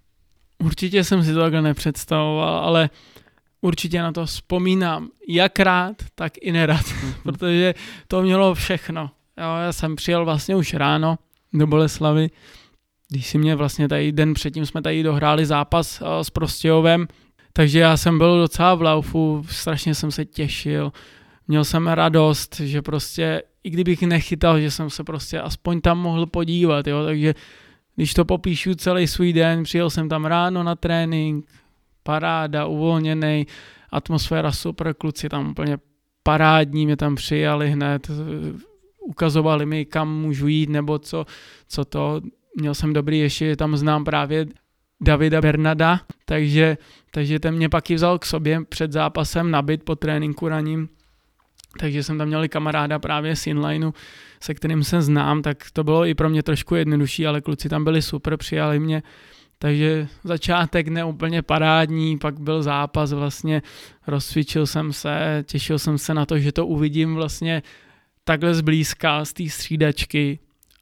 Určitě jsem si to takhle nepředstavoval, ale určitě na to vzpomínám jak rád, tak i nerad, protože to mělo všechno. Jo, já jsem přijel vlastně už ráno do Boleslavy, když si mě vlastně tady den předtím jsme tady dohráli zápas s Prostějovem, takže já jsem byl docela v laufu, strašně jsem se těšil, měl jsem radost, že prostě, i kdybych nechytal, že jsem se prostě aspoň tam mohl podívat, jo, takže když to popíšu celý svůj den, přijel jsem tam ráno na trénink, paráda, uvolněnej, atmosféra super, kluci tam úplně parádní, mě tam přijali hned, ukazovali mi, kam můžu jít, nebo co to, měl jsem dobrý, ještě tam znám právě Davida Bernada, takže ten mě pak i vzal k sobě před zápasem na byt po tréninku raním, takže jsem tam měl i kamaráda právě z inlineu, se kterým se znám, tak to bylo i pro mě trošku jednodušší, ale kluci tam byli super, přijali mě. Takže začátek neúplně parádní, pak byl zápas vlastně, rozcvičil jsem se, těšil jsem se na to, že to uvidím vlastně takhle zblízka z té střídačky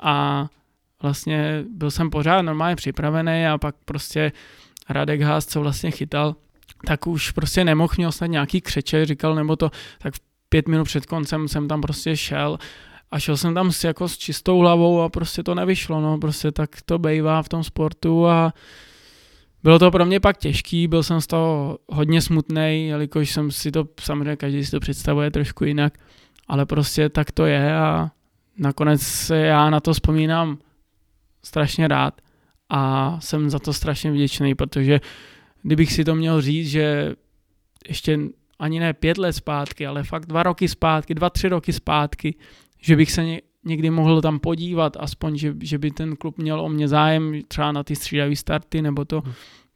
a vlastně byl jsem pořád normálně připravený a pak prostě Radek Haas, co vlastně chytal, tak už prostě nemohl, měl snad nějaký křeče, říkal, nebo to, tak 5 minut před koncem jsem tam prostě šel a šel jsem tam jako s čistou hlavou a prostě to nevyšlo, no, prostě tak to bejvá v tom sportu a bylo to pro mě pak těžký, byl jsem z toho hodně smutnej, jelikož jsem si to, samozřejmě každý si to představuje trošku jinak, ale prostě tak to je a nakonec já na to vzpomínám strašně rád a jsem za to strašně vděčný, protože kdybych si to měl říct, že ještě ani ne 5 let zpátky, ale fakt 2 roky zpátky, 2-3 roky zpátky, že bych se někdy mohl tam podívat, aspoň, že by ten klub měl o mě zájem, třeba na ty střídavý starty nebo to,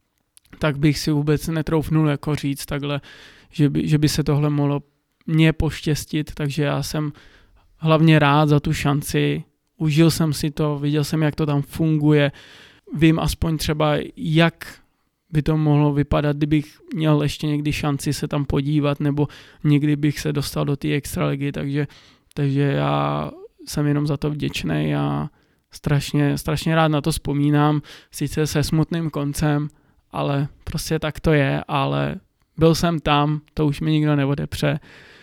tak bych si vůbec netroufnul jako říct takhle, že by se tohle mohlo mě poštěstit, takže já jsem hlavně rád za tu šanci, užil jsem si to, viděl jsem, jak to tam funguje, vím aspoň třeba, jak by to mohlo vypadat, kdybych měl ještě někdy šanci se tam podívat, nebo někdy bych se dostal do té extraligy, takže já jsem jenom za to vděčný a strašně rád na to vzpomínám, sice se smutným koncem, ale prostě tak to je, ale byl jsem tam, to už mi nikdo neodepře.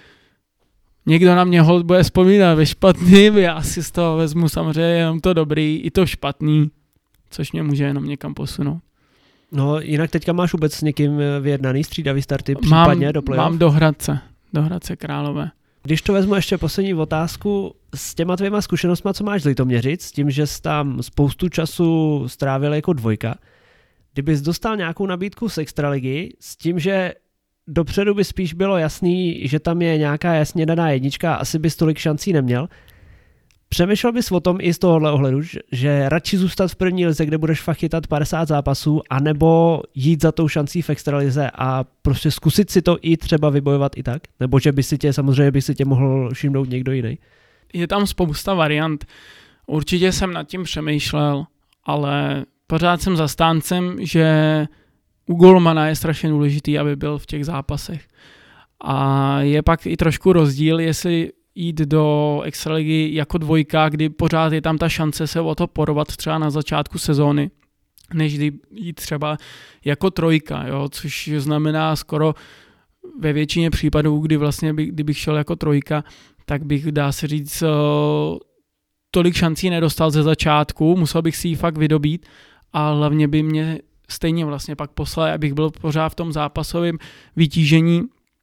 Někdo na mě holt bude vzpomínat ve špatným, já si z toho vezmu samozřejmě jenom to dobrý, i to špatný, což mě může jenom někam posunout.
No, jinak teďka máš vůbec s někým vyjednaný střídavý starty, případně do playoff?
Mám do Hradce Králové.
Když to vezmu ještě poslední otázku, s těma tvýma zkušenostma, co máš z Litoměřic, s tím, že jsi tam spoustu času strávil jako dvojka, kdybys dostal nějakou nabídku z extraligy, s tím, že dopředu by spíš bylo jasný, že tam je nějaká jasně daná jednička, asi bys tolik šancí neměl, Přemýšlel bys o tom i z tohohle ohledu, že radši zůstat v první lize, kde budeš fakt chytat 50 zápasů, anebo jít za tou šancí v extralize a prostě zkusit si to i třeba vybojovat i tak? Nebo že by si tě mohl všimnout někdo jiný?
Je tam spousta variant. Určitě jsem nad tím přemýšlel, ale pořád jsem zastáncem, že u golmana je strašně důležitý, aby byl v těch zápasech. A je pak i trošku rozdíl, jestli jít do extraligy jako dvojka, kdy pořád je tam ta šance se o to porovat třeba na začátku sezóny, než jít třeba jako trojka, jo, což znamená skoro ve většině případů, kdy vlastně kdybych šel jako trojka, tak bych, dá se říct, tolik šancí nedostal ze začátku, musel bych si ji fakt vydobít a hlavně by mě stejně vlastně pak poslali, abych byl pořád v tom zápasovém vytížení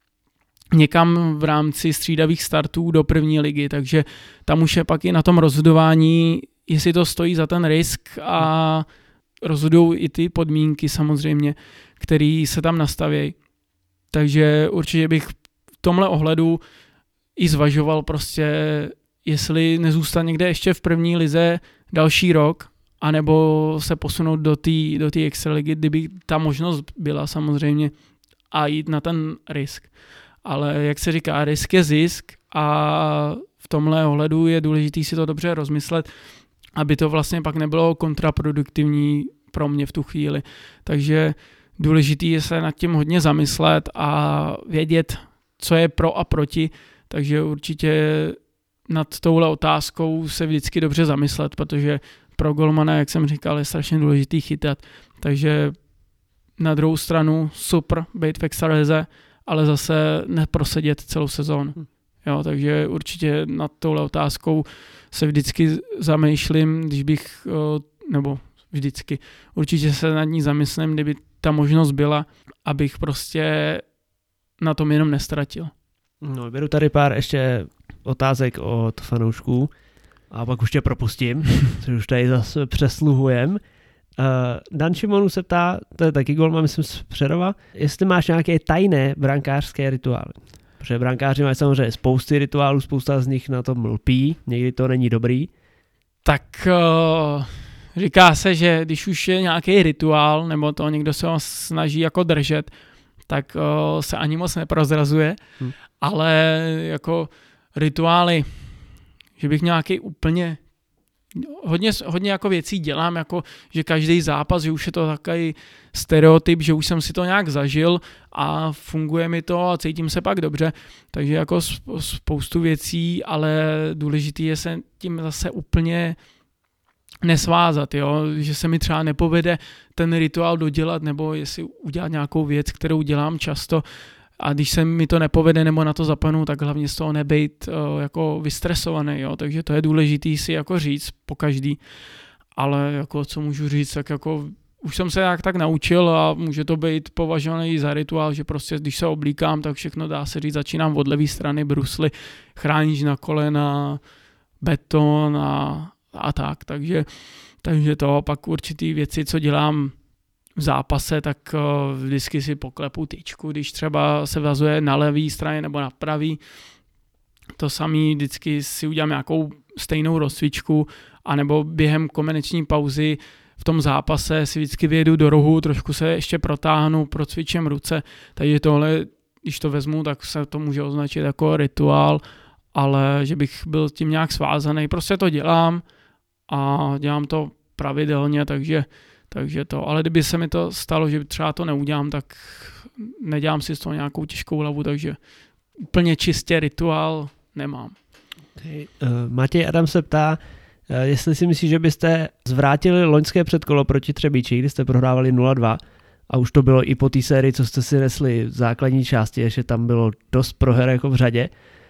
někam v rámci střídavých startů do první ligy, takže tam už je pak i na tom rozhodování, jestli to stojí za ten risk a rozhodují i ty podmínky samozřejmě, které se tam nastavějí. Takže určitě bych v tomhle ohledu i zvažoval prostě, jestli nezůstat někde ještě v první lize další rok, anebo se posunout do té extraligy, kdyby ta možnost byla samozřejmě a jít na ten risk. Ale jak se říká, risk je zisk a v tomhle ohledu je důležité si to dobře rozmyslet, aby to vlastně pak nebylo kontraproduktivní pro mě v tu chvíli. Takže důležité je se nad tím hodně zamyslet a vědět, co je pro a proti, takže určitě nad touhle otázkou se vždycky dobře zamyslet, protože pro golmana, jak jsem říkal, je strašně důležitý chytat. Takže na druhou stranu super být v extralize, ale zase neprosedět celou sezónu. Jo, takže určitě nad touhle otázkou se vždycky zamýšlím, když bych, nebo vždycky, určitě se nad ní zamyslím, kdyby ta možnost byla, abych prostě na tom jenom nestratil.
No, beru tady pár ještě otázek od fanoušků a pak už tě propustím, což už tady zase přesluhujem. Dan Šimonu se ptá, to je taky golman, myslím z Přerova, jestli máš nějaké tajné brankářské rituály. Protože brankáři mají samozřejmě spousty rituálů, spousta z nich na tom lpí, někdy to není dobrý.
Tak říká se, že když už je nějaký rituál, nebo to někdo se ho snaží jako držet, tak se ani moc neprozrazuje, ale jako rituály, že bych nějaký úplně hodně jako věcí dělám, jako že každý zápas, že už je to takový stereotyp, že už jsem si to nějak zažil a funguje mi to a cítím se pak dobře, takže jako spoustu věcí, ale důležitý je se tím zase úplně nesvázat, jo? Že se mi třeba nepovede ten rituál dodělat, nebo jestli udělat nějakou věc, kterou dělám často, a když se mi to nepovede nebo na to zapomenu, tak hlavně z toho nebejt jako vystresovaný, jo? Takže to je důležitý si jako říct po každý, ale jako co můžu říct, tak jako už jsem se tak naučil a může to být považovaný za rituál, že prostě když se oblíkám, tak všechno dá se říct, začínám od levé strany brusly, chráníš na kolena, beton a tak, takže to pak určitý věci, co dělám v zápase, tak vždycky si poklepu tyčku, když třeba se vazuje na levé straně nebo na pravý. To samý vždycky si udělám nějakou stejnou rozcvičku, anebo během kombinační pauzy v tom zápase si vždycky vyjedu do rohu, trošku se ještě protáhnu, procvičím ruce, takže tohle, když to vezmu, tak se to může označit jako rituál, ale že bych byl tím nějak svázaný, prostě to dělám a dělám to pravidelně, takže to, ale kdyby se mi to stalo, že třeba to neudělám, tak nedělám si z toho nějakou těžkou hlavu, takže úplně čistě rituál nemám.
Okay. Matěj Adam se ptá, jestli si myslíš, že byste zvrátili loňské předkolo proti Třebíči, kdy jste prohrávali 0-2 a už to bylo i po té sérii, co jste si nesli v základní části, ještě tam bylo dost proher jako v řadě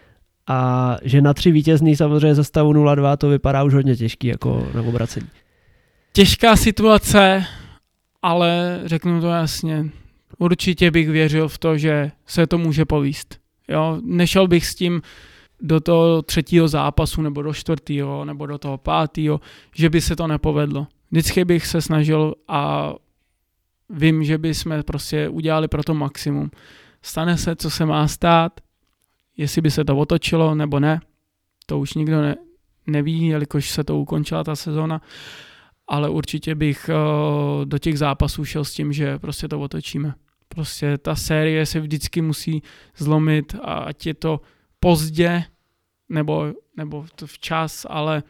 a že na 3 vítězný samozřejmě za stavu 0-2 to vypadá už hodně těžký jako na obracení.
Těžká situace, ale řeknu to jasně, určitě bych věřil v to, že se to může povíst. Jo? Nešel bych s tím do toho 3. zápasu, nebo do 4. nebo do toho 5., že by se to nepovedlo. Vždycky bych se snažil a vím, že bychom prostě udělali pro to maximum. Stane se, co se má stát, jestli by se to otočilo nebo ne, to už nikdo neví, jelikož se to ukončila ta sezona, ale určitě bych do těch zápasů šel s tím, že prostě to otočíme. Prostě ta série se vždycky musí zlomit, a ať je to pozdě nebo to včas, ale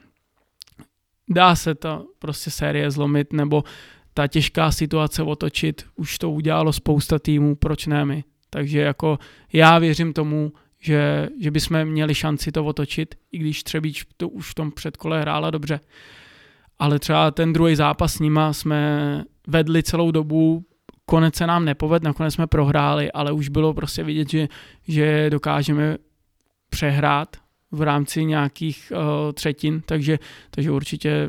dá se ta prostě série zlomit nebo ta těžká situace otočit. Už to udělalo spousta týmů, proč ne my? Takže jako já věřím tomu, že bychom měli šanci to otočit, i když Třebíč to už v tom předkole hrála dobře. Ale třeba ten druhý zápas s nima jsme vedli celou dobu, konec se nám nepovedl, nakonec jsme prohráli, ale už bylo prostě vidět, že dokážeme přehrát v rámci nějakých třetin, takže určitě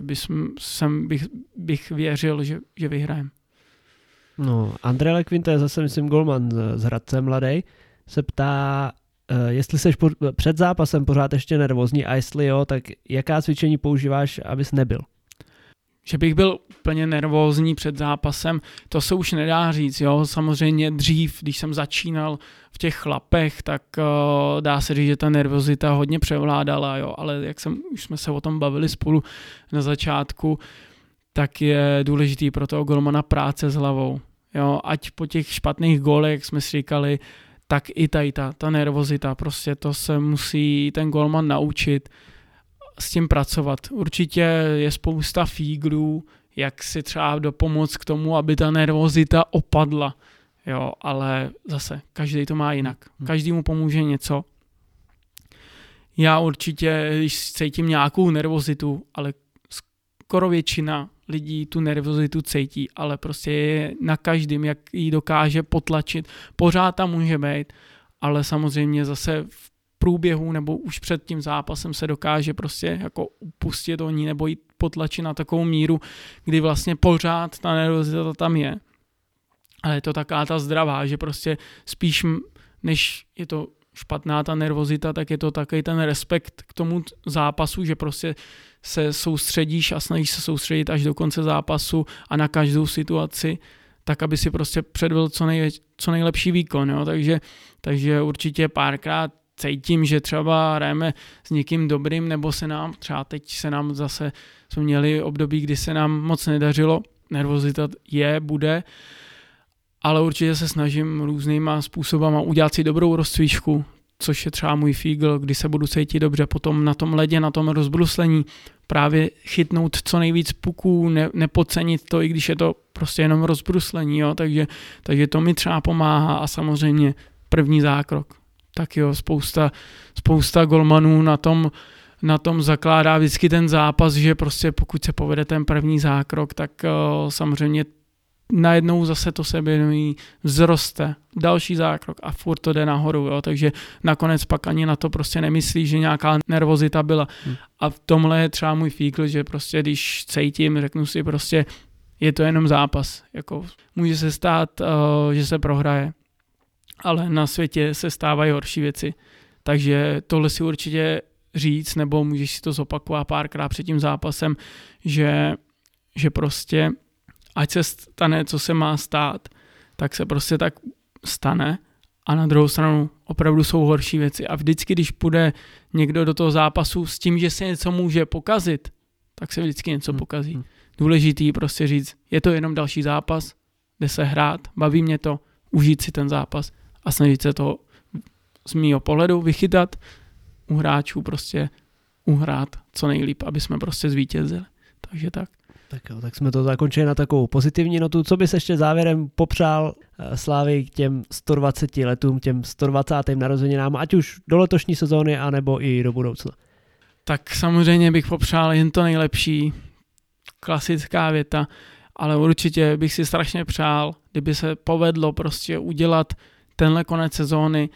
bych věřil, že vyhrajeme.
No, Andrej Lekvinta je zase, myslím, golman z Hradce mladej, se ptá, jestli jsi před zápasem pořád ještě nervózní a jestli jo, tak jaká cvičení používáš, abys nebyl?
Že bych byl úplně nervózní před zápasem, to se už nedá říct, jo, samozřejmě dřív, když jsem začínal v těch chlapech, tak dá se říct, že ta nervozita hodně převládala, jo, ale už jsme se o tom bavili spolu na začátku, tak je důležitý pro toho golmana práce s hlavou, jo, ať po těch špatných gólech jsme si říkali, tak i tady ta nervozita, prostě to se musí ten golman naučit s tím pracovat. Určitě je spousta fígrů, jak si třeba dopomoct k tomu, aby ta nervozita opadla. Jo, ale zase, každý to má jinak. Každý mu pomůže něco. Já určitě, když cítím nějakou nervozitu, ale skoro většina lidí tu nervozitu cítí, ale prostě je na každém, jak ji dokáže potlačit. Pořád tam může být, ale samozřejmě zase v průběhu nebo už před tím zápasem se dokáže prostě jako upustit do ní nebo jít potlačit na takovou míru, kdy vlastně pořád ta nervozita tam je. Ale je to taková ta zdravá, že prostě spíš než je to špatná ta nervozita, tak je to takový ten respekt k tomu zápasu, že prostě se soustředíš a snažíš se soustředit až do konce zápasu a na každou situaci, tak aby si prostě předvedl co nejlepší výkon. Jo? Takže určitě párkrát cítím, že třeba hrajeme s někým dobrým, nebo třeba teď se nám zase, jsme měli období, kdy se nám moc nedařilo, nervozita bude, ale určitě se snažím různýma způsobama udělat si dobrou rozcvičku, což je třeba můj fígl, kdy se budu cítit dobře, potom na tom ledě, na tom rozbruslení, právě chytnout co nejvíc puků, nepodcenit to, i když je to prostě jenom rozbruslení, jo? Takže to mi třeba pomáhá a samozřejmě první zákrok. Tak jo, spousta golmanů na tom zakládá vždycky ten zápas, že prostě pokud se povede ten první zákrok, tak samozřejmě najednou zase to sebevědomí vzroste, další zákrok a furt to jde nahoru, jo, takže nakonec pak ani na to prostě nemyslí, že nějaká nervozita byla. A v tomhle je třeba můj fígl, že prostě když cítím, řeknu si prostě, je to jenom zápas, jako může se stát, že se prohraje, ale na světě se stávají horší věci, takže tohle si určitě říct, nebo můžeš si to zopakovat párkrát před tím zápasem, že prostě ať se stane, co se má stát, tak se prostě tak stane a na druhou stranu opravdu jsou horší věci a vždycky, když půjde někdo do toho zápasu s tím, že se něco může pokazit, tak se vždycky něco pokazí. Důležitý prostě říct, je to jenom další zápas, jde se hrát, baví mě to, užít si ten zápas a snažit se to z mýho pohledu vychytat, u hráčů prostě uhrát co nejlíp, aby jsme prostě zvítězili. Takže tak.
Tak jo, tak jsme to zakončili na takovou pozitivní notu. Co bys ještě závěrem popřál Slávy k těm 120 letům, těm 120. narozeninám, ať už do letošní sezóny, anebo i do budoucna?
Tak samozřejmě bych popřál jen to nejlepší, klasická věta, ale určitě bych si strašně přál, kdyby se povedlo prostě udělat tenhle konec sezóny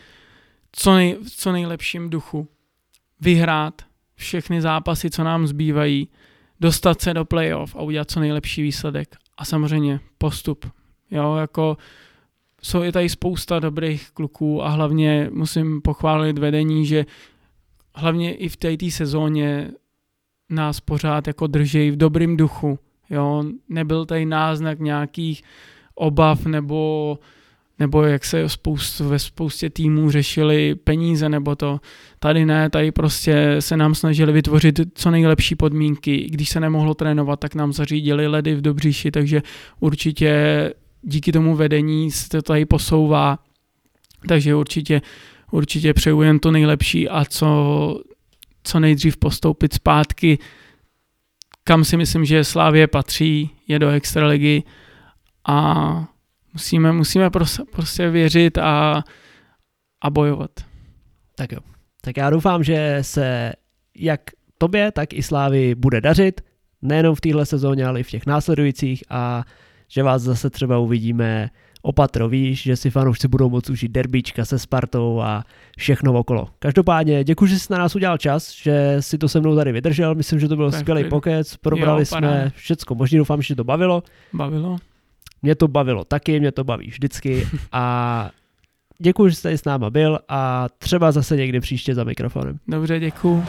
co nejlepším duchu. Vyhrát všechny zápasy, co nám zbývají, dostat se do playoff a udělat co nejlepší výsledek. A samozřejmě postup. Jo, jako je tady spousta dobrých kluků a hlavně musím pochválit vedení, že hlavně i v té sezóně nás pořád jako drží v dobrým duchu. Jo, nebyl tady náznak nějakých obav nebo nebo jak se ve spoustě týmů řešili peníze nebo to. Tady ne, tady prostě se nám snažili vytvořit co nejlepší podmínky. I když se nemohlo trénovat, tak nám zařídili ledy v Dobříši, takže určitě díky tomu vedení se to tady posouvá. Takže určitě přeju jen to nejlepší a co nejdřív postoupit zpátky, kam si myslím, že Slavie patří, je do extraligy a musíme prostě věřit a bojovat.
Tak jo. Tak já doufám, že se jak tobě, tak i Slavii bude dařit, nejenom v téhle sezóně, ale i v těch následujících a že vás zase třeba uvidíme o patro výš, že si fanoušci budou moct užít derbíčka se Spartou a všechno okolo. Každopádně děkuji, že jsi na nás udělal čas, že si to se mnou tady vydržel, myslím, že to byl skvělý pokec, probrali jsme všecko možný, doufám, že to bavilo. Mě to bavilo taky, mě to baví vždycky a děkuji, že jsi tady s náma byl a třeba zase někdy příště za mikrofonem.
Dobře, děkuji.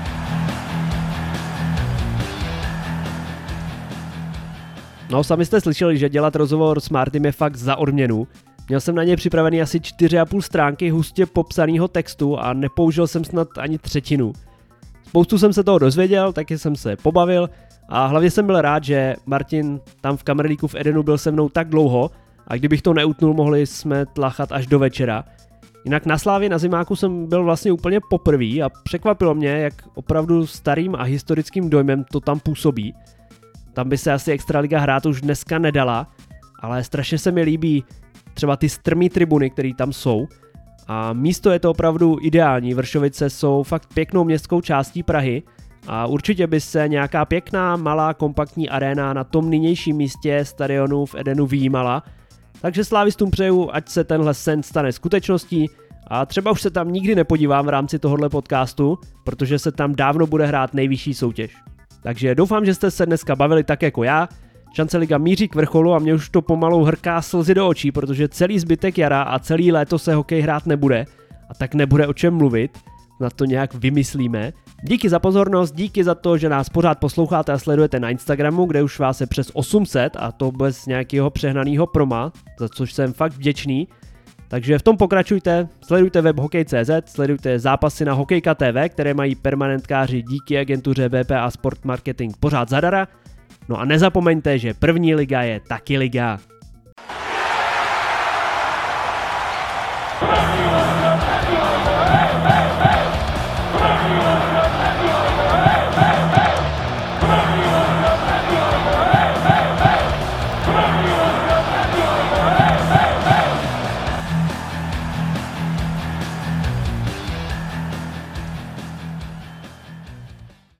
No, sami jste slyšeli, že dělat rozhovor s Martym je fakt za odměnu. Měl jsem na něj připravený asi 4,5 stránky hustě popsaného textu a nepoužil jsem snad ani třetinu. Spoustu jsem se toho dozvěděl, taky jsem se pobavil a hlavně jsem byl rád, že Martin tam v Kamerlíku v Edenu byl se mnou tak dlouho a kdybych to neutnul, mohli jsme tlachat až do večera. Jinak na Slávii na zimáku jsem byl vlastně úplně poprvý a překvapilo mě, jak opravdu starým a historickým dojmem to tam působí. Tam by se asi extraliga hrát už dneska nedala, ale strašně se mi líbí třeba ty strmý tribuny, které tam jsou. A místo je to opravdu ideální, Vršovice jsou fakt pěknou městskou částí Prahy a určitě by se nějaká pěkná, malá, kompaktní aréna na tom nynějším místě stadionu v Edenu vyjímala. Takže slávistům přeju, ať se tenhle sen stane skutečností a třeba už se tam nikdy nepodívám v rámci tohohle podcastu, protože se tam dávno bude hrát nejvyšší soutěž. Takže doufám, že jste se dneska bavili tak jako já. Šance liga míří k vrcholu a mě už to pomalu hrká slzy do očí, protože celý zbytek jara a celý léto se hokej hrát nebude a tak nebude o čem mluvit. Na to nějak vymyslíme. Díky za pozornost, díky za to, že nás pořád posloucháte a sledujete na Instagramu, kde už vás je přes 800 a to bez nějakého přehnaného proma, za což jsem fakt vděčný. Takže v tom pokračujte, sledujte web hokej.cz, sledujte zápasy na Hokejka TV, které mají permanentkáři díky agentuře VPA Sport Marketing pořád zadara. No a nezapomeňte, že první liga je taky liga.